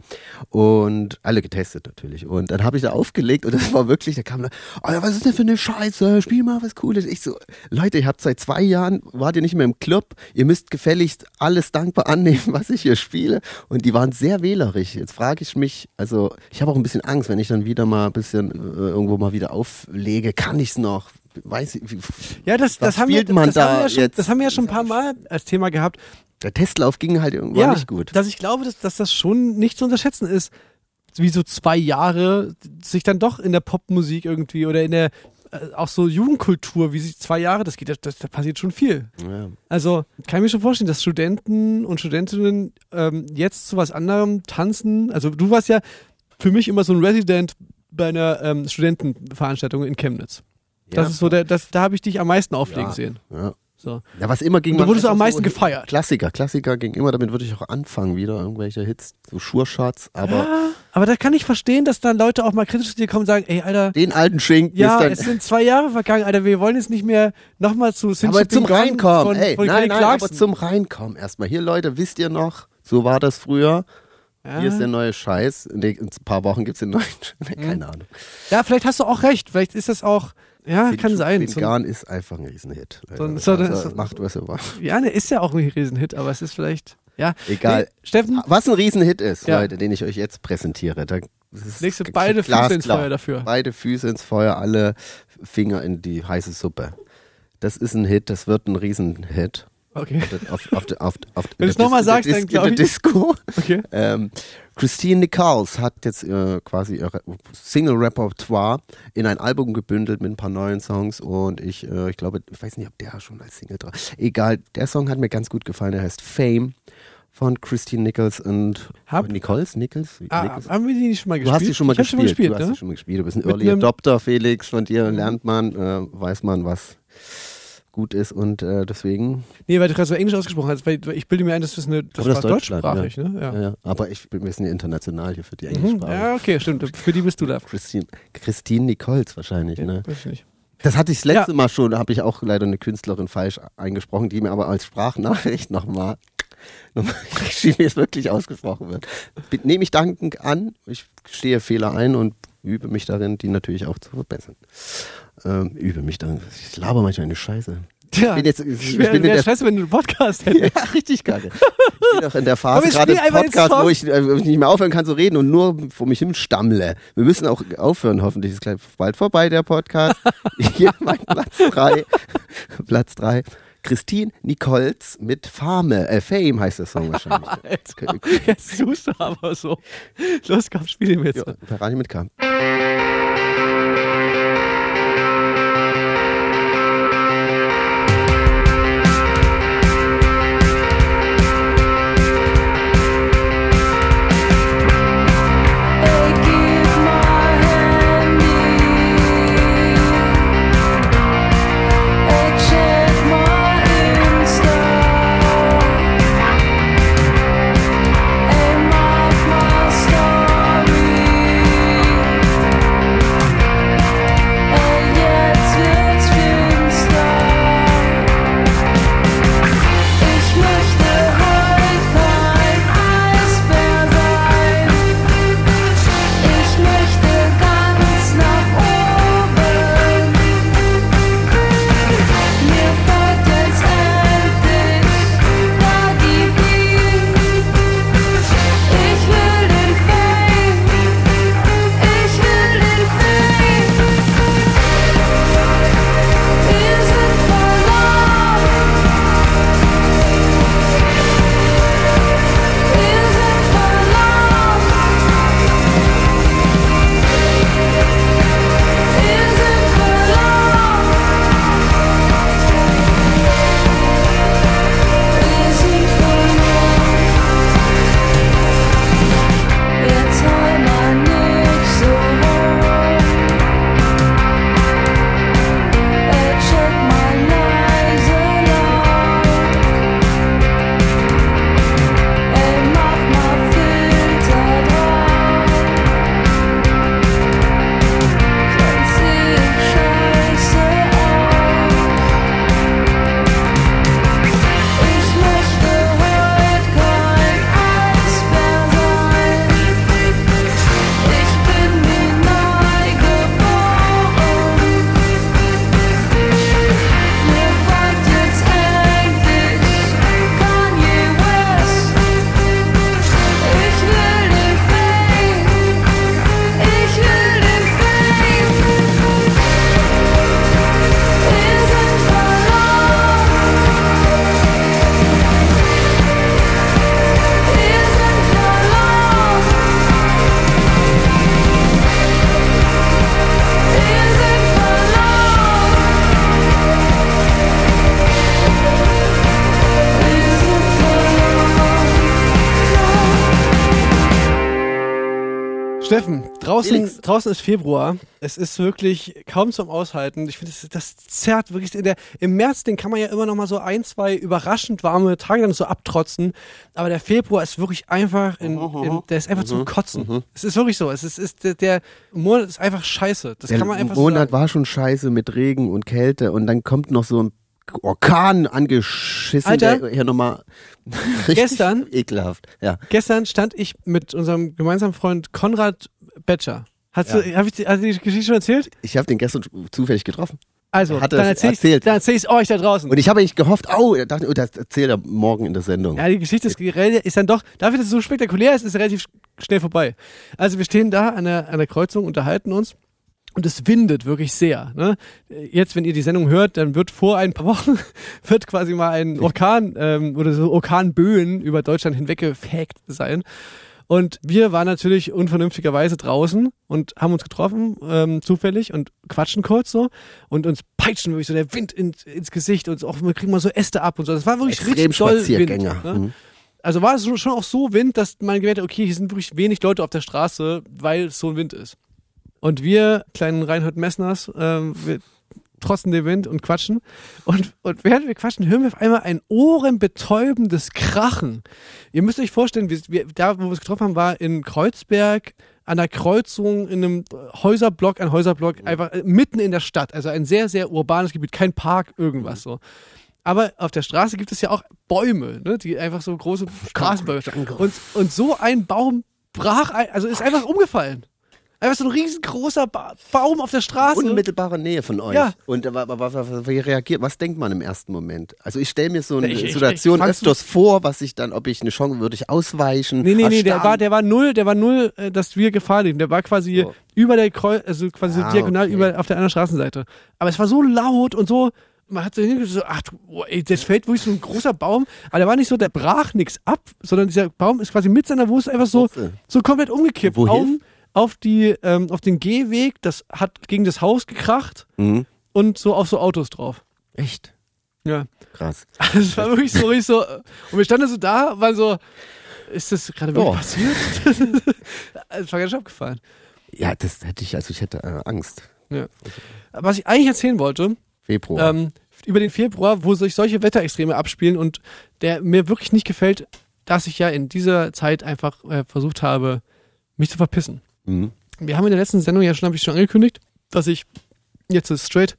Und alle getestet natürlich. Und dann habe ich da aufgelegt und das war wirklich, da kam da, oh, was ist denn für eine Scheiße, spiel mal was Cooles. Ich so, Leute, ihr habt seit zwei Jahren, wart ihr nicht mehr im Club, ihr müsst gefälligst alles dankbar annehmen, was ich hier spiele. Und die waren sehr wählerisch. Jetzt frage ich mich, also ich habe auch ein bisschen Angst, wenn ich dann wieder mal ein bisschen äh, irgendwo mal wieder auflege, kann ich es noch? Weiß ich, wie,
Ja, das, das,
was
haben wir,
spielt man
das,
da
haben wir ja schon,
jetzt?
das haben wir ja schon ein paar Mal als Thema gehabt.
Der Testlauf ging halt irgendwie
Ja,
nicht gut.
dass ich glaube, dass, dass das schon nicht zu unterschätzen ist, wie so zwei Jahre sich dann doch in der Popmusik irgendwie oder in der äh, auch so Jugendkultur, wie sie zwei Jahre, das geht, das, da passiert schon viel.
Ja.
Also kann ich mir schon vorstellen, dass Studenten und Studentinnen ähm, jetzt zu was anderem tanzen. Also du warst ja für mich immer so ein Resident bei einer ähm, Studentenveranstaltung in Chemnitz. Das
Ja.
ist so der, das, da habe ich dich am meisten auflegen
Ja.
sehen.
Ja.
So.
Ja, was immer ging.
Und da
man
wurdest du
einfach
am meisten
so,
gefeiert.
Klassiker, Klassiker ging immer, damit würde ich auch anfangen, wieder irgendwelche Hits, so Sure-Shots, aber
Ja, aber da kann ich verstehen, dass dann Leute auch mal kritisch zu dir kommen und sagen, ey, Alter,
den alten Schinken
ja,
ist dann.
es sind zwei Jahre vergangen, Alter, wir wollen jetzt nicht mehr nochmal zu Since
Aber
You've Been
zum
Gone
Reinkommen,
von,
ey,
von
nein,
Kelly
nein,
Clarkson.
aber zum Reinkommen erstmal. Hier, Leute, wisst ihr noch, so war das früher.
Ja.
Hier ist der neue Scheiß. In, den, in ein paar Wochen gibt es den neuen. Keine Ahnung.
Ja, vielleicht hast du auch recht. Vielleicht ist das auch, ja, kann sein. So,
Garn ist einfach ein Riesenhit.
So ein-
Also,
so ein- so-
macht, was ihr wollt.
ja, ne, ist ja auch ein Riesenhit, aber es ist vielleicht, ja.
Egal.
Nee, Steffen,
Was ein Riesenhit ist,
Ja.
Leute, den ich euch jetzt präsentiere. Da das ist
legst du beide Füße ins
glasklar.
Feuer dafür.
Beide Füße ins Feuer, alle Finger in die heiße Suppe. Das ist ein Hit, das wird ein Riesenhit.
Okay.
Auf, auf, auf, auf,
Wenn du es nochmal sagst, dann glaube
in der
ich.
Disco.
Okay.
Ähm, Christine Nichols hat jetzt äh, quasi ihr Re- Single-Repertoire in ein Album gebündelt mit ein paar neuen Songs und ich, äh, ich glaube, ich weiß nicht, ob der schon als Single dran. Egal, der Song hat mir ganz gut gefallen, der heißt Fame von Christine Nichols und
Hab-
Nichols? Nichols?
Ah,
Nichols?
haben wir die nicht schon mal
Du
gespielt?
hast die schon mal
ich hab
gespielt.
Schon mal gespielt,
du hast
ne?
die schon mal gespielt. Du bist ein
Mit
Early
einem-
Adopter, Felix. Von dir lernt man, äh, weiß man, was gut ist und äh, deswegen.
Nee, weil du gerade so Englisch ausgesprochen hast, weil ich bilde mir ein, das ist eine, das
Aber
war
das Deutschland,
deutschsprachig,
ja.
ne? Ja.
Ja, ja. Aber ich bin ein bisschen international hier für die
Mhm.
Englischsprache.
Ja, okay, stimmt. Für die bist du da.
Christine, Christine Nichols wahrscheinlich, ne?
Weiß ich nicht.
Das hatte ich das letzte
Ja.
Mal schon, da habe ich auch leider eine Künstlerin falsch eingesprochen, die mir aber als Sprachnachricht nochmal wie es wirklich ausgesprochen wird. Be- Nehme ich dankend an, ich stehe Fehler ein und übe mich darin, die natürlich auch zu verbessern. Ähm, übe mich darin. Ich laber manchmal eine Scheiße.
Ja,
Ich bin jetzt, ich
wäre
bin in
wär
der,
scheiße, wenn du einen Podcast hättest.
ja, richtig kacke. Ich bin auch in der Phase
Aber wir
gerade
spielen
des
einfach den
Podcasts,
Song.
wo ich, äh, wo ich nicht mehr aufhören kann zu reden und nur vor mich hin stammle. Wir müssen auch aufhören, hoffentlich ist gleich bald vorbei, der Podcast. Hier mein Platz drei. Platz drei. Christine Nichols mit Fame, äh, Fame heißt der Song wahrscheinlich.
Jetzt, jetzt tust du aber so. Los, komm, spiel ihn jetzt.
Ja, Ferrari mit K.
Story
Steffen, draußen, draußen ist Februar. Es ist wirklich kaum zum Aushalten. Ich finde, das, das zerrt wirklich. In der, im März, den kann man ja immer noch mal so ein, zwei überraschend warme Tage dann so abtrotzen. Aber der Februar ist wirklich einfach, in, in, der ist einfach zum Kotzen. Es ist wirklich so. Es ist, ist der, der Monat ist einfach scheiße. Das
der
kann man einfach
Monat
so sagen.
war schon scheiße mit Regen und Kälte und dann kommt noch so ein Orkan angeschissen,
Alter,
der hier nochmal richtig
gestern,
ekelhaft. Ja.
Gestern stand ich mit unserem gemeinsamen Freund Konrad Betscher. Hast
Ja.
du, hab ich die, hast du die Geschichte schon erzählt?
Ich habe den gestern zufällig getroffen.
Also,
Hat
dann
er
erzähl ich,
erzählt.
dann erzähl ich euch da draußen.
Und ich habe eigentlich gehofft, oh, er dachte, oh, das erzählt er morgen in der Sendung.
Ja, die Geschichte ist, ist dann doch, dafür, dass es so spektakulär ist, ist es relativ schnell vorbei. Also wir stehen da an der, an der Kreuzung, unterhalten uns und es windet wirklich sehr. Ne? Jetzt, wenn ihr die Sendung hört, dann wird vor ein paar Wochen wird quasi mal ein Orkan ähm, oder so Orkanböen über Deutschland hinweggefegt sein. Und wir waren natürlich unvernünftigerweise draußen und haben uns getroffen, ähm, zufällig, und quatschen kurz so und uns peitschen wirklich so der Wind in, ins Gesicht und auch, wir kriegen mal so Äste ab und so. Das war wirklich
Extrem
richtig doll Wind.
Spaziergänger.
Ne?
Mhm.
Also war es so- schon auch so Wind, dass man gemerkt hat, okay, hier sind wirklich wenig Leute auf der Straße, weil es so ein Wind ist. Und wir, kleinen Reinhold Messners, ähm, wir trotzen den Wind und quatschen. Und, und während wir quatschen, hören wir auf einmal ein ohrenbetäubendes Krachen. Ihr müsst euch vorstellen, wir, wir, da, wo wir uns getroffen haben, war in Kreuzberg an der Kreuzung in einem Häuserblock, ein Häuserblock, einfach mitten in der Stadt. Also ein sehr, sehr urbanes Gebiet, kein Park, irgendwas so. Aber auf der Straße gibt es ja auch Bäume, ne, die einfach so große Straßenbäume. Und, und so ein Baum brach, ein, also ist einfach umgefallen. Einfach so ein riesengroßer ba- Baum auf der Straße.
Unmittelbare Nähe von euch.
Ja.
Und äh, wa- wa- wa- wa- wie reagiert, was denkt man im ersten Moment? Also ich stelle mir so eine
Ich- ich-
Situation
ich fand's-
öfters vor, was ich dann, ob ich eine Chance, würde ich ausweichen?
Nee, nee, nee, der
erstarren?
war, der war null, der war null, äh, dass wir gefahren sind. Der war quasi
So.
über der Kreuz, also quasi
Ah,
diagonal
okay.
über auf der anderen Straßenseite. Aber es war so laut und so, man hat so hingeguckt, so, ach, du, oh, ey, das fällt wirklich so ein großer Baum. Aber der war nicht so, der brach nichts ab, sondern dieser Baum ist quasi mit seiner Wurzel einfach so,
Wurzel.
so komplett umgekippt.
Wohin?
Auf, auf die, ähm, auf den Gehweg, das hat gegen das Haus gekracht
Mhm.
und so auf so Autos drauf.
Echt?
Ja.
Krass.
Also es war wirklich so, richtig so, und wir standen so da, waren so, ist das gerade wirklich
Oh.
passiert? Es war ganz schön abgefallen.
Ja, das hätte ich, also ich hätte äh, Angst.
Ja. Was ich eigentlich erzählen wollte,
Februar.
ähm, über den Februar, wo sich solche Wetterextreme abspielen und der mir wirklich nicht gefällt, dass ich ja in dieser Zeit einfach äh, versucht habe, mich zu verpissen.
Mhm.
Wir haben in der letzten Sendung ja schon, habe ich schon angekündigt, dass ich jetzt straight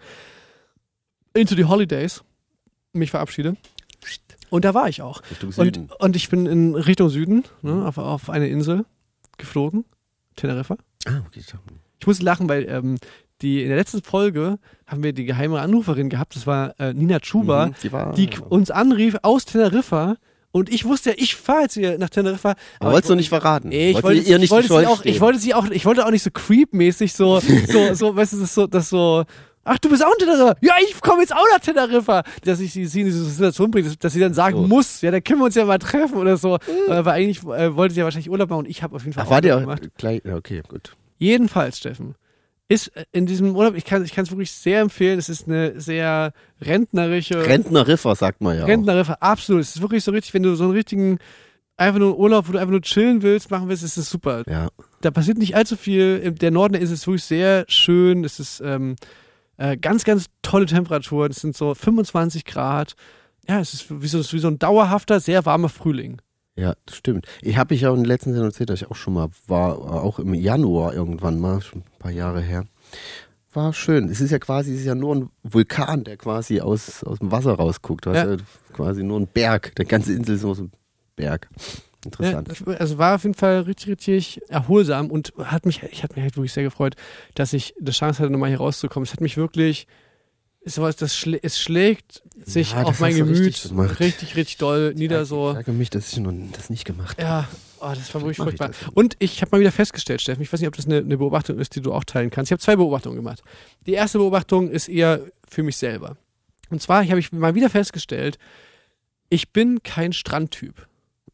into the holidays mich verabschiede. Und da war ich auch.
Richtung Süden.
Und, und ich bin in Richtung Süden, ne, auf, auf eine Insel geflogen, Teneriffa.
Ah, okay.
Ich muss lachen, weil ähm, die in der letzten Folge haben wir die geheime Anruferin gehabt, das war äh, Nina Chuba,
Mhm, die war-
die k- uns anrief aus Teneriffa. Und ich wusste ja, ich fahre jetzt hier nach Teneriffa.
Aber wolltest du nicht verraten?
Nee, ich
Wolltest
wollte,
du ihr nicht
ich, wollte
die
sie
Schuld
auch, ich
stehen?
wollte sie auch, ich wollte auch nicht so creep-mäßig so, so, so, weißt du, das ist so, das so, ach, du bist auch in Teneriffa? Ja, ich komme jetzt auch nach Teneriffa. Dass ich sie, sie in diese Situation bringe, dass, dass sie dann sagen
So.
muss, ja, da können wir uns ja mal treffen oder so. Äh, Aber eigentlich äh, wollte sie ja wahrscheinlich Urlaub machen und ich habe auf jeden Fall
Ach, war dir
Urlaub
auch
gemacht.
gleich, ja, okay, gut.
Jedenfalls, Steffen, ist äh, in diesem Urlaub, ich kann es ich kann's wirklich sehr empfehlen, es ist eine sehr rentnerische,
Rentnerriffer, sagt man ja auch.
Rentneriffer, absolut. Es ist wirklich so richtig, wenn du so einen richtigen, einfach nur einen Urlaub, wo du einfach nur chillen willst, machen willst, ist es super.
Ja.
Da passiert nicht allzu viel. Der Norden ist es wirklich sehr schön. Es ist ähm, äh, ganz, ganz tolle Temperaturen. Es sind so fünfundzwanzig Grad. Ja, es ist wie so, wie so ein dauerhafter, sehr warmer Frühling.
Ja, das stimmt. Ich habe ich ja in den letzten Sendung erzählt, dass ich auch schon mal war, auch im Januar irgendwann mal, schon ein paar Jahre her. War schön. Es ist ja quasi, es ist ja nur ein Vulkan, der quasi aus, aus dem Wasser rausguckt. Du hast
Ja.
ja quasi nur ein Berg. Die ganze Insel ist nur so ein Berg. Interessant.
Ja, also war auf jeden Fall richtig, richtig erholsam und hat mich, ich hatte mich halt wirklich sehr gefreut, dass ich die Chance hatte, nochmal hier rauszukommen. Es hat mich wirklich, es, war, das schlä es schlägt sich
Ja, das
auf mein
hast du
Gemüt
richtig gemacht.
richtig, richtig doll nieder so.
Ich ärgere mich, dass ich noch das nicht gemacht habe.
Ja, oh, das war wirklich
mach ich
furchtbar.
das.
Und ich habe mal wieder festgestellt, Steffen, ich weiß nicht, ob das eine, eine Beobachtung ist, die du auch teilen kannst. Ich habe zwei Beobachtungen gemacht. Die erste Beobachtung ist eher für mich selber. Und zwar habe ich mal wieder festgestellt, ich bin kein Strandtyp.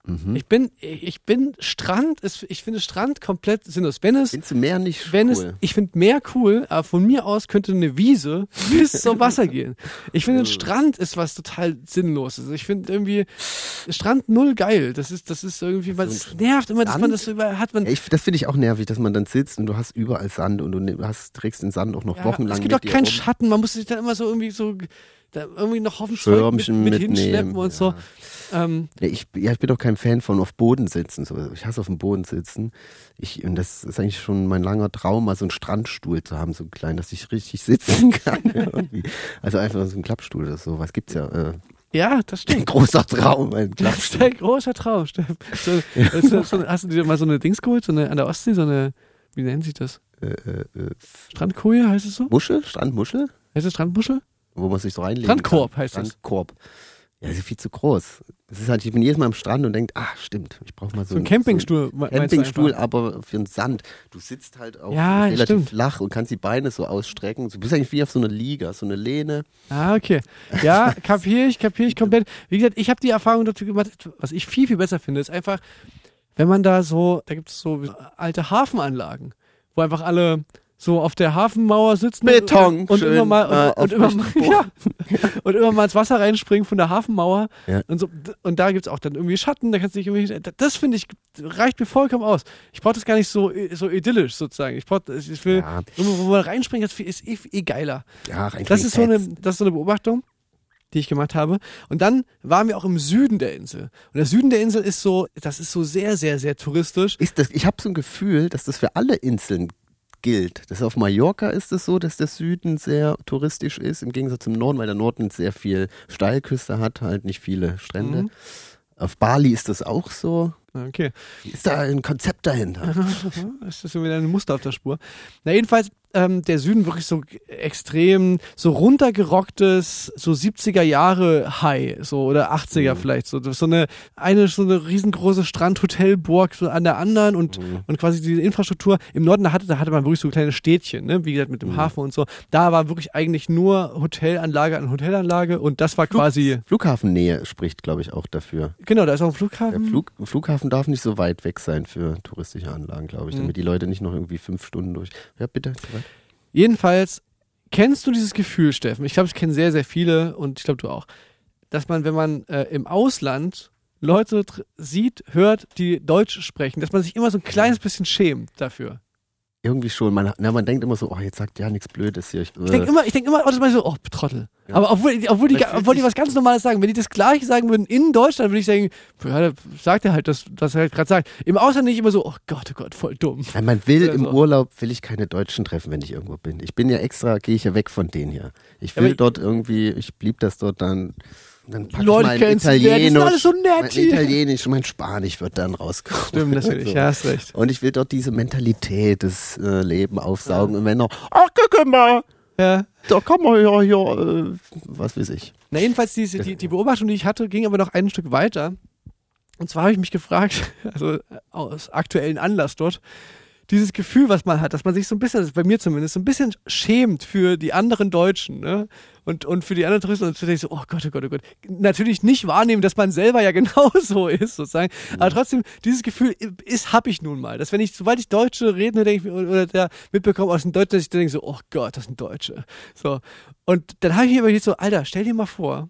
Mhm.
Ich bin, ich bin Strand, ist, ich finde Strand komplett sinnlos. Wenn es,
Findest du Meer nicht
wenn
cool?
es, ich finde Meer cool, aber von mir aus könnte eine Wiese bis zum Wasser gehen. Ich finde, ein Strand ist was total Sinnloses. Ich finde irgendwie Strand null geil. Das ist, das ist irgendwie, weil es nervt immer, dass man das über hat. Man
Ja, ich, das finde ich auch nervig, dass man dann sitzt und du hast überall Sand und du ne- hast, trägst den Sand auch noch
ja,
wochenlang
es gibt
mit
auch
dir
keinen
rum.
Schatten. Man muss sich dann immer so irgendwie so da irgendwie noch hoffen, Zeug mit,
Schirmchen
mit
mitnehmen,
hinschleppen und
ja.
so. Ähm,
Ja, ich, ja, ich bin doch kein Fan von auf Boden sitzen. So. Ich hasse auf dem Boden sitzen. Ich, und das ist eigentlich schon mein langer Traum, mal so einen Strandstuhl zu haben, so einen kleinen, dass ich richtig sitzen kann. Irgendwie. Also einfach so einen Klappstuhl oder so. Was gibt's ja? Äh,
ja, das
ein
stimmt.
großer Traum, ein
Das ist
Klappstuhl.
ein großer Traum, Steff. So, so, so, hast du dir mal so eine Dings geholt, so eine an der Ostsee, so eine, wie nennen sich das?
Äh, äh, äh,
Strandkoje heißt es so?
Muschel? Strandmuschel?
Heißt es Strandmuschel?
Wo man sich so reinlegen
Strandkorb
kann.
heißt das.
Strandkorb. Ja, das ist viel zu groß. Das ist halt, ich bin jedes Mal am Strand und denke, ach stimmt, ich brauche mal so,
So ein Campingstuhl,
So
me-
einen
meinst du
Campingstuhl,
einfach?
aber für den Sand. Du sitzt halt auch
Ja,
relativ
stimmt.
flach und kannst die Beine so ausstrecken. Du bist eigentlich wie auf so einer Liege, so eine Lehne.
Ah, okay. Ja, kapier ich, kapier ich komplett. Wie gesagt, ich habe die Erfahrung dazu gemacht, was ich viel, viel besser finde, ist einfach, wenn man da so, da gibt es so alte Hafenanlagen, wo einfach alle so auf der Hafenmauer sitzen
Beton,
und, und
schön,
immer mal
äh,
und, und, immer mal,
aufrichten.
ja, und immer mal ins Wasser reinspringen von der Hafenmauer
Ja.
und so und da gibt's auch dann irgendwie Schatten, da kannst du dich irgendwie das finde ich reicht mir vollkommen aus. Ich brauche das gar nicht so so idyllisch sozusagen. Ich brauche ich will
Ja.
irgendwo, wo man reinspringt, das ist eh, eh geiler.
Ja, rein
Das ist so eine,
fetzt.
das ist so eine Beobachtung, die ich gemacht habe. Und dann waren wir auch im Süden der Insel. Und der Süden der Insel ist so, das ist so sehr, sehr, sehr touristisch.
Ist das, ich habe so ein Gefühl, dass das für alle Inseln gilt. Das auf Mallorca ist es so, dass der Süden sehr touristisch ist, im Gegensatz zum Norden, weil der Norden sehr viel Steilküste hat, halt nicht viele Strände.
Mhm.
Auf Bali ist das auch so.
Okay.
Ist da ein Konzept dahinter?
Das ist wieder ein Muster auf der Spur. Na, jedenfalls, ähm, der Süden wirklich so extrem, so runtergerocktes, so siebziger Jahre High, so, oder achtziger
Mhm.
vielleicht, so, so eine, eine, so eine riesengroße Strandhotelburg so an der anderen und,
Mhm.
und quasi diese Infrastruktur. Im Norden, da hatte, da hatte man wirklich so kleine Städtchen, ne, wie gesagt, mit dem
Mhm.
Hafen und so. Da war wirklich eigentlich nur Hotelanlage an Hotelanlage und das war quasi,
Flughafennähe spricht, glaube ich, auch dafür.
genau, da ist auch ein
Der
Flughafen.
Flug, Flughafen darf nicht so weit weg sein für touristische Anlagen, glaube ich,
Mhm.
damit die Leute nicht noch irgendwie fünf Stunden durch. Ja, bitte. soweit.
Jedenfalls, kennst du dieses Gefühl, Steffen? Ich glaube, ich kenne sehr, sehr viele und ich glaube, du auch. Dass man, wenn man äh, im Ausland Leute tr- sieht, hört, die Deutsch sprechen, dass man sich immer so ein kleines bisschen schämt dafür.
Irgendwie schon. Man, na, man denkt immer so, oh, jetzt sagt ja nichts Blödes hier. Ich,
Ich denke immer, ich denke immer automatisch so, oh, Trottel.
Ja.
Aber obwohl, obwohl, die,
Man fühlt
obwohl die
sich-
was ganz Normales sagen, wenn die das Gleiche sagen würden in Deutschland, würde ich sagen, ja, der sagt er halt, das, das er halt gerade sagt. Im Ausland nicht immer so, oh Gott, oh Gott, voll dumm.
Ja, man will
Ja,
im
so.
Urlaub, will ich keine Deutschen treffen, wenn ich irgendwo bin. Ich bin ja extra, gehe ich ja weg von denen hier. Ich
Ja,
will
aber ich-
dort irgendwie, ich blieb das dort dann, dann pack
Leute
ich mein
kennenzulernen, die sind
Italienisch,
alle so nett
mein
hier.
Italienisch und mein Spanisch wird dann rauskommen.
Stimmt, natürlich,
So.
ja, hast recht.
Und ich will dort diese Mentalität des äh, Leben aufsaugen. Und wenn noch, ach, guck mal,
Ja.
da kann man ja hier, äh, was weiß ich.
Na, jedenfalls, diese, die, die Beobachtung, die ich hatte, ging aber noch ein Stück weiter. Und zwar habe ich mich gefragt, also aus aktuellen Anlass dort, dieses Gefühl, was man hat, dass man sich so ein bisschen, also bei mir zumindest, so ein bisschen schämt für die anderen Deutschen, ne? Und, und für die anderen Touristen. Und dann denke ich so, oh Gott, oh Gott, oh Gott. Natürlich nicht wahrnehmen, dass man selber ja genauso ist, sozusagen. Aber trotzdem, dieses Gefühl ist, habe ich nun mal. Dass wenn ich, sobald ich Deutsche rede, denke ich, oder der mitbekomme aus dem Deutschen, dass ich dann denke so, oh Gott, das sind Deutsche. So. Und dann habe ich mir überlegt so, Alter, stell dir mal vor,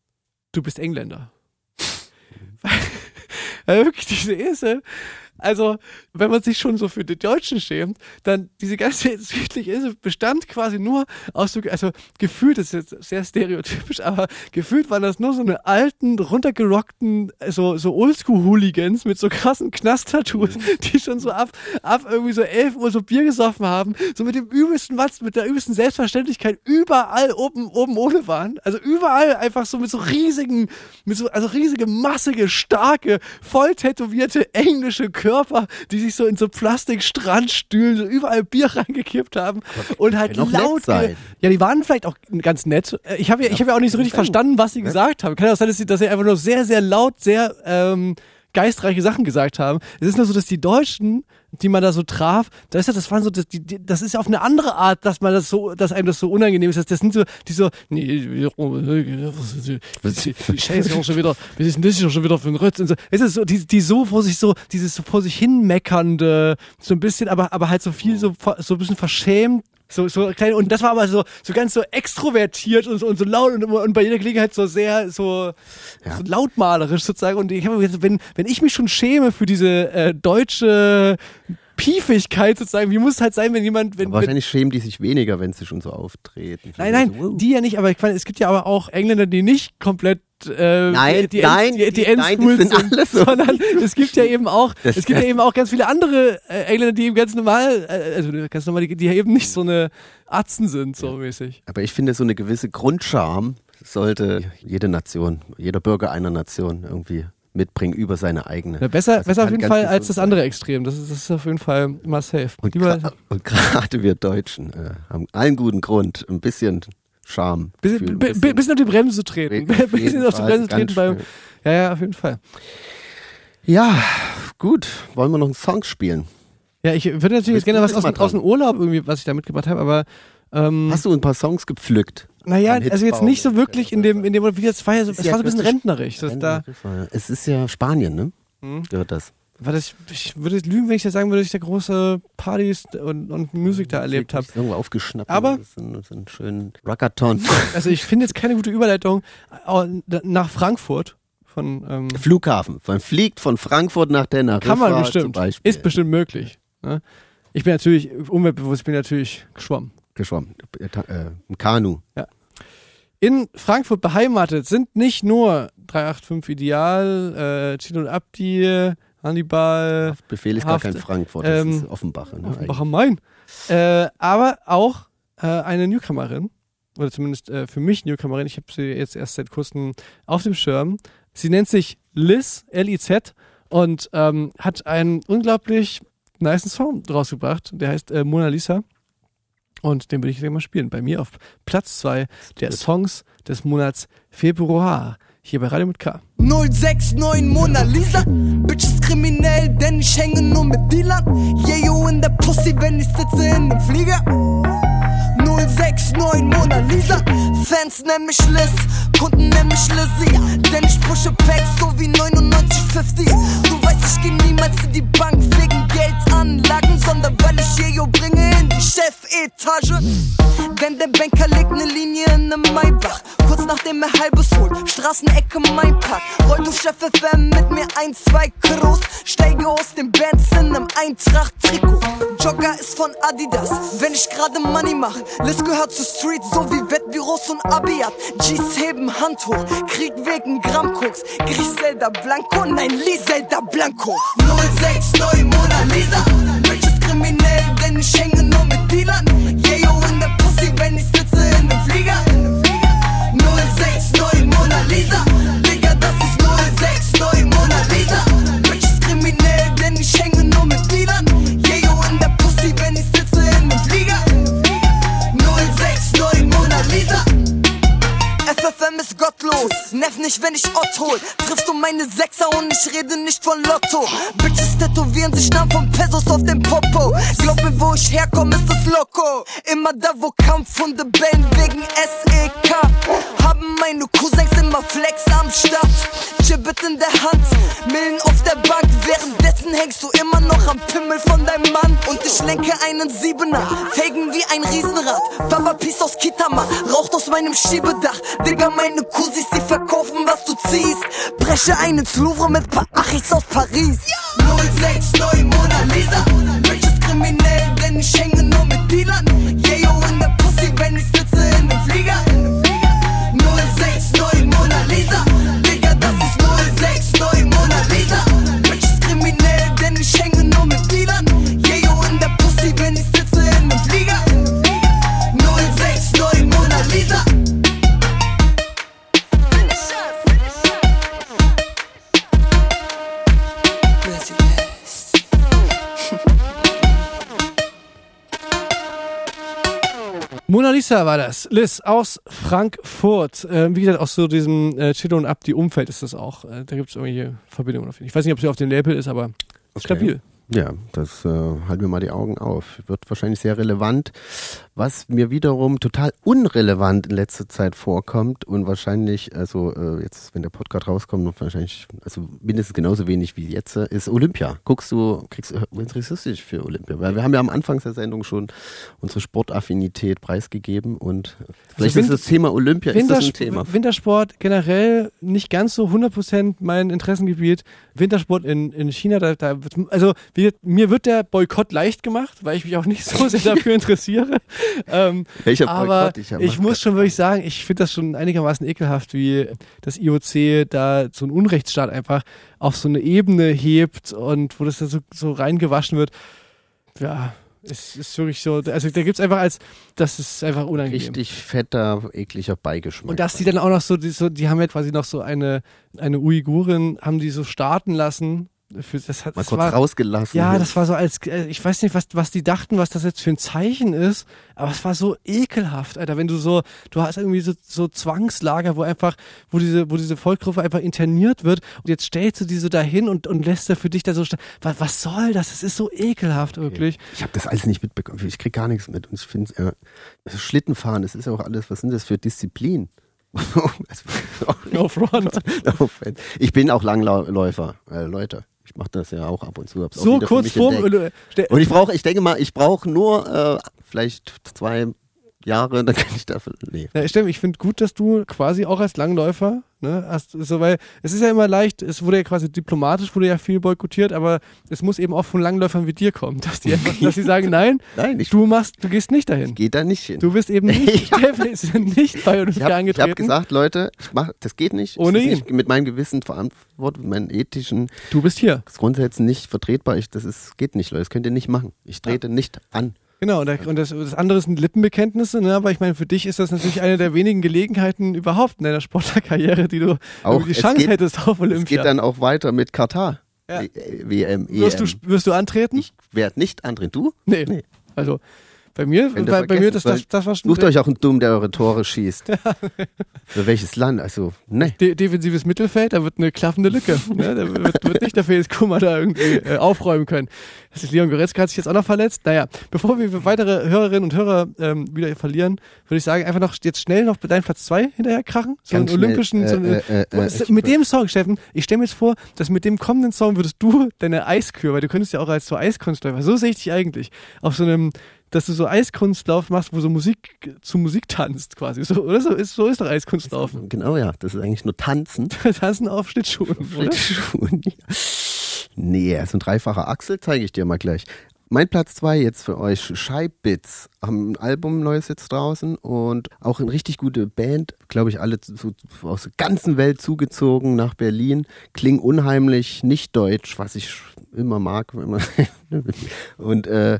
du bist Engländer. Weil wirklich diese Insel, also wenn man sich schon so für die Deutschen schämt, dann diese ganze südliche Insel bestand quasi nur aus so, also gefühlt, das ist jetzt sehr stereotypisch, aber gefühlt waren das nur so eine alten, runtergerockten, so, so Oldschool-Hooligans mit so krassen Knast-Tattoos, die schon so ab, ab irgendwie so elf Uhr so Bier gesoffen haben, so mit dem übelsten Watz, mit der übelsten Selbstverständlichkeit überall oben, oben ohne waren. Also überall einfach so mit so riesigen, mit so, also riesige, massige, starke, voll tätowierte englische Körper, die sich so in so Plastikstrandstühlen so überall Bier reingekippt haben und halt
kann doch nett
laut. ge-
sein.
Ja, die waren vielleicht auch ganz nett. Äh, Ich habe ja, ich habe ja auch nicht so richtig verstanden, was sie gesagt haben. Kann ja auch sein, dass sie, dass sie einfach nur sehr, sehr laut, sehr ähm, geistreiche Sachen gesagt haben. Es ist nur so, dass die Deutschen die man da so traf, das ist ja, das waren so, das, die, das ist ja auf eine andere Art, dass man das so, dass einem das so unangenehm ist. Das sind so, die so, nee, Scheiße, auch schon wieder, was ist denn das schon wieder für ein Rötz? Und so, es ist so, die, die so vor sich so, dieses so vor sich hin meckernde, so ein bisschen, aber, aber halt so viel so, so ein bisschen verschämt. So, so klein, und das war aber so, so ganz so extrovertiert und so, und so laut und, und bei jeder Gelegenheit so sehr so,
ja.
so lautmalerisch sozusagen. Und ich habe mir gedacht, wenn, wenn ich mich schon schäme für diese äh, deutsche Piefigkeit sozusagen, wie muss es halt sein, wenn jemand... Wenn,
aber wahrscheinlich schämen die sich weniger, wenn sie schon so auftreten.
Nein, nein,
so, wow.
die ja nicht, aber ich meine, es gibt ja aber auch Engländer, die nicht komplett äh,
nein,
die, die,
nein,
die, die,
die, nein, die sind
sind,
alle so.
sondern es gibt ja eben auch,
Das
es gibt ja eben auch ganz viele andere äh, Engländer, die eben ganz normal, äh, also ganz normal, die, die eben nicht so eine Atzen sind, so mäßig.
Aber ich finde, so eine gewisse Grundscham sollte jede Nation, jeder Bürger einer Nation irgendwie mitbringen über seine eigene.
Ja, besser
also
besser auf jeden Fall als das
sein.
andere Extrem. Das ist, das ist auf jeden Fall mal safe.
Und,
Lieber,
gra- und gerade wir Deutschen äh, haben allen guten Grund, ein bisschen Charme.
bisschen,
fühlen,
b- b- bisschen auf die Bremse zu treten.
Auf jeden
bisschen auf die
Fall,
Bremse zu
ganz
treten beim.
schnell.
Ja, ja, auf jeden Fall.
Ja, gut. Wollen wir noch einen Song spielen?
Ja, ich würde natürlich
Willst
jetzt gerne
du
was
jetzt
aus,
mal
dem- aus dem
dran?
Urlaub irgendwie, was ich da mitgebracht habe, aber ähm,
Hast du ein paar Songs gepflückt?
naja,
Ein
also jetzt
Hitbaum?
nicht so wirklich in dem, in dem, wie das war ja so,
Es
es
ist
war
ja
so ein bisschen
wirklich
rentnerisch. Das da,
Es ist ja Spanien, ne?
Hm?
Gehört das.
war das, ich würde jetzt lügen, wenn ich jetzt sagen würde, dass ich da große Partys und, und Musik da erlebt habe.
Irgendwo aufgeschnappt.
Aber-
Das ist ein, das ist ein schönen Rockathon.
Also ich finde jetzt keine gute Überleitung äh, nach Frankfurt von ähm,
Flughafen. Man fliegt von Frankfurt nach Teneriffa
kann man
zum
bestimmt,
Beispiel.
ist bestimmt möglich. Ne? Ich bin natürlich umweltbewusst, ich bin natürlich geschwommen.
Geschwommen. Äh, Ein Kanu.
In Frankfurt beheimatet sind nicht nur drei acht fünf Ideal, äh, Chino und Abdi, Hannibal,
Befehl ist gar
Haft-
kein Frankfurt, das
ähm,
ist Offenbach. Ne,
Offenbach am Main. Äh, aber auch äh, eine Newcomerin, oder zumindest äh, für mich Newcomerin, ich habe sie jetzt erst seit kurzem auf dem Schirm. Sie nennt sich Liz, L I Z, und ähm, hat einen unglaublich nicen Song rausgebracht, der heißt äh, Mona Lisa. Und den würde ich gleich mal spielen. Bei mir auf Platz zwei der Songs des Monats Februar. Hier bei Radio mit K.
null sechs neun Mona Lisa, Bitch ist kriminell, denn ich hänge nur mit Dealern. Yeah, yo in der Pussy, wenn ich sitze in nem Flieger. null sechs neun Mona Lisa, Fans nennen mich Liz, Kunden nennen mich Lizzie, denn ich pushe Packs so wie neunundneunzig fünfzig. Du weißt, ich geh niemals in die Bank wegen Geldanlagen, sondern weil ich Jejo bringe in die Chefetage. Denn der Banker legt ne Linie in nem Maybach, kurz nachdem er halbes holt, Straßenecke mein Park. Roll du Chef F M mit mir ein, zwei Kros, steige aus dem Benz in nem Eintracht-Trikot. Jogger ist von Adidas, wenn ich gerade Money mach. Liz gehört zu Street, so wie Wettbüros und Abiat. G's heben Hand hoch, Krieg wegen Grammkoks. Griselda Blanco, nein, Liselda Blanco. null sechs neun Mona Lisa, Bitch ist kriminell, denn ich hänge nur mit Dealern. Yeah, yo in der Pussy, wenn ich sitze in nem Flieger. null sechs neun Mona Lisa, Digga, das ist null sechs neun Mona Lisa. Bitch ist kriminell, denn ich hänge nur mit Dealern. Yeah, yo in der Pussy, wenn ich sitze in nem Flieger. null sechs neun Mona Lisa. F F M ist gottlos, nerv nicht, wenn ich Ott hol. Triffst du meine Sechser und ich rede nicht von Lotto. Bitches tätowieren sich Namen von Pesos auf dem Popo. Glaub mir, wo ich herkomme, ist das Loco. Immer da, wo Kampfhunde bellen wegen S E K. Haben meine Cousins immer Flex am Start. Chibbit in der Hand, Millen auf der Bank. Währenddessen hängst du immer noch am Pimmel von deinem Mann. Und ich lenke einen Siebener, Felgen wie ein Riesenrad. Baba Peace aus Kitama, raucht aus meinem Schiebedach. Digga, meine Cousins, die verkaufen, was du ziehst. Breche einen ins Louvre mit paar Achiks aus Paris. null sechs neun Mona Lisa, Bitch ist kriminell, denn ich hänge nur mit Dealern. Yeah, yo in der Pussy, wenn ich sitze in nem Flieger. null sechs neun Mona Lisa, Digga, das ist null sechs neun Mona Lisa. Bitch ist kriminell, denn ich hänge nur mit Dealern. Yeah, yo in der Pussy, wenn ich sitze in nem Flieger. null sechs neun Mona Lisa.
Mona Lisa war das. Liz aus Frankfurt. Ähm, wie gesagt, aus so diesem äh, Chino und Abdi Umfeld ist das auch. Äh, da gibt es irgendwelche Verbindungen auf jeden Fall. Ich weiß nicht, ob sie auf dem Label ist, aber
Okay.
stabil.
Ja, das äh, halten wir mal die Augen auf. Wird wahrscheinlich sehr relevant. Was mir wiederum total unrelevant in letzter Zeit vorkommt und wahrscheinlich, also äh, jetzt, wenn der Podcast rauskommt, noch wahrscheinlich, also mindestens genauso wenig wie jetzt, äh, ist Olympia. Guckst du, kriegst, interessierst du dich für Olympia? Weil wir haben ja am Anfang der Sendung schon unsere Sportaffinität preisgegeben und vielleicht
also
ist das Thema Olympia ist das ein Thema.
Wintersport generell nicht ganz so hundert Prozent mein Interessengebiet. Wintersport in, in China, da, da also wir, mir wird der Boykott leicht gemacht, weil ich mich auch nicht so sehr dafür interessiere. Ähm,
Welcher
aber
Boykott? Ich,
ich muss schon wirklich sagen, ich finde das schon einigermaßen ekelhaft, wie das I O C da so einen Unrechtsstaat einfach auf so eine Ebene hebt und wo das da so, so reingewaschen wird. Ja, es ist wirklich so, also da gibt's einfach als, das ist einfach unangenehm.
Richtig fetter, ekliger Beigeschmack.
Und dass die dann auch noch so, die, so, die haben ja quasi noch so eine, eine Uigurin, haben die so starten lassen. Für, das hat,
Mal
das
kurz
war,
rausgelassen.
Ja,
hier.
das war so als, ich weiß nicht, was, was die dachten, was das jetzt für ein Zeichen ist, aber es war so ekelhaft, Alter, wenn du so, du hast irgendwie so, so Zwangslager, wo einfach, wo diese, wo diese Volksgruppe einfach interniert wird und jetzt stellst du die so dahin und, und lässt da für dich da so, was, was soll das? Das ist so ekelhaft, wirklich.
Okay. Ich habe das alles nicht mitbekommen, ich krieg gar nichts mit und ich finde, äh, Schlittenfahren, das ist ja auch alles, was sind das für Disziplin?
No front.
No front. Ich bin auch Langläufer, äh, Leute. Ich mache das ja auch ab und zu. Hab's
so
auch
kurz vor.
Und ich brauche, ich denke mal, ich brauche nur äh, vielleicht zwei Jahre, dann kann ich dafür. Nee.
Ja, stimmt, ich finde gut, dass du quasi auch als Langläufer, ne, hast, so, weil es ist ja immer leicht, es wurde ja quasi diplomatisch, wurde ja viel boykottiert, aber es muss eben auch von Langläufern wie dir kommen, dass die einfach, dass sie sagen, nein,
nein ich,
du machst, du gehst nicht dahin.
Ich gehe da nicht hin.
Du bist eben nicht,
ja.
Steffen ist nicht bei Olympia
ich hab,
angetreten.
Ich habe gesagt, Leute, ich mach, das geht nicht.
Ohne
das ist
ihn.
Nicht mit meinem Gewissen verantwortet, mit meinen ethischen.
Du bist hier.
Grundsätzen nicht vertretbar. Ich, das ist, geht nicht, Leute. Das könnt ihr nicht machen. Ich trete ja. nicht an.
Genau, und, der, und das, das andere sind Lippenbekenntnisse, ne? Aber ich meine, für dich ist das natürlich eine der wenigen Gelegenheiten überhaupt in deiner Sportlerkarriere, die du
auch
die Chance
geht,
hättest auf Olympia.
Es geht dann auch weiter mit Katar.
Ja.
W M, E M.
Wirst du, wirst du antreten?
Ich werde nicht antreten. Du?
Nee. nee. Also bei mir, bei, bei mir das, das, das war schon...
Sucht euch auch einen Dumm, der eure Tore schießt. Für welches Land? Also, ne.
De- defensives Mittelfeld, da wird eine klaffende Lücke. Ne? Da wird, wird nicht der Felix Kummer da irgendwie äh, aufräumen können. Das ist Leon Goretzka, hat sich jetzt auch noch verletzt. Naja, bevor wir weitere Hörerinnen und Hörer ähm, wieder verlieren, würde ich sagen, einfach noch jetzt schnell noch deinen Platz zwei hinterher krachen. So
Ganz
einen olympischen...
schnell,
so eine,
äh, äh, äh,
mit dem Song, Steffen, ich stelle mir jetzt vor, dass mit dem kommenden Song würdest du deine Eiskür, weil du könntest ja auch als so Eiskunstläufer, so sehe ich dich eigentlich, auf so einem... dass du so Eiskunstlauf machst, wo so Musik zu Musik tanzt quasi. So, oder so ist, so ist doch Eiskunstlaufen.
Genau, ja. Das ist eigentlich nur Tanzen.
Tanzen auf Schlittschuhen,
auf Schlittschuhen, ja. Nee, so ein dreifacher Achsel zeige ich dir mal gleich. Mein Platz zwei jetzt für euch, Scheibitz, haben ein Album Neues jetzt draußen und auch eine richtig gute Band, glaube ich, alle so aus der ganzen Welt zugezogen nach Berlin, klingen unheimlich nicht deutsch, was ich immer mag. Immer und äh,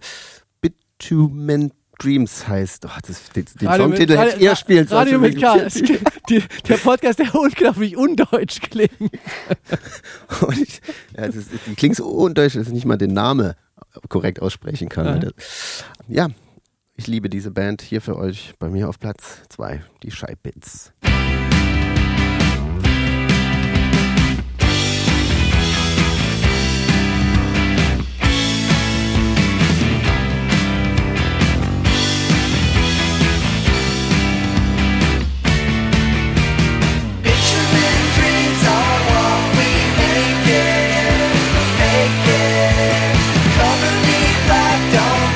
Bitumen Dreams heißt, oh, das, den, den Songtitel hätte ich eher spielen sollen.
Radio mit K, die, der Podcast, der unglaublich undeutsch klingt.
Und ich, ja, das, die klingt so undeutsch, dass ich nicht mal den Namen korrekt aussprechen kann. Ja. ja, ich liebe diese Band. Hier für euch bei mir auf Platz zwei, die Scheibitz.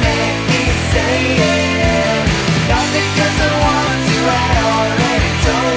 Not because I want to, I already told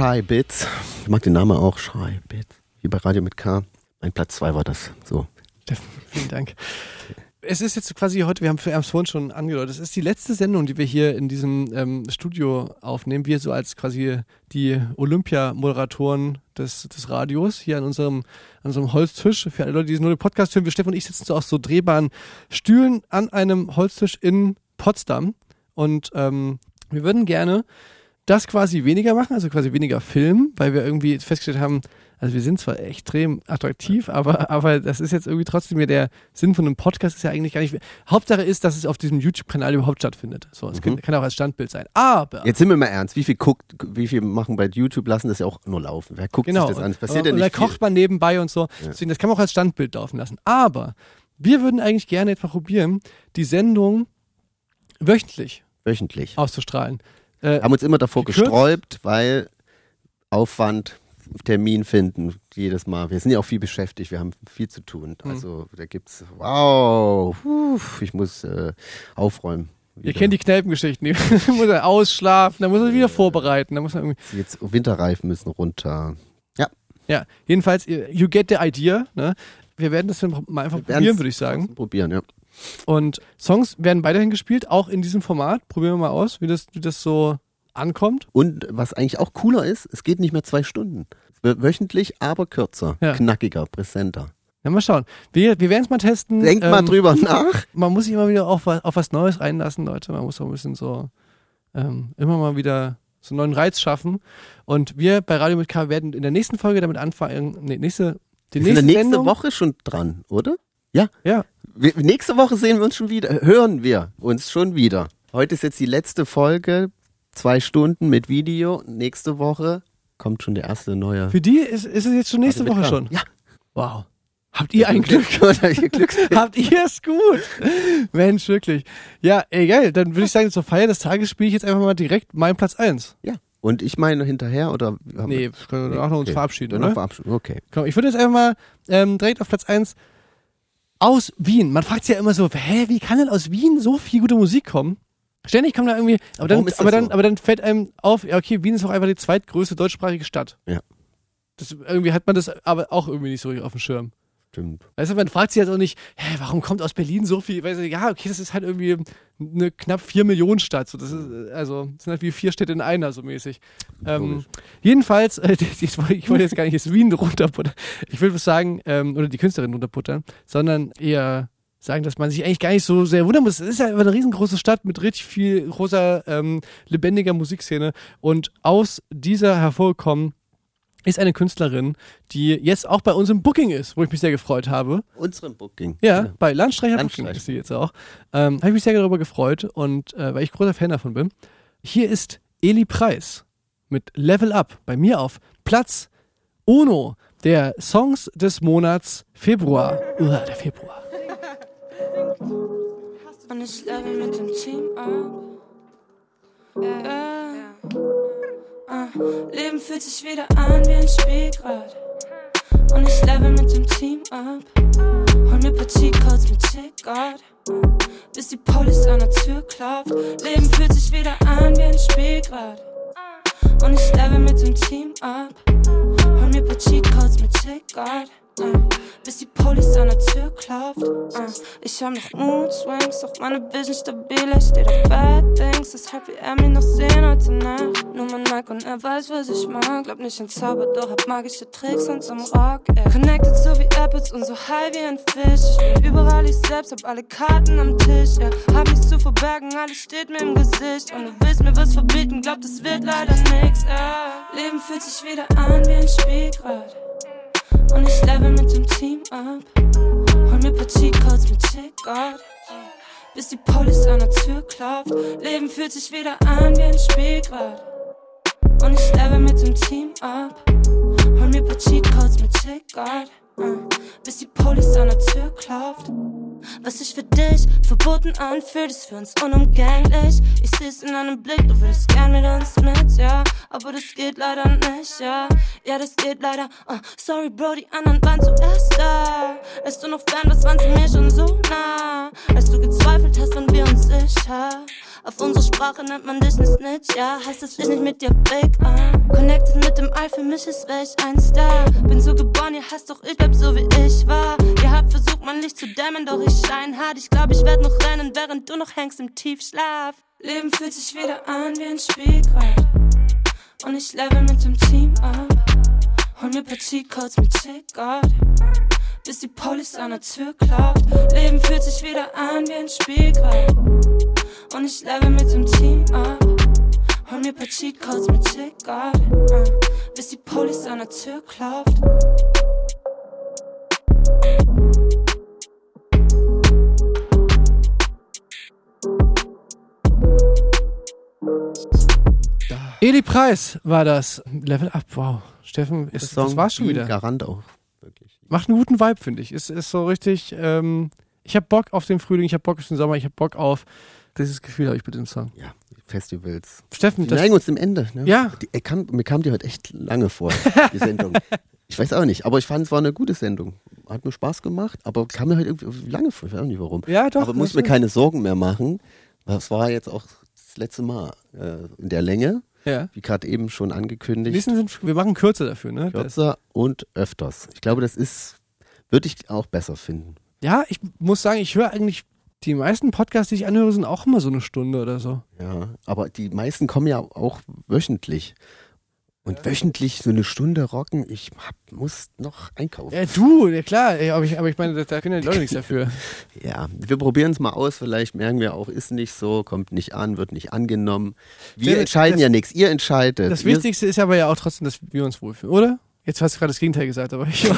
Shy Bits. Ich mag den Namen auch, Shy Bits. Wie bei Radio mit K. Mein Platz zwei war das. So.
Steffen, vielen Dank. Es ist jetzt quasi heute, wir haben es vorhin schon angedeutet, es ist die letzte Sendung, die wir hier in diesem ähm, Studio aufnehmen. Wir so als quasi die Olympia-Moderatoren des, des Radios hier an unserem, an unserem Holztisch. Für alle Leute, die nur den Podcast hören, wir Steffen und ich sitzen so auf so drehbaren Stühlen an einem Holztisch in Potsdam. Und ähm, wir würden gerne das quasi weniger machen, also quasi weniger filmen, weil wir irgendwie festgestellt haben, also wir sind zwar extrem attraktiv, aber, aber das ist jetzt irgendwie trotzdem ja der Sinn von einem Podcast ist ja eigentlich gar nicht. Hauptsache ist, dass es auf diesem YouTube-Kanal überhaupt stattfindet. So, es mhm. kann, kann auch als Standbild sein. Aber
jetzt sind wir mal ernst. Wie viel guckt, wie viel machen bei YouTube, lassen das ja auch nur laufen. Wer guckt
genau.
sich das an? Das passiert ja
nicht. Oder
viel.
kocht man nebenbei und so. Ja. Deswegen, das kann man auch als Standbild laufen lassen. Aber wir würden eigentlich gerne jetzt mal probieren, die Sendung wöchentlich,
wöchentlich
auszustrahlen. Äh,
haben uns immer davor
gekürzt.
gesträubt, weil Aufwand, Termin finden, jedes Mal. Wir sind ja auch viel beschäftigt, wir haben viel zu tun. Also da gibt's, wow, huf, ich muss äh, aufräumen. Wieder.
Ihr kennt die Kneipengeschichten, da muss er ausschlafen, da muss er wieder vorbereiten. Da muss er irgendwie
Jetzt Winterreifen müssen runter. Ja.
Ja, jedenfalls, you get the idea. Ne? Wir werden das dann mal einfach
Wir
probieren, würde ich sagen.
Probieren, ja.
Und Songs werden weiterhin gespielt, auch in diesem Format. Probieren wir mal aus, wie das, wie das so ankommt.
Und was eigentlich auch cooler ist, es geht nicht mehr zwei Stunden. Es wird wöchentlich, aber kürzer,
ja.
knackiger, präsenter.
Ja, mal schauen. Wir, wir werden es mal testen.
Denkt ähm, mal drüber nach.
Man muss sich immer wieder auf was, auf was Neues reinlassen, Leute. Man muss auch ein bisschen so ähm, immer mal wieder so einen neuen Reiz schaffen. Und wir bei Radio mit K werden in der nächsten Folge damit anfangen. Nee, nächste, die
wir
nächste
sind nächste
Sendung,
Woche schon dran, oder? Ja.
Ja.
Wir, nächste Woche sehen wir uns schon wieder, hören wir uns schon wieder. Heute ist jetzt die letzte Folge, zwei Stunden mit Video. Nächste Woche kommt schon der erste neue.
Für die ist, ist es jetzt schon nächste
Also
Woche
mit
schon?
Ja.
Wow. Habt ihr ein Glück? Habt ihr es gut? Mensch, wirklich. Ja, ey, geil. Dann würde ich sagen, zur Feier des Tages spiele ich jetzt einfach mal direkt meinen Platz eins.
Ja. Und ich meine hinterher oder? Haben
nee,
wir
können wir danach noch uns
okay.
verabschieden,
Danach
oder?
verabschieden, okay.
Komm, ich würde jetzt einfach mal ähm, direkt auf Platz eins aus Wien. Man fragt sich ja immer so, hä, wie kann denn aus Wien so viel gute Musik kommen? Ständig kommt da irgendwie, aber dann, aber dann,
so?
aber dann fällt einem auf, ja okay, Wien ist auch einfach die zweitgrößte deutschsprachige Stadt.
Ja.
Das, irgendwie hat man das aber auch irgendwie nicht so richtig auf dem Schirm.
Stimmt.
Weißt du, man fragt sich jetzt auch nicht, hä, warum kommt aus Berlin so viel? Weißt du, ja, okay, das ist halt irgendwie eine knapp vier Millionen Stadt. So, das ist, also, das sind halt wie vier Städte in einer, so mäßig. Ähm, jedenfalls, äh, ich wollte jetzt gar nicht jetzt Wien runterputtern. Ich will was sagen, ähm, oder die Künstlerin runterputtern, sondern eher sagen, dass man sich eigentlich gar nicht so sehr wundern muss. Es ist ja einfach eine riesengroße Stadt mit richtig viel großer, ähm, lebendiger Musikszene. Und aus dieser hervorgekommen ist eine Künstlerin, die jetzt auch bei uns im Booking ist, wo ich mich sehr gefreut habe.
Unserem Booking.
Ja, ja. Bei Landstreicher
Landstreicher.
Booking ist sie jetzt auch. Ähm, habe ich mich sehr darüber gefreut und äh, weil ich großer Fan davon bin. Hier ist Eli Preis mit Level Up bei mir auf Platz Uno der Songs des Monats Februar. Uah, der Februar.
Und ich level mit dem Team ab. Yeah. Uh, Leben fühlt sich wieder an wie ein Spielgrad. Und ich level mit dem Team ab. Hol mir paar Cheatcodes mit Checkguard. Uh, bis die Police an der Tür klopft. Leben fühlt sich wieder an wie ein Spielgrad. Und ich level mit dem Team ab. Hol mir paar Cheatcodes mit Checkguard. Uh, bis die Police an der Tür klopft. uh, Ich hab noch Mood Swings, doch meine Vision stabil. Ich steh auf Bad Things, deshalb will er mich noch sehen heute Nacht. Nur mein Mic und er weiß, was ich mag. Glaub nicht an Zauber, doch hab magische Tricks und zum Rock. Er connected so wie Apples und so high wie ein Fisch. Ich bin überall ich selbst, hab alle Karten am Tisch. Er hab nichts zu verbergen, alles steht mir im Gesicht. Und du willst mir was verbieten, glaub das wird leider nix. äh. Leben fühlt sich wieder an wie ein Spielgrad. Und ich level mit dem Team ab. Hol mir paar Cheatcodes mit Checkguard. Bis die Police an der Tür klopft. Leben fühlt sich wieder an wie ein Spielgrad. Und ich level mit dem Team ab. Hol mir paar Cheatcodes mit Checkguard. Bis die Police an der Tür klopft. Was sich für dich verboten anfühlt, ist für uns unumgänglich. Ich seh's in deinem Blick, du würdest gern mit uns mit, ja. Aber das geht leider nicht, ja. Ja, das geht leider, uh, sorry Bro, die anderen waren zuerst da. Lässt du noch fern, was waren sie mir schon so nah? Als du gezweifelt hast, waren wir uns sicher. Auf
unsere Sprache nennt man dich ne Snitch. Ja, heißt das ich nicht mit dir fake an. Connected mit dem All, für mich ist welch ein Star. Bin so geboren, ihr hasst doch, ich bleib so wie ich war. Ihr habt versucht, mein Licht zu dämmen, doch ich schein hart. Ich glaub, ich werd noch rennen, während du noch hängst im Tiefschlaf. Leben fühlt sich wieder an wie ein Spielgrad. Und ich level mit dem Team ab. Hol mir paar Cheatcodes mit Checkguard, bis die Police an der Tür klopft. Leben fühlt sich wieder an wie ein Spielgrad. Und ich level mit dem Team ab. Hol mir paar Cheatcodes mit Checkguard, bis die Police an der Tür klopft.
Eli Preis war das. Level Up, wow. Steffen, ist, das war's schon wieder.
Garant auch, wirklich.
Macht einen guten Vibe, finde ich. Ist, ist so richtig, ähm, ich habe Bock auf den Frühling, ich habe Bock auf den Sommer, ich habe Bock auf dieses Gefühl, habe ich mit dem Song.
Ja, Festivals.
Steffen,
wir
das...
neigen uns dem Ende. Ne?
Ja.
Die, er kam, mir kam die heute echt lange vor, die Sendung. Ich weiß auch nicht, aber ich fand, es war eine gute Sendung. Hat mir Spaß gemacht, aber kam mir halt irgendwie lange vor, ich weiß auch nicht warum.
Ja, doch.
Aber muss mir keine Sorgen mehr machen. Das war jetzt auch das letzte Mal äh, in der Länge.
Ja.
Wie gerade eben schon angekündigt.
Nächsten sind, wir machen kürzer dafür, ne?
Kürzer und öfters. Ich glaube, das ist, würde ich auch besser finden.
Ja, ich muss sagen, ich höre eigentlich, die meisten Podcasts, die ich anhöre, sind auch immer so eine Stunde oder so.
Ja, aber die meisten kommen ja auch wöchentlich. Und ja. wöchentlich so eine Stunde rocken, ich hab, muss noch einkaufen.
Ja, du, ja klar, aber ich, aber ich meine, da können ja die Leute nichts dafür.
Ja, wir probieren es mal aus, vielleicht merken wir auch, ist nicht so, kommt nicht an, wird nicht angenommen. Wir ja, entscheiden das, ja nichts, ihr entscheidet.
Das Wichtigste ist aber ja auch trotzdem, dass wir uns wohlfühlen, oder? Jetzt hast du gerade das Gegenteil gesagt, aber ich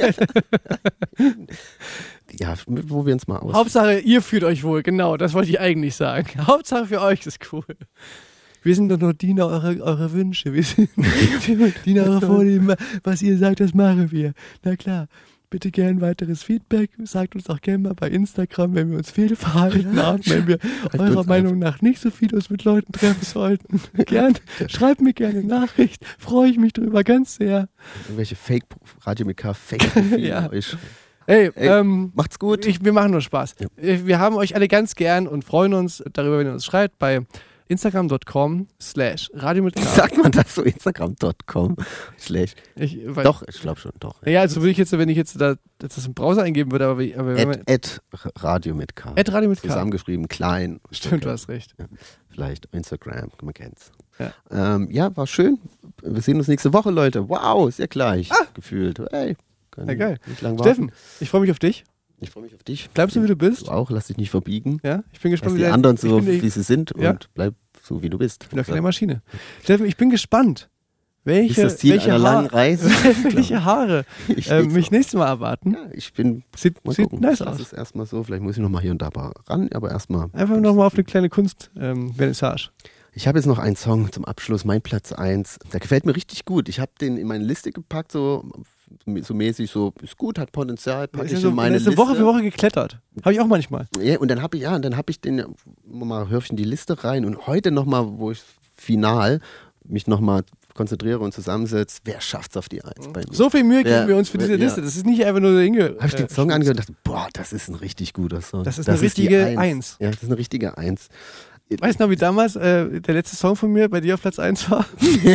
ja, wir probieren es mal aus.
Hauptsache, ihr fühlt euch wohl, genau, das wollte ich eigentlich sagen. Hauptsache für euch ist cool. Wir sind doch nur Diener eurer, eurer Wünsche. Wir sind Diener eurer Vorlieben. Was ihr sagt, das machen wir. Na klar, bitte gern weiteres Feedback. Sagt uns auch gerne mal bei Instagram, wenn wir uns fehlverhalten haben, wenn wir eurer Meinung nach nicht so viel uns mit Leuten treffen sollten. Gern, schreibt mir gerne eine Nachricht. Freue ich mich drüber ganz sehr.
Irgendwelche Fake, Radio mit K, Fake-Profile.
Ja. Ey, Ey ähm,
macht's gut.
Ich, wir machen nur Spaß. Ja. Wir haben euch alle ganz gern und freuen uns darüber, wenn ihr uns schreibt bei Instagram Punkt com slash Radio mit K.
Sagt man das so? Instagram Punkt com slash.
Ich,
doch, ich glaube schon, doch.
Ja, also würde ich jetzt, wenn ich jetzt da, das im Browser eingeben würde, aber, aber
wenn Ad, Ad Radio mit K.
Ad Radio mit K.
Zusammengeschrieben, klein.
Stimmt,
okay.
Du hast recht.
Ja, vielleicht Instagram, man kennt's.
Ja.
Ähm, ja, war schön. Wir sehen uns nächste Woche, Leute. Wow, ist ja gleich ah. gefühlt. Hey, kann
ja, geil.
Nicht lang warten.
Steffen, ich freue mich auf dich.
Ich freue mich auf dich.
Bleibst du, wie du bist?
Du auch, lass dich nicht verbiegen.
Ja, ich bin gespannt,
lass
wie
die
der,
anderen so,
die,
wie sie sind
ja?
und bleib so, wie du bist.
Ich bin doch keine Maschine. Steffen, ich bin gespannt, welche,
ist das Ziel
welche,
einer
Haar
langen Reise?
welche Haare äh, mich nächstes Mal erwarten.
Ja, ich bin,
sieht, sieht nice aus.
Das ist erstmal so, vielleicht muss ich nochmal hier und da ran, aber erstmal.
Einfach nochmal auf eine kleine Kunst-Vernissage. Ähm,
ich habe jetzt noch einen Song zum Abschluss, mein Platz eins. Der gefällt mir richtig gut. Ich habe den in meine Liste gepackt, so so mäßig, so ist gut, hat Potenzial, packe ich
so,
in meine
ist
Liste.
Woche für Woche geklettert. Habe ich auch manchmal.
Ja, und dann habe ich, ja, und dann habe ich den, mal höre ich in die Liste rein und heute nochmal, wo ich final mich nochmal konzentriere und zusammensetze, wer schafft's auf die Eins bei mir?
So viel Mühe geben
ja,
wir uns für diese
ja.
Liste. Das ist nicht einfach nur so hinge...
Habe ich den Song äh, angehört und dachte, boah, das ist ein richtig guter Song.
Das ist
das
eine
ist
richtige
Eins.
Eins.
Ja, das ist eine richtige Eins.
Weißt du noch, wie damals äh, der letzte Song von mir bei dir auf Platz eins war?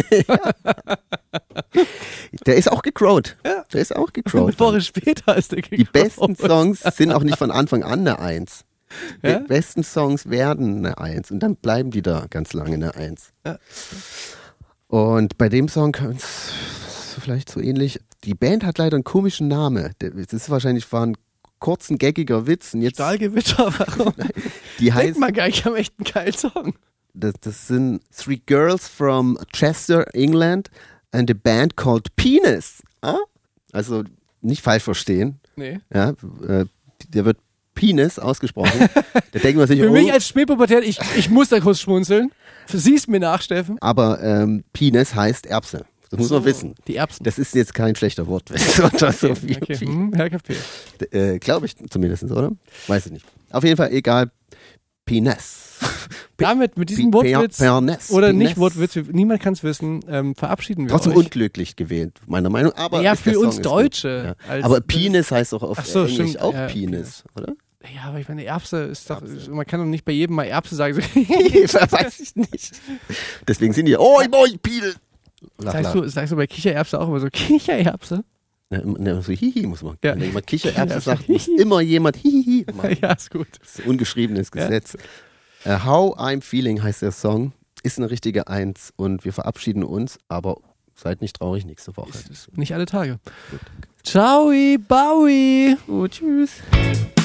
Der ist auch gecrowd.
Ja.
Der ist auch gecrowd.
Eine Woche später ist der gecrowd.
Die besten Songs sind auch nicht von Anfang an eine Eins. Die
ja?
besten Songs werden eine Eins und dann bleiben die da ganz lange eine Eins.
Ja.
Und bei dem Song ist vielleicht so ähnlich. Die Band hat leider einen komischen Namen. Das ist wahrscheinlich war ein kurzen, gaggiger Witz. Und jetzt
Stahlgewitter, warum?
Die heißt,
Denkt man gar nicht, ich habe echt einen geilen Song.
Das, das sind Three Girls from Chester, England and a band called Penis. Ah? Also nicht falsch verstehen.
Nee.
Ja, äh, der wird Penis ausgesprochen. Da denkt man sich,
Für
oh,
mich als Spätpubertät, ich, ich muss da kurz schmunzeln. Siehst mir nach, Steffen.
Aber ähm, Penis heißt Erbse. Das muss
so,
man wissen.
Die Erbsen.
Das ist jetzt kein schlechter Wortwitz. Oder so
okay, okay. Hm, Herr Kaffee.
Äh, Glaube ich zumindest, oder? Weiß ich nicht. Auf jeden Fall egal. Penis.
Damit, mit diesem
P-
Wortwitz
Pernes.
oder
Penis.
nicht Wortwitz, niemand kann es wissen, ähm, verabschieden wir
Trotzdem
euch.
unglücklich gewählt, meiner Meinung nach. Aber
ja,
ist
für
der
uns
Song
Deutsche.
ja. Aber Penis heißt doch auf
Ach so,
Englisch
stimmt.
auch
Ja,
Penis, oder?
Ja, aber ich meine, Erbse ist doch,
Erbse.
man kann doch nicht bei jedem mal Erbse sagen. So,
Weiß ich nicht. Deswegen sind die, oh, ich brauche Pidel. Lach,
sagst,
lach.
du, sagst du bei Kichererbse auch immer so, Kichererbse?
Ne, ne, so hihi muss man.
Ja.
Wenn jemand Kichererbse
Kichererbse.
sagt, muss immer jemand hihi machen.
Ja, ist gut.
Das ist ein ungeschriebenes Gesetz. Uh, How I'm Feeling heißt der Song. Ist eine richtige Eins und wir verabschieden uns, aber seid nicht traurig nächste Woche.
Nicht alle Tage. Ciao, Bowie.
Oh, tschüss.